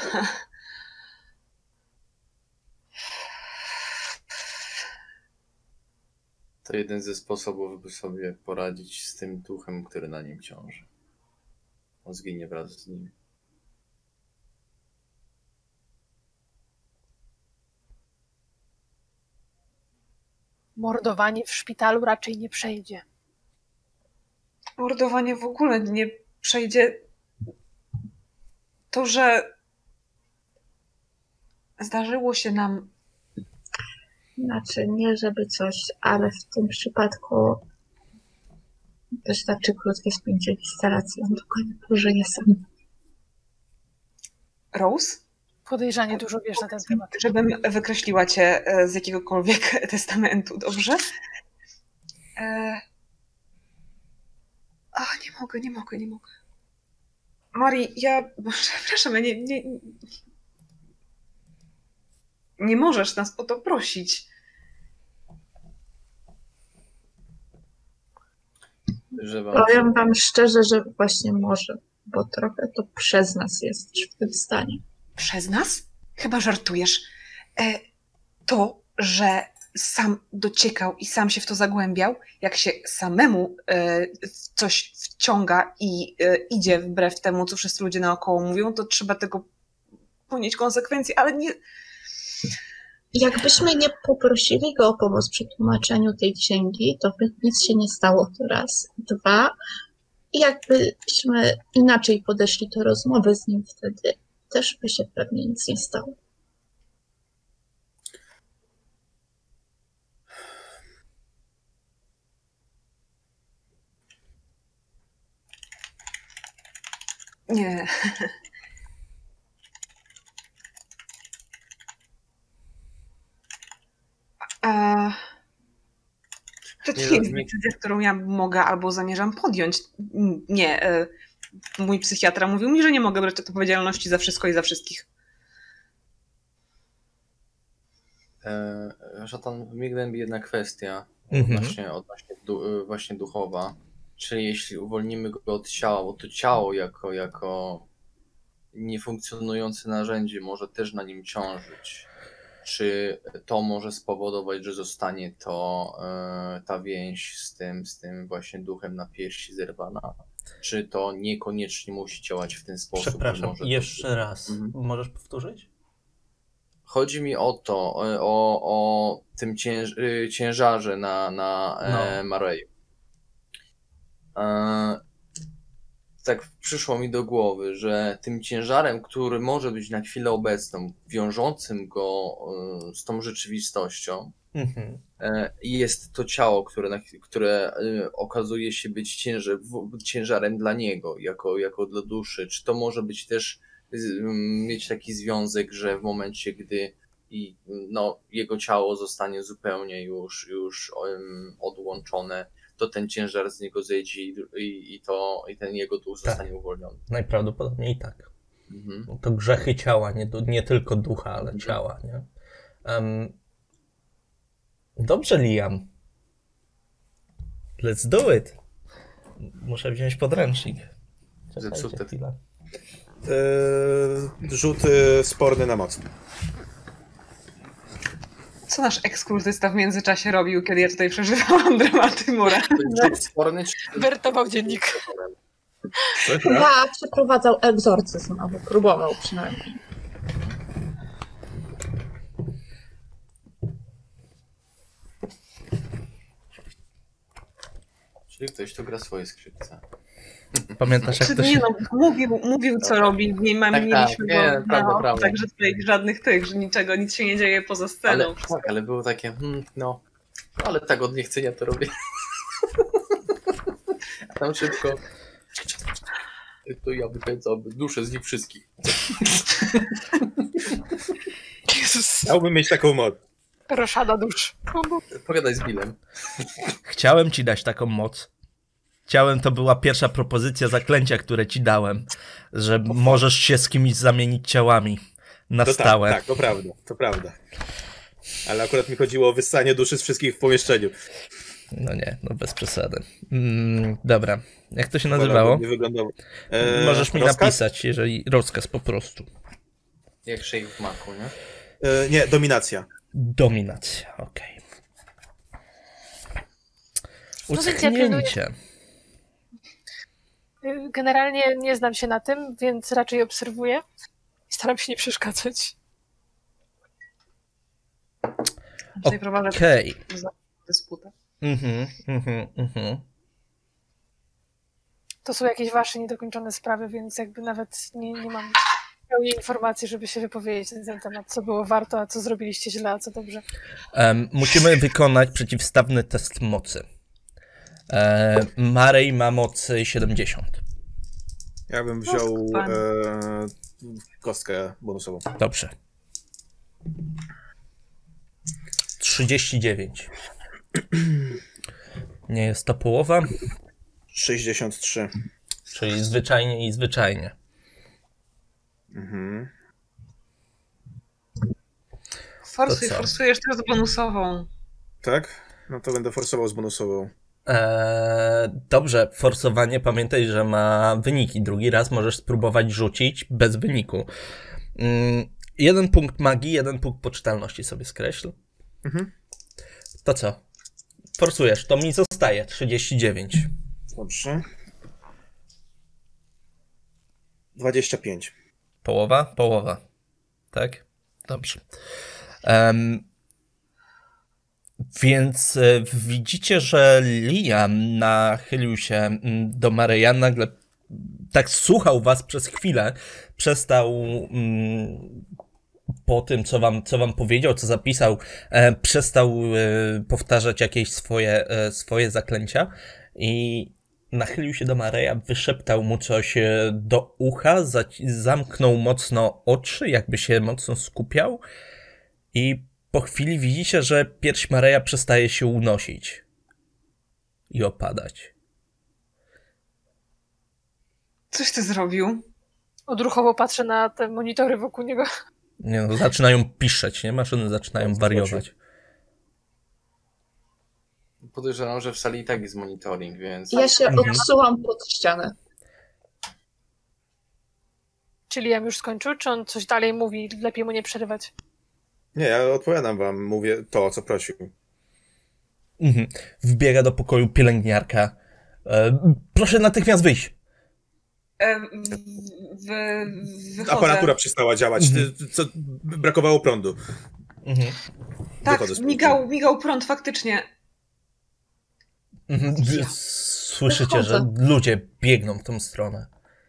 To jeden ze sposobów, by sobie poradzić z tym duchem, który na nim ciąży. On zginie wraz z nim. mordowanie w szpitalu raczej nie przejdzie. Mordowanie w ogóle nie przejdzie. To, że zdarzyło się nam... Znaczy, nie żeby coś, ale w tym przypadku wystarczy krótkie spięcie instalacji. On tylko żyje sam. Rose? Podejrzanie dużo wiesz na ten temat. Żebym wykreśliła cię z jakiegokolwiek testamentu, dobrze? E... A, nie mogę, nie mogę, nie mogę. Mari, ja... Przepraszam, ja nie, nie... Nie możesz nas o to prosić. Że wam... Powiem wam szczerze, że właśnie może, bo trochę to przez nas jesteś w tym stanie. Przez nas? Chyba żartujesz. E, to, że sam dociekał i sam się w to zagłębiał, jak się samemu e, coś wciąga i e, idzie wbrew temu, co wszyscy ludzie naokoło mówią, to trzeba tego ponieść konsekwencje, ale nie... Jakbyśmy nie poprosili go o pomoc przy tłumaczeniu tej księgi, to by nic się nie stało, to raz. Dwa, jakbyśmy inaczej podeszli do rozmowy z nim wtedy, też by się pewnie nic nie stało. Nie. A... To nie jest decyzja, którą ja mogę albo zamierzam podjąć. Nie. Mój psychiatra mówił mi, że nie mogę brać odpowiedzialności za wszystko i za wszystkich. E, Szatan, mnie gnębi jedna kwestia Mhm. odnośnie, odnośnie du, właśnie duchowa. Czyli jeśli uwolnimy go od ciała, bo to ciało jako, jako niefunkcjonujące narzędzie może też na nim ciążyć. Czy to może spowodować, że zostanie to e, ta więź z tym, z tym właśnie duchem na piersi zerwana? Czy to niekoniecznie musi działać w ten sposób? że Przepraszam, może jeszcze to... raz. Mhm. Możesz powtórzyć? Chodzi mi o to, o, o tym cięż, ciężarze na, na e, No. Mareju. E, tak przyszło mi do głowy, że tym ciężarem, który może być na chwilę obecną, wiążącym go e, z tą rzeczywistością, Mhm. e, jest to ciało, które, na, które e, okazuje się być ciężar, w, ciężarem dla niego, jako, jako dla duszy. Czy to może być też z, mieć taki związek, że w momencie, gdy i, no, jego ciało zostanie zupełnie już, już um, odłączone, to ten ciężar z niego zejdzie i, i, i, to, i ten jego duch Tak. zostanie uwolniony. Najprawdopodobniej tak. Mhm. To grzechy ciała, nie, du- nie tylko ducha, ale Mhm. ciała, nie? Um, dobrze, Liam. Let's do it. Muszę wziąć podręcznik. Czekajcie Zepsute. chwilę. Eee, rzuty sporny na moc. Co nasz ekskultysta w międzyczasie robił, kiedy ja tutaj przeżywałam dramaty Mura? To jest rzut sporny, czy... Wertował dziennik. Chyba przeprowadzał egzorcyzm, albo próbował przynajmniej. Czyli ktoś tu gra swoje skrzypce. Pamiętasz, jak Czy to nie się... no, mówił, mówił co robi, nie ma, Tak, mieliśmy tak, go nie, na prawda, oku, prawda. także tutaj żadnych tych, że niczego, nic się nie dzieje poza sceną. Ale, tak, ale było takie, hmm, no, ale tak od niechcenia to robię. A tam szybko. To ja wypędzam duszę z nich wszystkich. Jezus, Chciałbym mieć taką moc. roszada dusz. Pogadaj z Billem. Chciałem ci dać taką moc. Chciałem, to była pierwsza propozycja zaklęcia, które ci dałem, że możesz się z kimś zamienić ciałami na To stałe. tak, tak, to prawda, to prawda. Ale akurat mi chodziło o wyssanie duszy z wszystkich w pomieszczeniu. No nie, no bez przesady. Mm, dobra, jak to się nazywało? Wolałbym, nie wyglądało. Eee, Możesz mi rozkaz? napisać, jeżeli rozkaz po prostu. Jak shake w maku, nie? Eee, nie, dominacja. Dominacja, okej. No więc ja Uschnięcie. Generalnie nie znam się na tym, więc raczej obserwuję i staram się nie przeszkadzać. Tutaj prowadzę Okej. dysputach. Mhm, mhm, mhm. To są jakieś wasze niedokończone sprawy, więc jakby nawet nie, nie mam pełnej informacji, żeby się wypowiedzieć na ten temat, co było warto, a co zrobiliście źle, a co dobrze. Um, musimy wykonać przeciwstawny test mocy. E, Marej ma moc siedemdziesiąt. Ja bym wziął e, kostkę bonusową. Dobrze. trzydzieści dziewięć. Nie jest to połowa, sześćdziesiąt trzy. czyli zwyczajnie i zwyczajnie. Mhm. Forsuj, To co? forsujesz teraz bonusową. Tak? No to będę forsował z bonusową. Eee, dobrze, forsowanie pamiętaj, że ma wyniki. Drugi raz możesz spróbować rzucić bez wyniku. Mm, jeden punkt magii, jeden punkt poczytalności sobie skreśl. Mhm. To co? Forsujesz, to mi zostaje trzydzieści dziewięć. Dobrze. dwadzieścia pięć. Połowa? Połowa. Tak? Dobrze. Um, więc e, widzicie, że Liam nachylił się mm, do Mareja, nagle tak słuchał was przez chwilę, przestał mm, po tym, co wam, co wam powiedział, co zapisał, e, przestał e, powtarzać jakieś swoje, e, swoje zaklęcia i nachylił się do Mareja, wyszeptał mu coś e, do ucha, zaci- zamknął mocno oczy, jakby się mocno skupiał i po chwili widzicie, że pierś Mareja przestaje się unosić i opadać. Coś ty zrobił? Odruchowo patrzę na te monitory wokół niego. Nie no, zaczynają piszczeć, nie? Maszyny zaczynają wariować. Podejrzewam, że w sali i tak jest monitoring, więc... Ja się Mhm. odsuwam pod ścianę. Czyli Liam już skończył, czy on coś dalej mówi? Lepiej mu nie przerywać. Nie, ja odpowiadam wam, mówię to, o co prosił. Mhm. Wbiega do pokoju pielęgniarka. E, proszę natychmiast wyjść. E, w, w, wychodzę. Aparatura przestała działać, Mhm. ty- co, brakowało prądu. Mhm. Tak, Wychodzę z migał, migał prąd faktycznie. Mhm. Wy- Słyszycie, że ludzie biegną w tą stronę.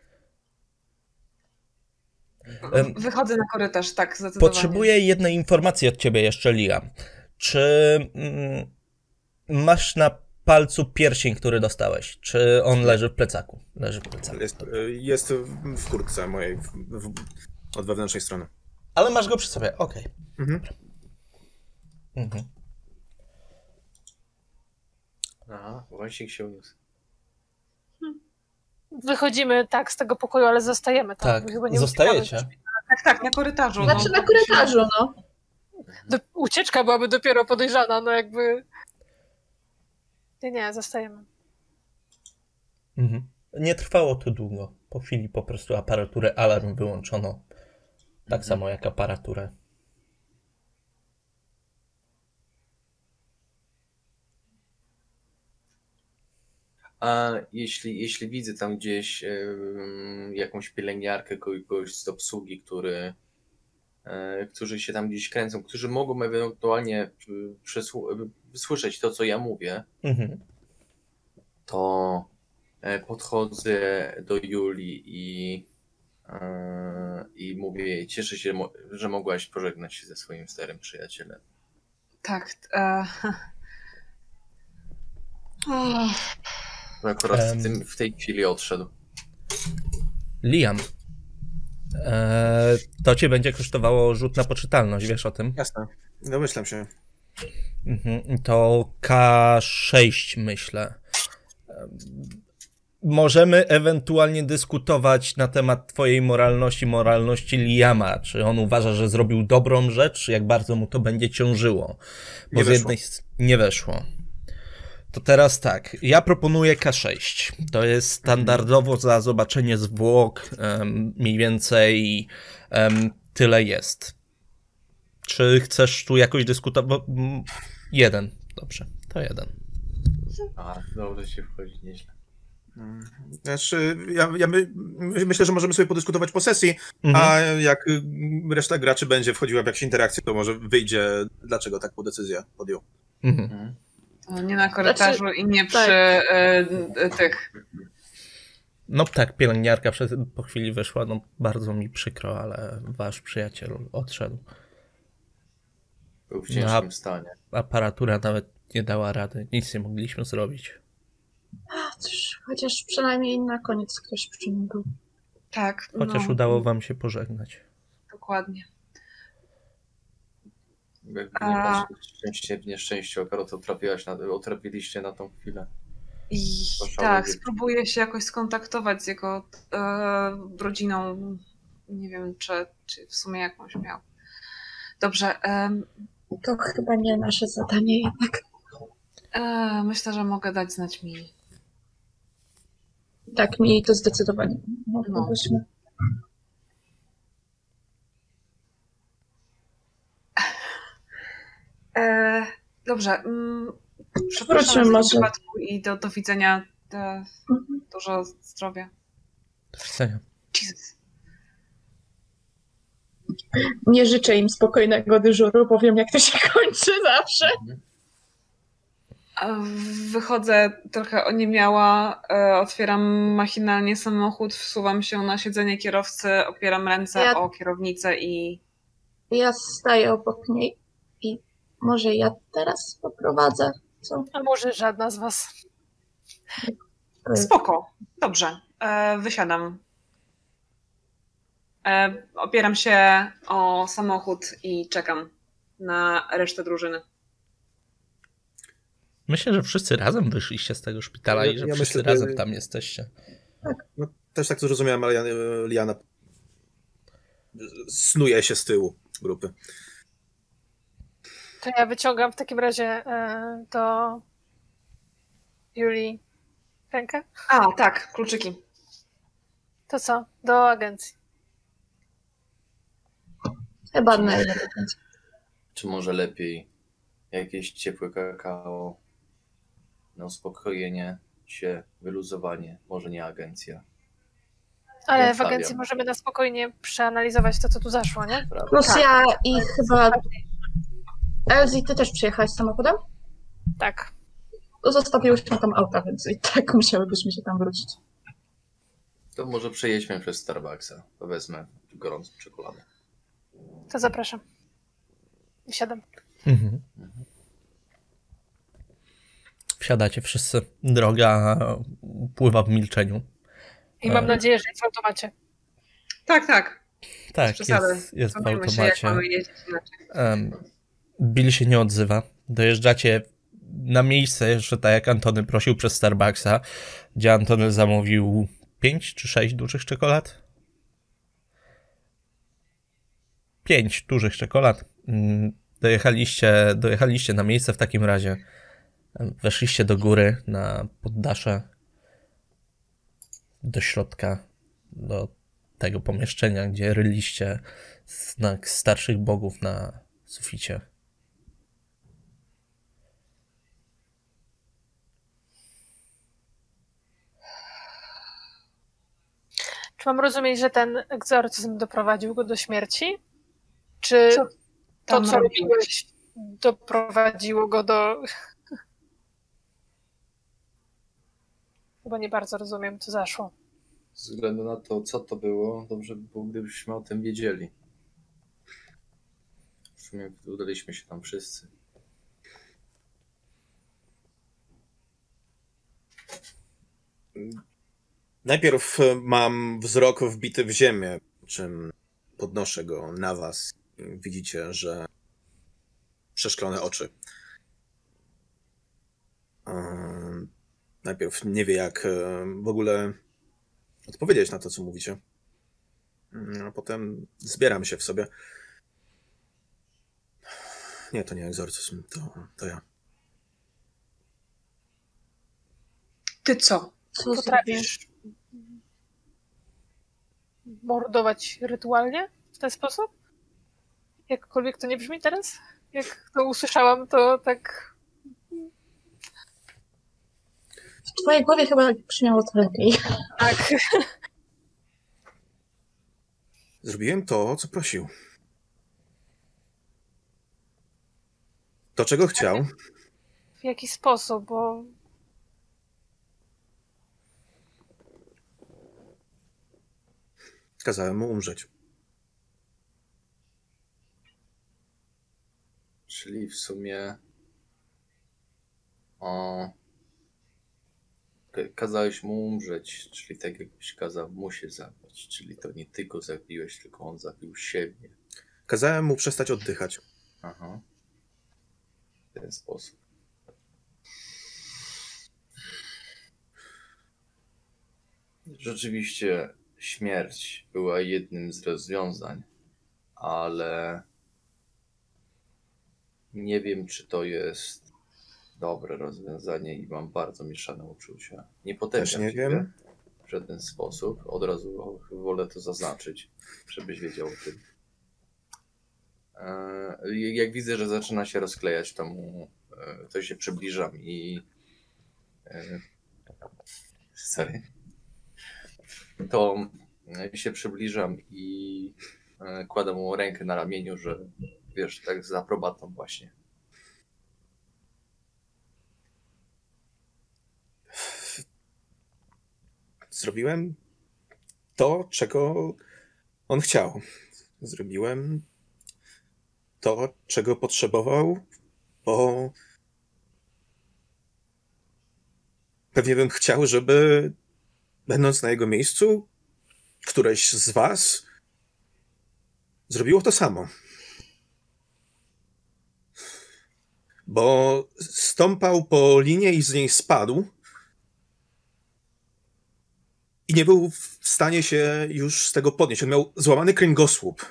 Em, Wychodzę na korytarz, tak, zdecydowanie. Potrzebuję jednej informacji od ciebie jeszcze, Liam. Czy mm, masz na palcu pierścień, który dostałeś? Czy on leży w plecaku? Leży w plecaku. Jest, jest w kurtce mojej, w, w, od wewnętrznej strony. Ale masz go przy sobie, okej. Mhm. Mhm. Aha, Wąsik się uniósł. Wychodzimy tak z tego pokoju, ale zostajemy tam. Tak, bo chyba nie zostajecie. uciekamy. Tak, tak, na korytarzu. Znaczy no. na korytarzu, no. Do, ucieczka byłaby dopiero podejrzana, no jakby... Nie, nie, zostajemy. Mhm. Nie trwało to długo. Po chwili po prostu aparaturę alarm wyłączono. Tak samo jak aparaturę. A jeśli, jeśli widzę tam gdzieś em, jakąś pielęgniarkę, kogoś z obsługi, który, e, którzy się tam gdzieś kręcą, którzy mogą ewentualnie y, przesłu- słyszeć to, co ja mówię, Mhm. to e, podchodzę do Julii i, e, i mówię, cieszę się, mo- że mogłaś pożegnać się ze swoim starym przyjacielem. Tak. E... O, Bo akurat Em. w, tym, w tej chwili odszedł. Liam. E, to cię będzie kosztowało rzut na poczytalność, wiesz o tym? Jasne, domyślam się. Mhm. To K sześć, myślę. Em, Możemy ewentualnie dyskutować na temat twojej moralności, moralności Liama. Czy on uważa, że zrobił dobrą rzecz, jak bardzo mu to będzie ciążyło. Bo Nie z weszło. jednej s- nie weszło. To teraz tak, ja proponuję K sześć. To jest standardowo za zobaczenie zwłok, em, mniej więcej em, tyle jest. Czy chcesz tu jakoś dyskutować? Bo, mm, jeden, dobrze, to jeden. A, dobrze się wchodzi, nieźle. Znaczy, ja, ja my, myślę, że możemy sobie podyskutować po sesji, Mhm. a jak reszta graczy będzie wchodziła w jakieś interakcje, to może wyjdzie, dlaczego taką decyzję podjął. Mhm. Mhm. No, nie na korytarzu Znaczy, i nie przy tak. y, tych. No tak, pielęgniarka przez, po chwili wyszła, no bardzo mi przykro, ale wasz przyjaciel odszedł. Był w No, ciężkim a- stanie. Aparatura nawet nie dała rady, nic nie mogliśmy zrobić. A, cóż, chociaż przynajmniej na koniec ktoś przy nim był. Tak, Chociaż no, udało wam się pożegnać. dokładnie. Jakby A- nie patrzeć szczęście w nieszczęściu, akurat trafiłaś na, otrafiliście na tą chwilę. I Proszę tak, powiedzieć. spróbuję się jakoś skontaktować z jego e, rodziną. Nie wiem, czy, czy w sumie jakąś miał. Dobrze, em, To chyba nie nasze zadanie jednak. e, myślę, że mogę dać znać mi. Tak, mi to zdecydowanie mogłybyśmy. E, dobrze, mm, Wróćmy przepraszam za może. przypadku i do, do widzenia. E, Mhm. dużo zdrowia. Do widzenia. Jezus. Nie życzę im spokojnego dyżuru, bo wiem, jak to się kończy zawsze. A Wychodzę trochę oniemiała, e, otwieram machinalnie samochód, wsuwam się na siedzenie kierowcy, opieram ręce Ja- o kierownicę i Ja staję obok niej i może ja teraz poprowadzę. Co? A może żadna z was. spoko, dobrze, e, wysiadam. E, opieram się o samochód i czekam na resztę drużyny. Myślę, że wszyscy razem wyszliście z tego szpitala Ja- i że ja wszyscy myślę, że- razem tam jesteście. No, też tak to zrozumiałem, ale Liana, Liana snuje się z tyłu grupy. To ja wyciągam w takim razie e, do Julii rękę. A, tak, kluczyki. To co? Do agencji. Chyba nie. Czy może lepiej jakieś ciepłe kakao na uspokojenie się, wyluzowanie, może nie agencja, Ale Ja w agencji stawiam. możemy na spokojnie przeanalizować to, co tu zaszło, nie? prawda? Plus Tak. ja i chyba... Elzi, ty też przyjechałaś samochodem? Tak. To zostawiłyśmy tam auta, więc i tak musiałybyśmy się tam wrócić. To może przejedźmy przez Starbucksa, to wezmę gorącą czekoladę. To zapraszam. Wsiadam. Mhm. Wsiadacie wszyscy. Droga pływa w milczeniu. I E. mam nadzieję, że jest w automacie. Tak, tak, Tak, przesady. jest, jest w Bawimy się, jak automacie. mamy jeździć inaczej. Em, Bill się nie odzywa. Dojeżdżacie na miejsce, że tak jak Antony prosił przez Starbucksa, gdzie Antony zamówił pięć czy sześć dużych czekolad? Pięć dużych czekolad. Mm, Dojechaliście, dojechaliście na miejsce w takim razie. Em, Weszliście do góry na poddasze, do środka, do tego pomieszczenia, gdzie ryliście znak starszych bogów na suficie. Czy mam rozumieć, że ten egzorcyzm doprowadził go do śmierci? Czy Co to, tam co robiłeś? robiłeś, doprowadziło go do... Chyba nie bardzo rozumiem, co zaszło. Ze względu na to, co to było, dobrze by było, gdybyśmy o tym wiedzieli. W sumie udaliśmy się tam wszyscy. Najpierw e, mam wzrok wbity w ziemię, czym podnoszę go na was. I widzicie, że przeszklone oczy. Ehm, Najpierw nie wie, jak e, w ogóle odpowiedzieć na to, co mówicie. Mm, A potem zbieram się w sobie. Nie, to nie egzorcyzm, to, to ja. Ty co? Co zrobię? Potrafisz mordować rytualnie w ten sposób? Jakkolwiek to nie brzmi teraz? Jak to usłyszałam, to tak... W twojej głowie chyba brzmiało to lepiej. tak. Zrobiłem to, co prosił. To, czego chciał. w jaki sposób, bo... Kazałem mu umrzeć. Czyli w sumie... O... Kazałeś mu umrzeć, czyli tak jakbyś kazał mu się zabić, czyli to nie ty go zabiłeś, tylko on zabił siebie. Kazałem mu przestać oddychać. Aha. W ten sposób. Rzeczywiście śmierć była jednym z rozwiązań, ale nie wiem, czy to jest dobre rozwiązanie i mam bardzo mieszane uczucia. Nie potępiam nie ciebie wiem. w żaden sposób. Od razu wolę to zaznaczyć, żebyś wiedział o tym. Jak widzę, że zaczyna się rozklejać, to mu to się przybliżam i sorry. To się przybliżam i kładę mu rękę na ramieniu, że wiesz, tak z aprobatą właśnie. Zrobiłem to, czego on chciał. Zrobiłem to, czego potrzebował, bo pewnie bym chciał, żeby będąc na jego miejscu, któreś z was zrobiło to samo. Bo stąpał po linie i z niej spadł i nie był w stanie się już z tego podnieść. On miał złamany kręgosłup.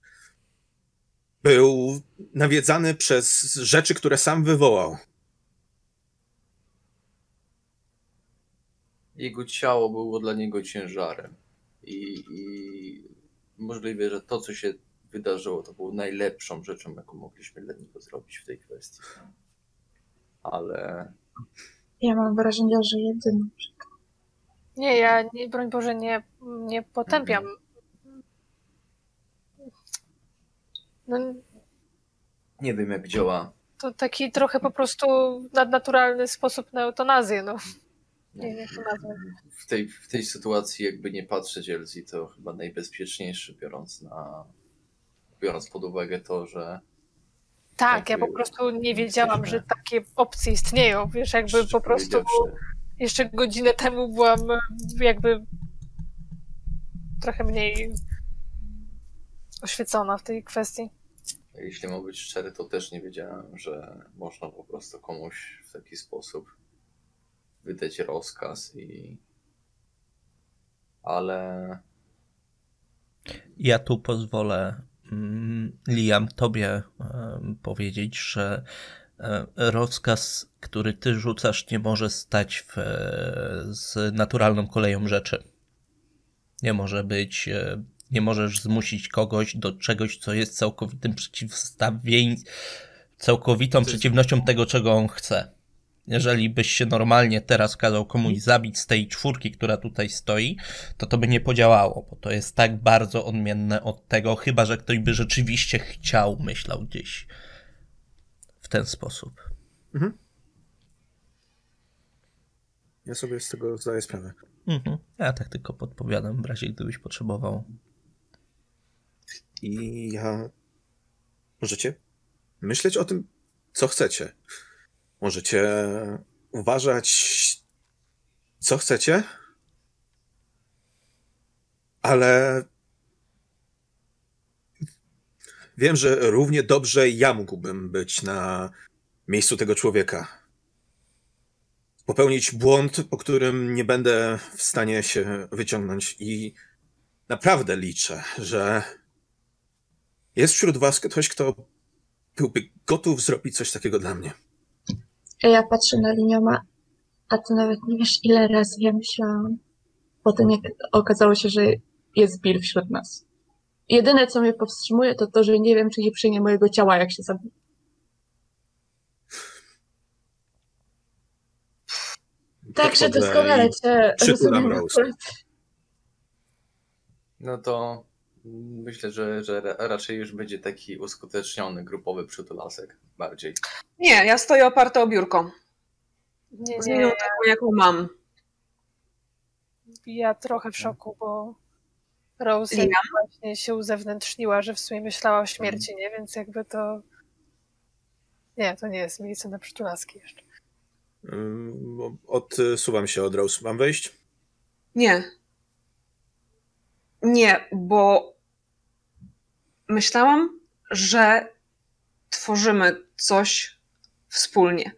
Był nawiedzany przez rzeczy, które sam wywołał. Jego ciało było dla niego ciężarem. I, i możliwe, że to, co się wydarzyło, to było najlepszą rzeczą, jaką mogliśmy dla niego zrobić w tej kwestii. Ale... Ja mam wrażenie, że jedyny. Nie, ja, nie, broń Boże, nie, nie potępiam. No, nie wiem, jak działa. To taki trochę po prostu nadnaturalny sposób na eutanazję, no. Nie wiem, jak to nazwać. W tej, w tej sytuacji, jakby nie patrzeć, Elsie, to chyba najbezpieczniejszy, biorąc na biorąc pod uwagę to, że tak, ja po prostu nie wiedziałam, że takie opcje istnieją, wiesz, jakby po prostu jeszcze godzinę temu byłam jakby trochę mniej oświecona w tej kwestii. Jeśli mam być szczery, to też nie wiedziałem, że można po prostu komuś w taki sposób wydać rozkaz i... Ale... Ja tu pozwolę, Liam, tobie powiedzieć, że rozkaz, który ty rzucasz, nie może stać w, z naturalną koleją rzeczy. Nie może być... Nie możesz zmusić kogoś do czegoś, co jest całkowitym przeciwstawień, całkowitą przeciwnością tego, czego on chce. Jeżeli byś się normalnie teraz kazał komuś zabić z tej czwórki, która tutaj stoi, to to by nie podziałało, bo to jest tak bardzo odmienne od tego, chyba że ktoś by rzeczywiście chciał, myślał gdzieś w ten sposób. Mhm. Ja sobie z tego zdaję sprawę. Mhm. Ja tak tylko podpowiadam w razie, gdybyś potrzebował. I ja... Możecie myśleć o tym, co chcecie. Możecie uważać, co chcecie, ale wiem, że równie dobrze ja mógłbym być na miejscu tego człowieka. Popełnić błąd, po którym nie będę w stanie się wyciągnąć i naprawdę liczę, że jest wśród was ktoś, kto byłby gotów zrobić coś takiego dla mnie. Ja patrzę na Linioma, a ty nawet nie wiesz, ile razy ja myślałam po tym, jak okazało się, że jest Bill wśród nas. Jedyne, co mnie powstrzymuje, to to, że nie wiem, czy nie przyjmie mojego ciała, jak się zabije. Także doskonale cię rozumiem. No to myślę, że, że raczej już będzie taki uskuteczniony grupowy przytulasek bardziej. Nie, ja stoję oparta o biurko. Nie, Z nie, miną ja, taką, jaką mam. ja trochę w szoku, bo Rose Liam? właśnie się uzewnętrzniła, że w sumie myślała o śmierci, nie? Więc jakby to... Nie, to nie jest miejsce na przytulaski jeszcze. Ym, Odsuwam się od Rose. Mam wejść? Nie. Nie, bo myślałam, że tworzymy coś wspólnie.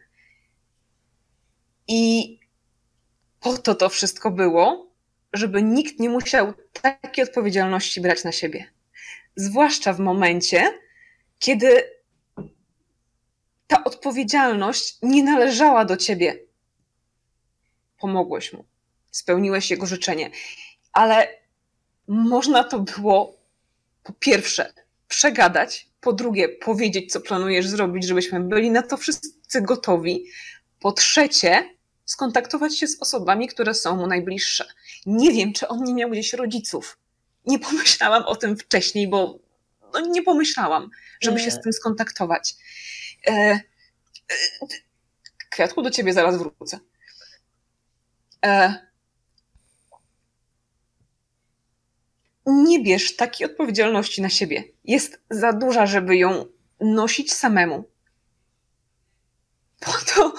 I po to to wszystko było, żeby nikt nie musiał takiej odpowiedzialności brać na siebie. Zwłaszcza w momencie, kiedy ta odpowiedzialność nie należała do ciebie. Pomogłeś mu. Spełniłeś jego życzenie. Ale można to było po pierwsze przegadać, po drugie powiedzieć, co planujesz zrobić, żebyśmy byli na to wszyscy gotowi. Po trzecie skontaktować się z osobami, które są mu najbliższe. Nie wiem, czy on nie miał gdzieś rodziców. Nie pomyślałam o tym wcześniej, bo no nie pomyślałam, żeby się z tym skontaktować. E, e, Kwiatku, do ciebie zaraz wrócę. E, nie bierz takiej odpowiedzialności na siebie. Jest za duża, żeby ją nosić samemu. Po to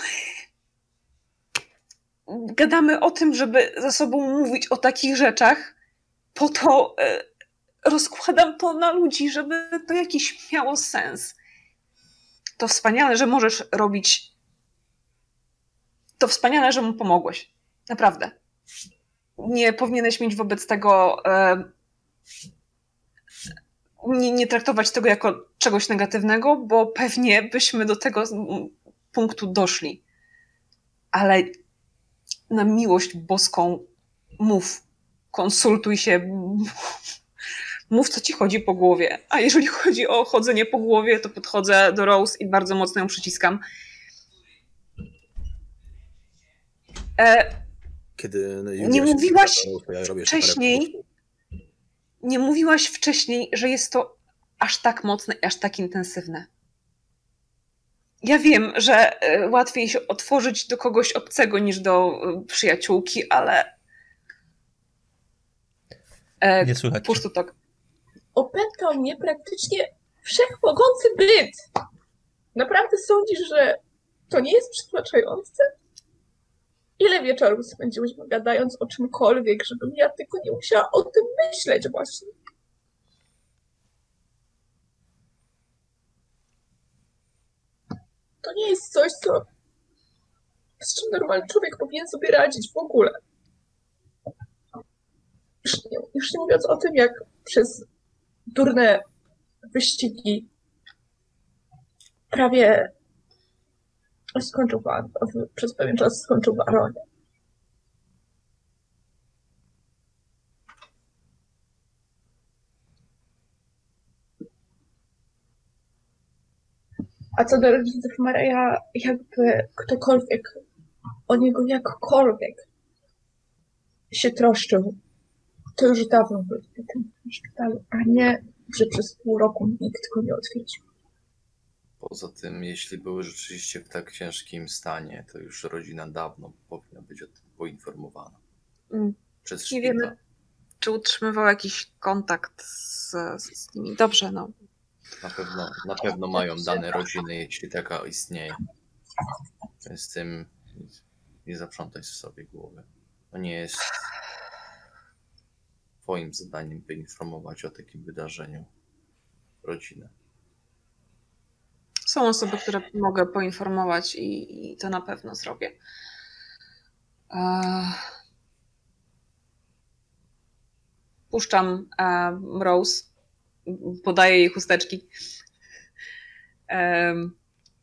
gadamy o tym, żeby ze sobą mówić o takich rzeczach. Po to e, rozkładam to na ludzi, żeby to jakiś miało sens. To wspaniale, że możesz robić. To wspaniale, że mu pomogłeś. Naprawdę. Nie powinieneś mieć wobec tego. E, nie, nie traktować tego jako czegoś negatywnego, bo pewnie byśmy do tego punktu doszli. Ale na miłość boską mów, konsultuj się, mów, co ci chodzi po głowie. A jeżeli chodzi o chodzenie po głowie, to podchodzę do Rose i bardzo mocno ją przyciskam. E, Kiedy nie mówiłaś ja robię wcześniej, nie mówiłaś wcześniej, że jest to aż tak mocne i aż tak intensywne. Ja wiem, że łatwiej się otworzyć do kogoś obcego niż do przyjaciółki, ale... E, Nie słychać. Push to talk. Opętał mnie praktycznie wszechmogący byt. Naprawdę sądzisz, że to nie jest przytłaczające? Ile wieczorów spędziłyśmy gadając o czymkolwiek, żebym ja tylko nie musiała o tym myśleć właśnie. To nie jest coś, co, z czym normalny człowiek powinien sobie radzić w ogóle. Już nie, już nie mówiąc o tym, jak przez durne wyścigi prawie skończył pan, przez pewien czas skończył baronie. A co do rodziców Mareja, jakby ktokolwiek o niego jakkolwiek się troszczył, to już dawno był w tym szpitalu, a nie, że przez pół roku nikt go nie odwiedził. Poza tym, jeśli były rzeczywiście w tak ciężkim stanie, to już rodzina dawno powinna być o tym poinformowana. Mm. Przez Nie szpital. wiemy, czy utrzymywał jakiś kontakt z, z nimi. Dobrze, no. Na pewno, na pewno mają dane rodziny, jeśli taka istnieje. Więc z tym nie zaprzątaj sobie głowy. To nie jest twoim zadaniem poinformować o takim wydarzeniu rodzinę. Są osoby, które mogę poinformować i, i to na pewno zrobię. Uh, puszczam uh, Rose, podaję jej chusteczki. Um,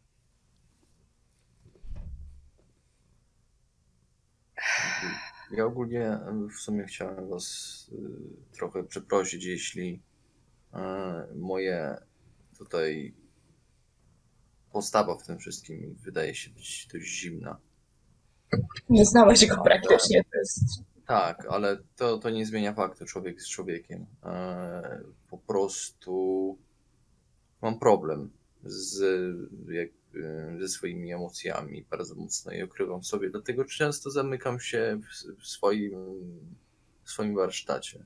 Ja ogólnie w sumie chciałem was y, trochę przeprosić, jeśli y, moje tutaj postawa w tym wszystkim wydaje się być dość zimna. Nie znałeś go praktycznie, to jest... Tak, ale to, to nie zmienia faktu, człowiek jest człowiekiem. E, po prostu mam problem z jak, ze swoimi emocjami bardzo mocno je ukrywam sobie, dlatego często zamykam się w swoim, w swoim warsztacie.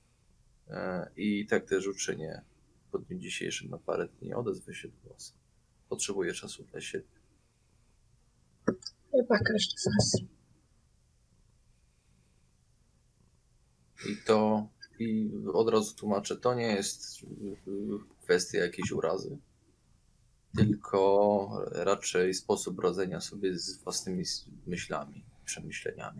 I tak też uczynię po dniu dzisiejszym na parę dni. Odezwę się do was. Potrzebuję czasu dla siebie. Chyba każdy z nas. I to, i od razu tłumaczę, to nie jest kwestia jakiejś urazy, tylko raczej sposób radzenia sobie z własnymi myślami, przemyśleniami.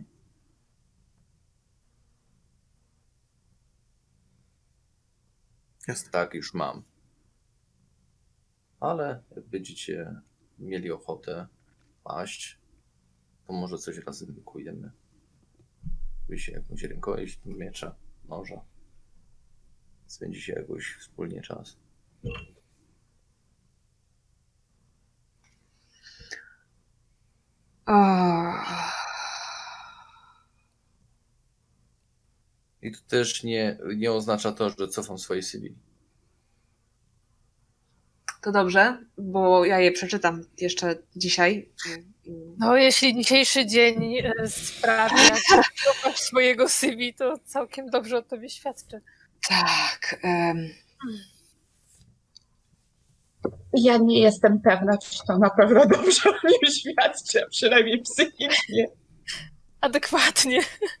Jasne. Tak, już mam. Ale jak będziecie mieli ochotę paść, to może coś razem wykujemy. Wyjście jakąś rękojeść, miecza, noża. Spędzi się jakoś wspólnie czas. Oh. I to też nie, nie oznacza to, że cofam swoje C V. To dobrze, bo ja je przeczytam jeszcze dzisiaj. No, jeśli dzisiejszy dzień sprawia, że cofasz swojego C V, to całkiem dobrze o tobie świadczy. Tak. Um. Ja nie jestem pewna, czy to na pewno dobrze o nim świadczy, a przynajmniej psychicznie. Adekwatnie.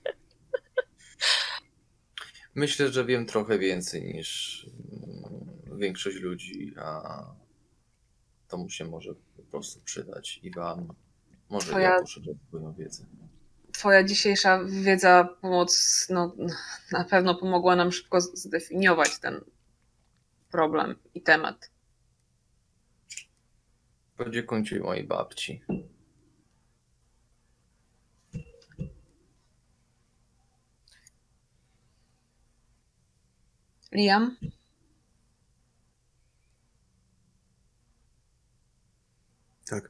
Myślę, że wiem trochę więcej niż większość ludzi, a to mu się może po prostu przydać i wam. Może Twoja... ja poszedłem swoją wiedzę. Twoja dzisiejsza wiedza, pomoc, no, na pewno pomogła nam szybko zdefiniować ten problem i temat. Podziękujcie mojej babci. Liam? Tak.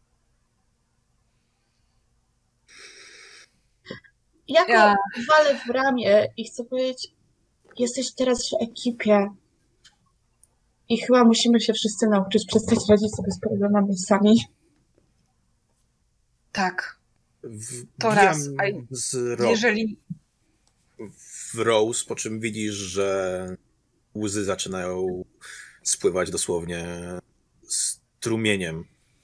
Ja go Ja- walę w ramię i chcę powiedzieć, jesteś teraz w ekipie i chyba musimy się wszyscy nauczyć przestać radzić sobie z problemami sami. Tak. Wbijam raz, a z Ro Jeżeli... w Rose, po czym widzisz, że łzy zaczynają spływać dosłownie strumieniem.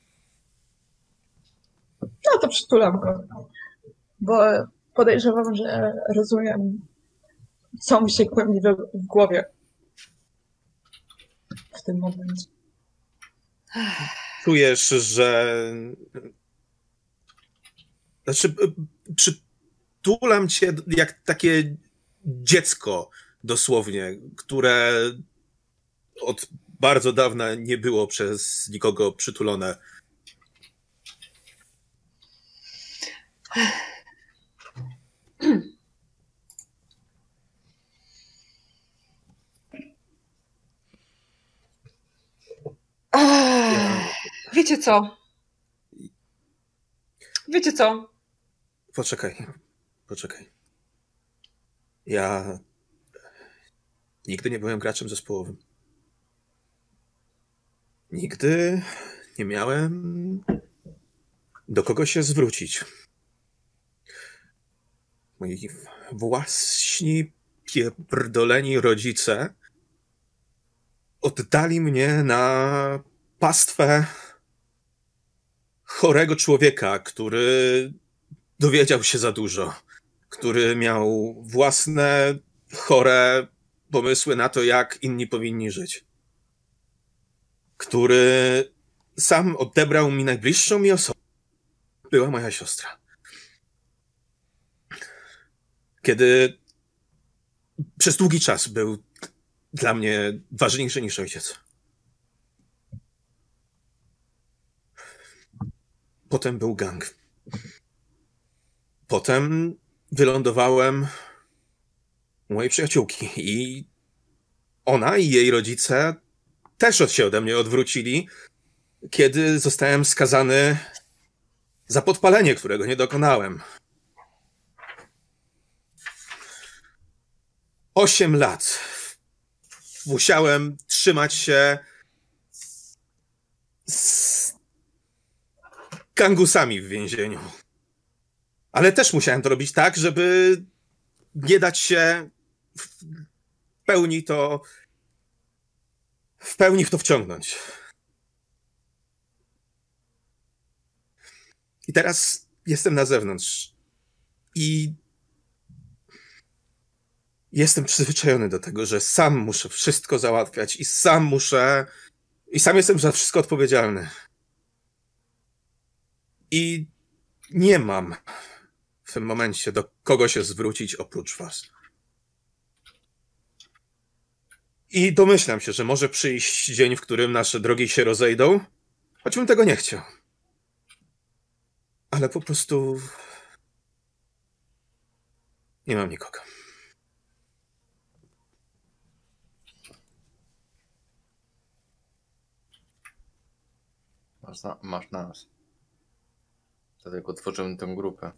No to przytulam go, bo podejrzewam, że rozumiem, co mu się kłębi w w głowie w tym momencie. Czujesz, że... Znaczy, przytulam cię jak takie dziecko dosłownie, które od bardzo dawna nie było przez nikogo przytulone. Ech, Wiecie co? Wiecie co? Poczekaj, poczekaj. Ja nigdy nie byłem graczem zespołowym. Nigdy nie miałem do kogo się zwrócić. Moi własni pierdoleni rodzice oddali mnie na pastwę chorego człowieka, który dowiedział się za dużo, który miał własne chore pomysły na to, jak inni powinni żyć, który sam odebrał mi najbliższą mi osobę. Była moja siostra. Kiedy przez długi czas był dla mnie ważniejszy niż ojciec. Potem był gang. Potem wylądowałem u mojej przyjaciółki i ona i jej rodzice też od się ode mnie odwrócili, kiedy zostałem skazany za podpalenie, którego nie dokonałem. Osiem lat musiałem trzymać się z kangusami w więzieniu. Ale też musiałem to robić tak, żeby nie dać się w pełni to... w pełni w to wciągnąć. I teraz jestem na zewnątrz. I jestem przyzwyczajony do tego, że sam muszę wszystko załatwiać i sam muszę... I sam jestem za wszystko odpowiedzialny. I nie mam w tym momencie do kogo się zwrócić oprócz was. I domyślam się, że może przyjść dzień, w którym nasze drogi się rozejdą, choćbym tego nie chciał. Ale po prostu... nie mam nikogo. Masz, na, masz nas. Dlatego tworzymy tę grupę.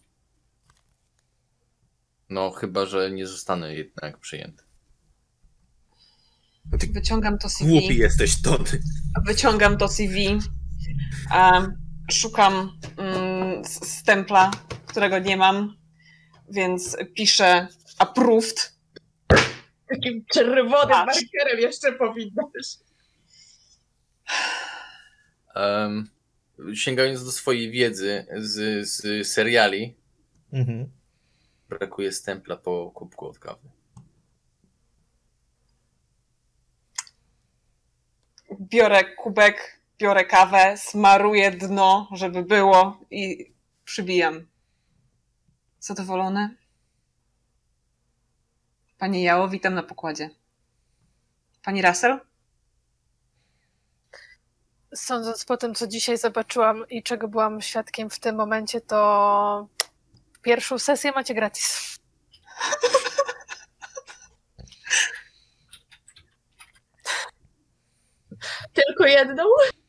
No, chyba że nie zostanę jednak przyjęty. No ty Wyciągam to C V. głupi jesteś, Tony. Wyciągam to C V. Um, szukam um, stempla, którego nie mam, więc piszę approved. Takim czerwonym Patrz. markerem jeszcze powinnaś. Um, sięgając do swojej wiedzy z, z seriali, Mhm. brakuje stempla po kubku od kawy. Biorę kubek, biorę kawę, smaruję dno, żeby było i przybijam. Zadowolony? Pani Jało, witam na pokładzie. Pani Russell? Sądząc po tym, co dzisiaj zobaczyłam i czego byłam świadkiem w tym momencie, to pierwszą sesję macie gratis. Tylko jedną?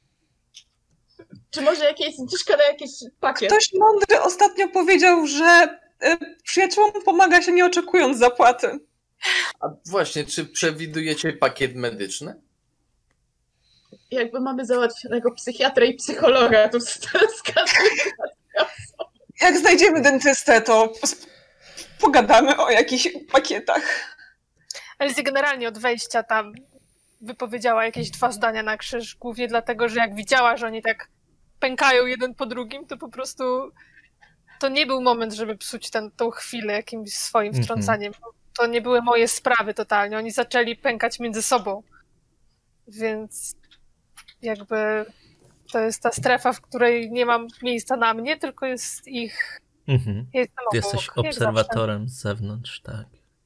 Czy może jakieś zniżka na jakiś pakiet? Ktoś mądry ostatnio powiedział, że y, przyjaciółom pomaga się nie oczekując zapłaty. A właśnie, czy przewidujecie pakiet medyczny? Jakby mamy załatwionego psychiatra i psychologa, to skazuje. Jak znajdziemy dentystę, to s- pogadamy o jakichś pakietach. Alicja generalnie od wejścia tam wypowiedziała jakieś dwa zdania na krzyż, głównie dlatego, że jak widziała, że oni tak pękają jeden po drugim, to po prostu to nie był moment, żeby psuć ten, tą chwilę jakimś swoim Mhm. wtrącaniem. To nie były moje sprawy totalnie. Oni zaczęli pękać między sobą. Więc jakby to jest ta strefa, w której nie mam miejsca na mnie, tylko jest ich... Mhm. Ja jestem obok, Jesteś jak zawsze. obserwatorem z zewnątrz, tak.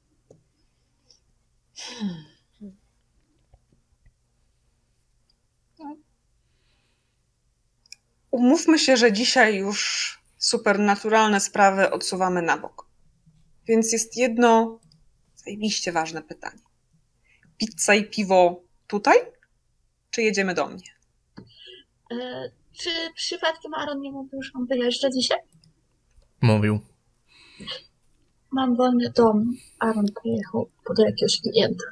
Umówmy się, że dzisiaj już supernaturalne sprawy odsuwamy na bok. Więc jest jedno zajebiście ważne pytanie. Pizza i piwo tutaj? Czy jedziemy do mnie? E, czy przypadkiem Aaron nie mówił, że on wyjeżdża dzisiaj? Mówił. Mam wolny dom. Aaron pojechał po do jakiegoś klienta.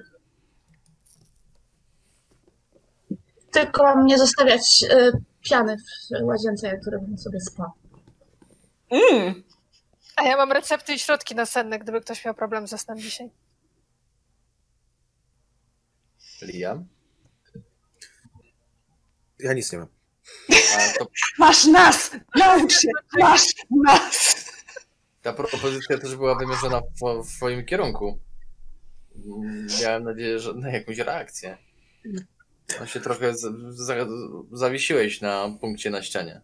Tylko mam nie zostawiać e, piany w łazience, w której bym sobie spał. Mm, A ja mam recepty i środki nasenne, gdyby ktoś miał problem ze snem dzisiaj. Liam? Ja nic nie mam. A to, masz nas! Naucz się! Masz nas! ta propozycja też była wymierzona w, w twoim kierunku. Miałem nadzieję, że na jakąś reakcję. No się trochę z, za, zawiesiłeś na punkcie na ścianie.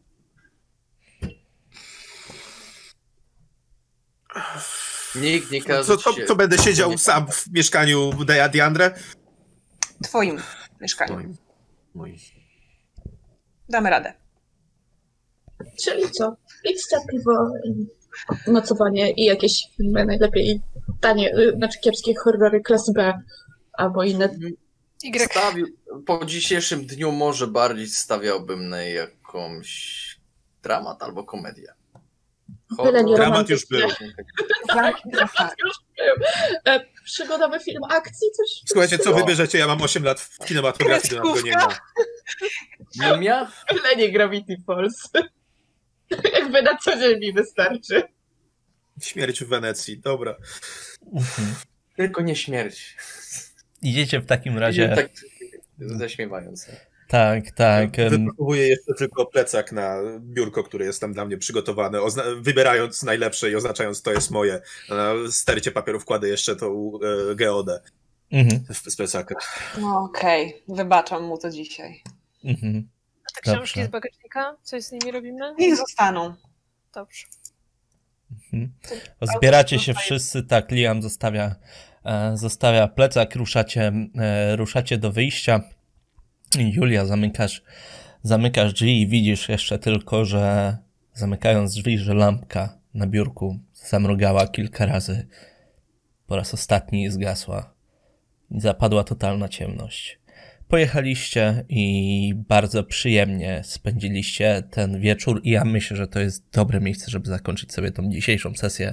Nikt nie każe Co, to, ci się... co będę siedział sam w mieszkaniu Deja Diandre? Twoim mieszkaniu. Moim. Moim. Damy radę. Czyli co? Pizza, piwo, i nocowanie i jakieś filmy, najlepiej tanie, y, znaczy kiepskie horrory klasy B albo inne. Y. Stawi... Po dzisiejszym dniu może bardziej stawiałbym na jakąś dramat albo komedię. Byle nie Dramat już był. Tak, tak. Już był. E, przygodowy film akcji, coś? Słuchajcie, co wybierzecie? Ja mam osiem lat w kinematografii, to nam go nie ma. Mumia? Byle nie Gravity Falls. Jakby na co dzień mi wystarczy. Śmierć w Wenecji, dobra. Mhm. Tylko nie śmierć. Idziecie w takim razie... Tak zaśmiewając. Tak, tak. em, Wypróbuję jeszcze tylko plecak na biurko, które jest tam dla mnie przygotowane, ozna- wybierając najlepsze i oznaczając, to jest moje. Na stercie papieru wkładę jeszcze tą e, geodę mhm, z, z plecaka. No okej, wybaczam mu to dzisiaj. mhm. A te książki Dobrze. z bagażnika? Coś z nimi robimy? Niech zostaną. Dobrze. Mhm. Zbieracie się wszyscy, tak, Liam zostawia, e, zostawia plecak, ruszacie, e, ruszacie do wyjścia. Julia, zamykasz, zamykasz drzwi i widzisz jeszcze tylko, że zamykając drzwi, że lampka na biurku zamrugała kilka razy. Po raz ostatni zgasła i zapadła totalna ciemność. Pojechaliście i bardzo przyjemnie spędziliście ten wieczór i ja myślę, że to jest dobre miejsce, żeby zakończyć sobie tą dzisiejszą sesję.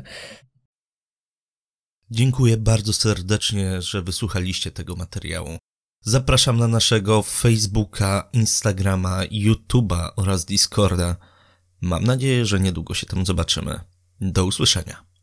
Dziękuję bardzo serdecznie, że wysłuchaliście tego materiału. Zapraszam na naszego Facebooka, Instagrama, YouTube'a oraz Discorda. Mam nadzieję, że niedługo się tam zobaczymy. Do usłyszenia.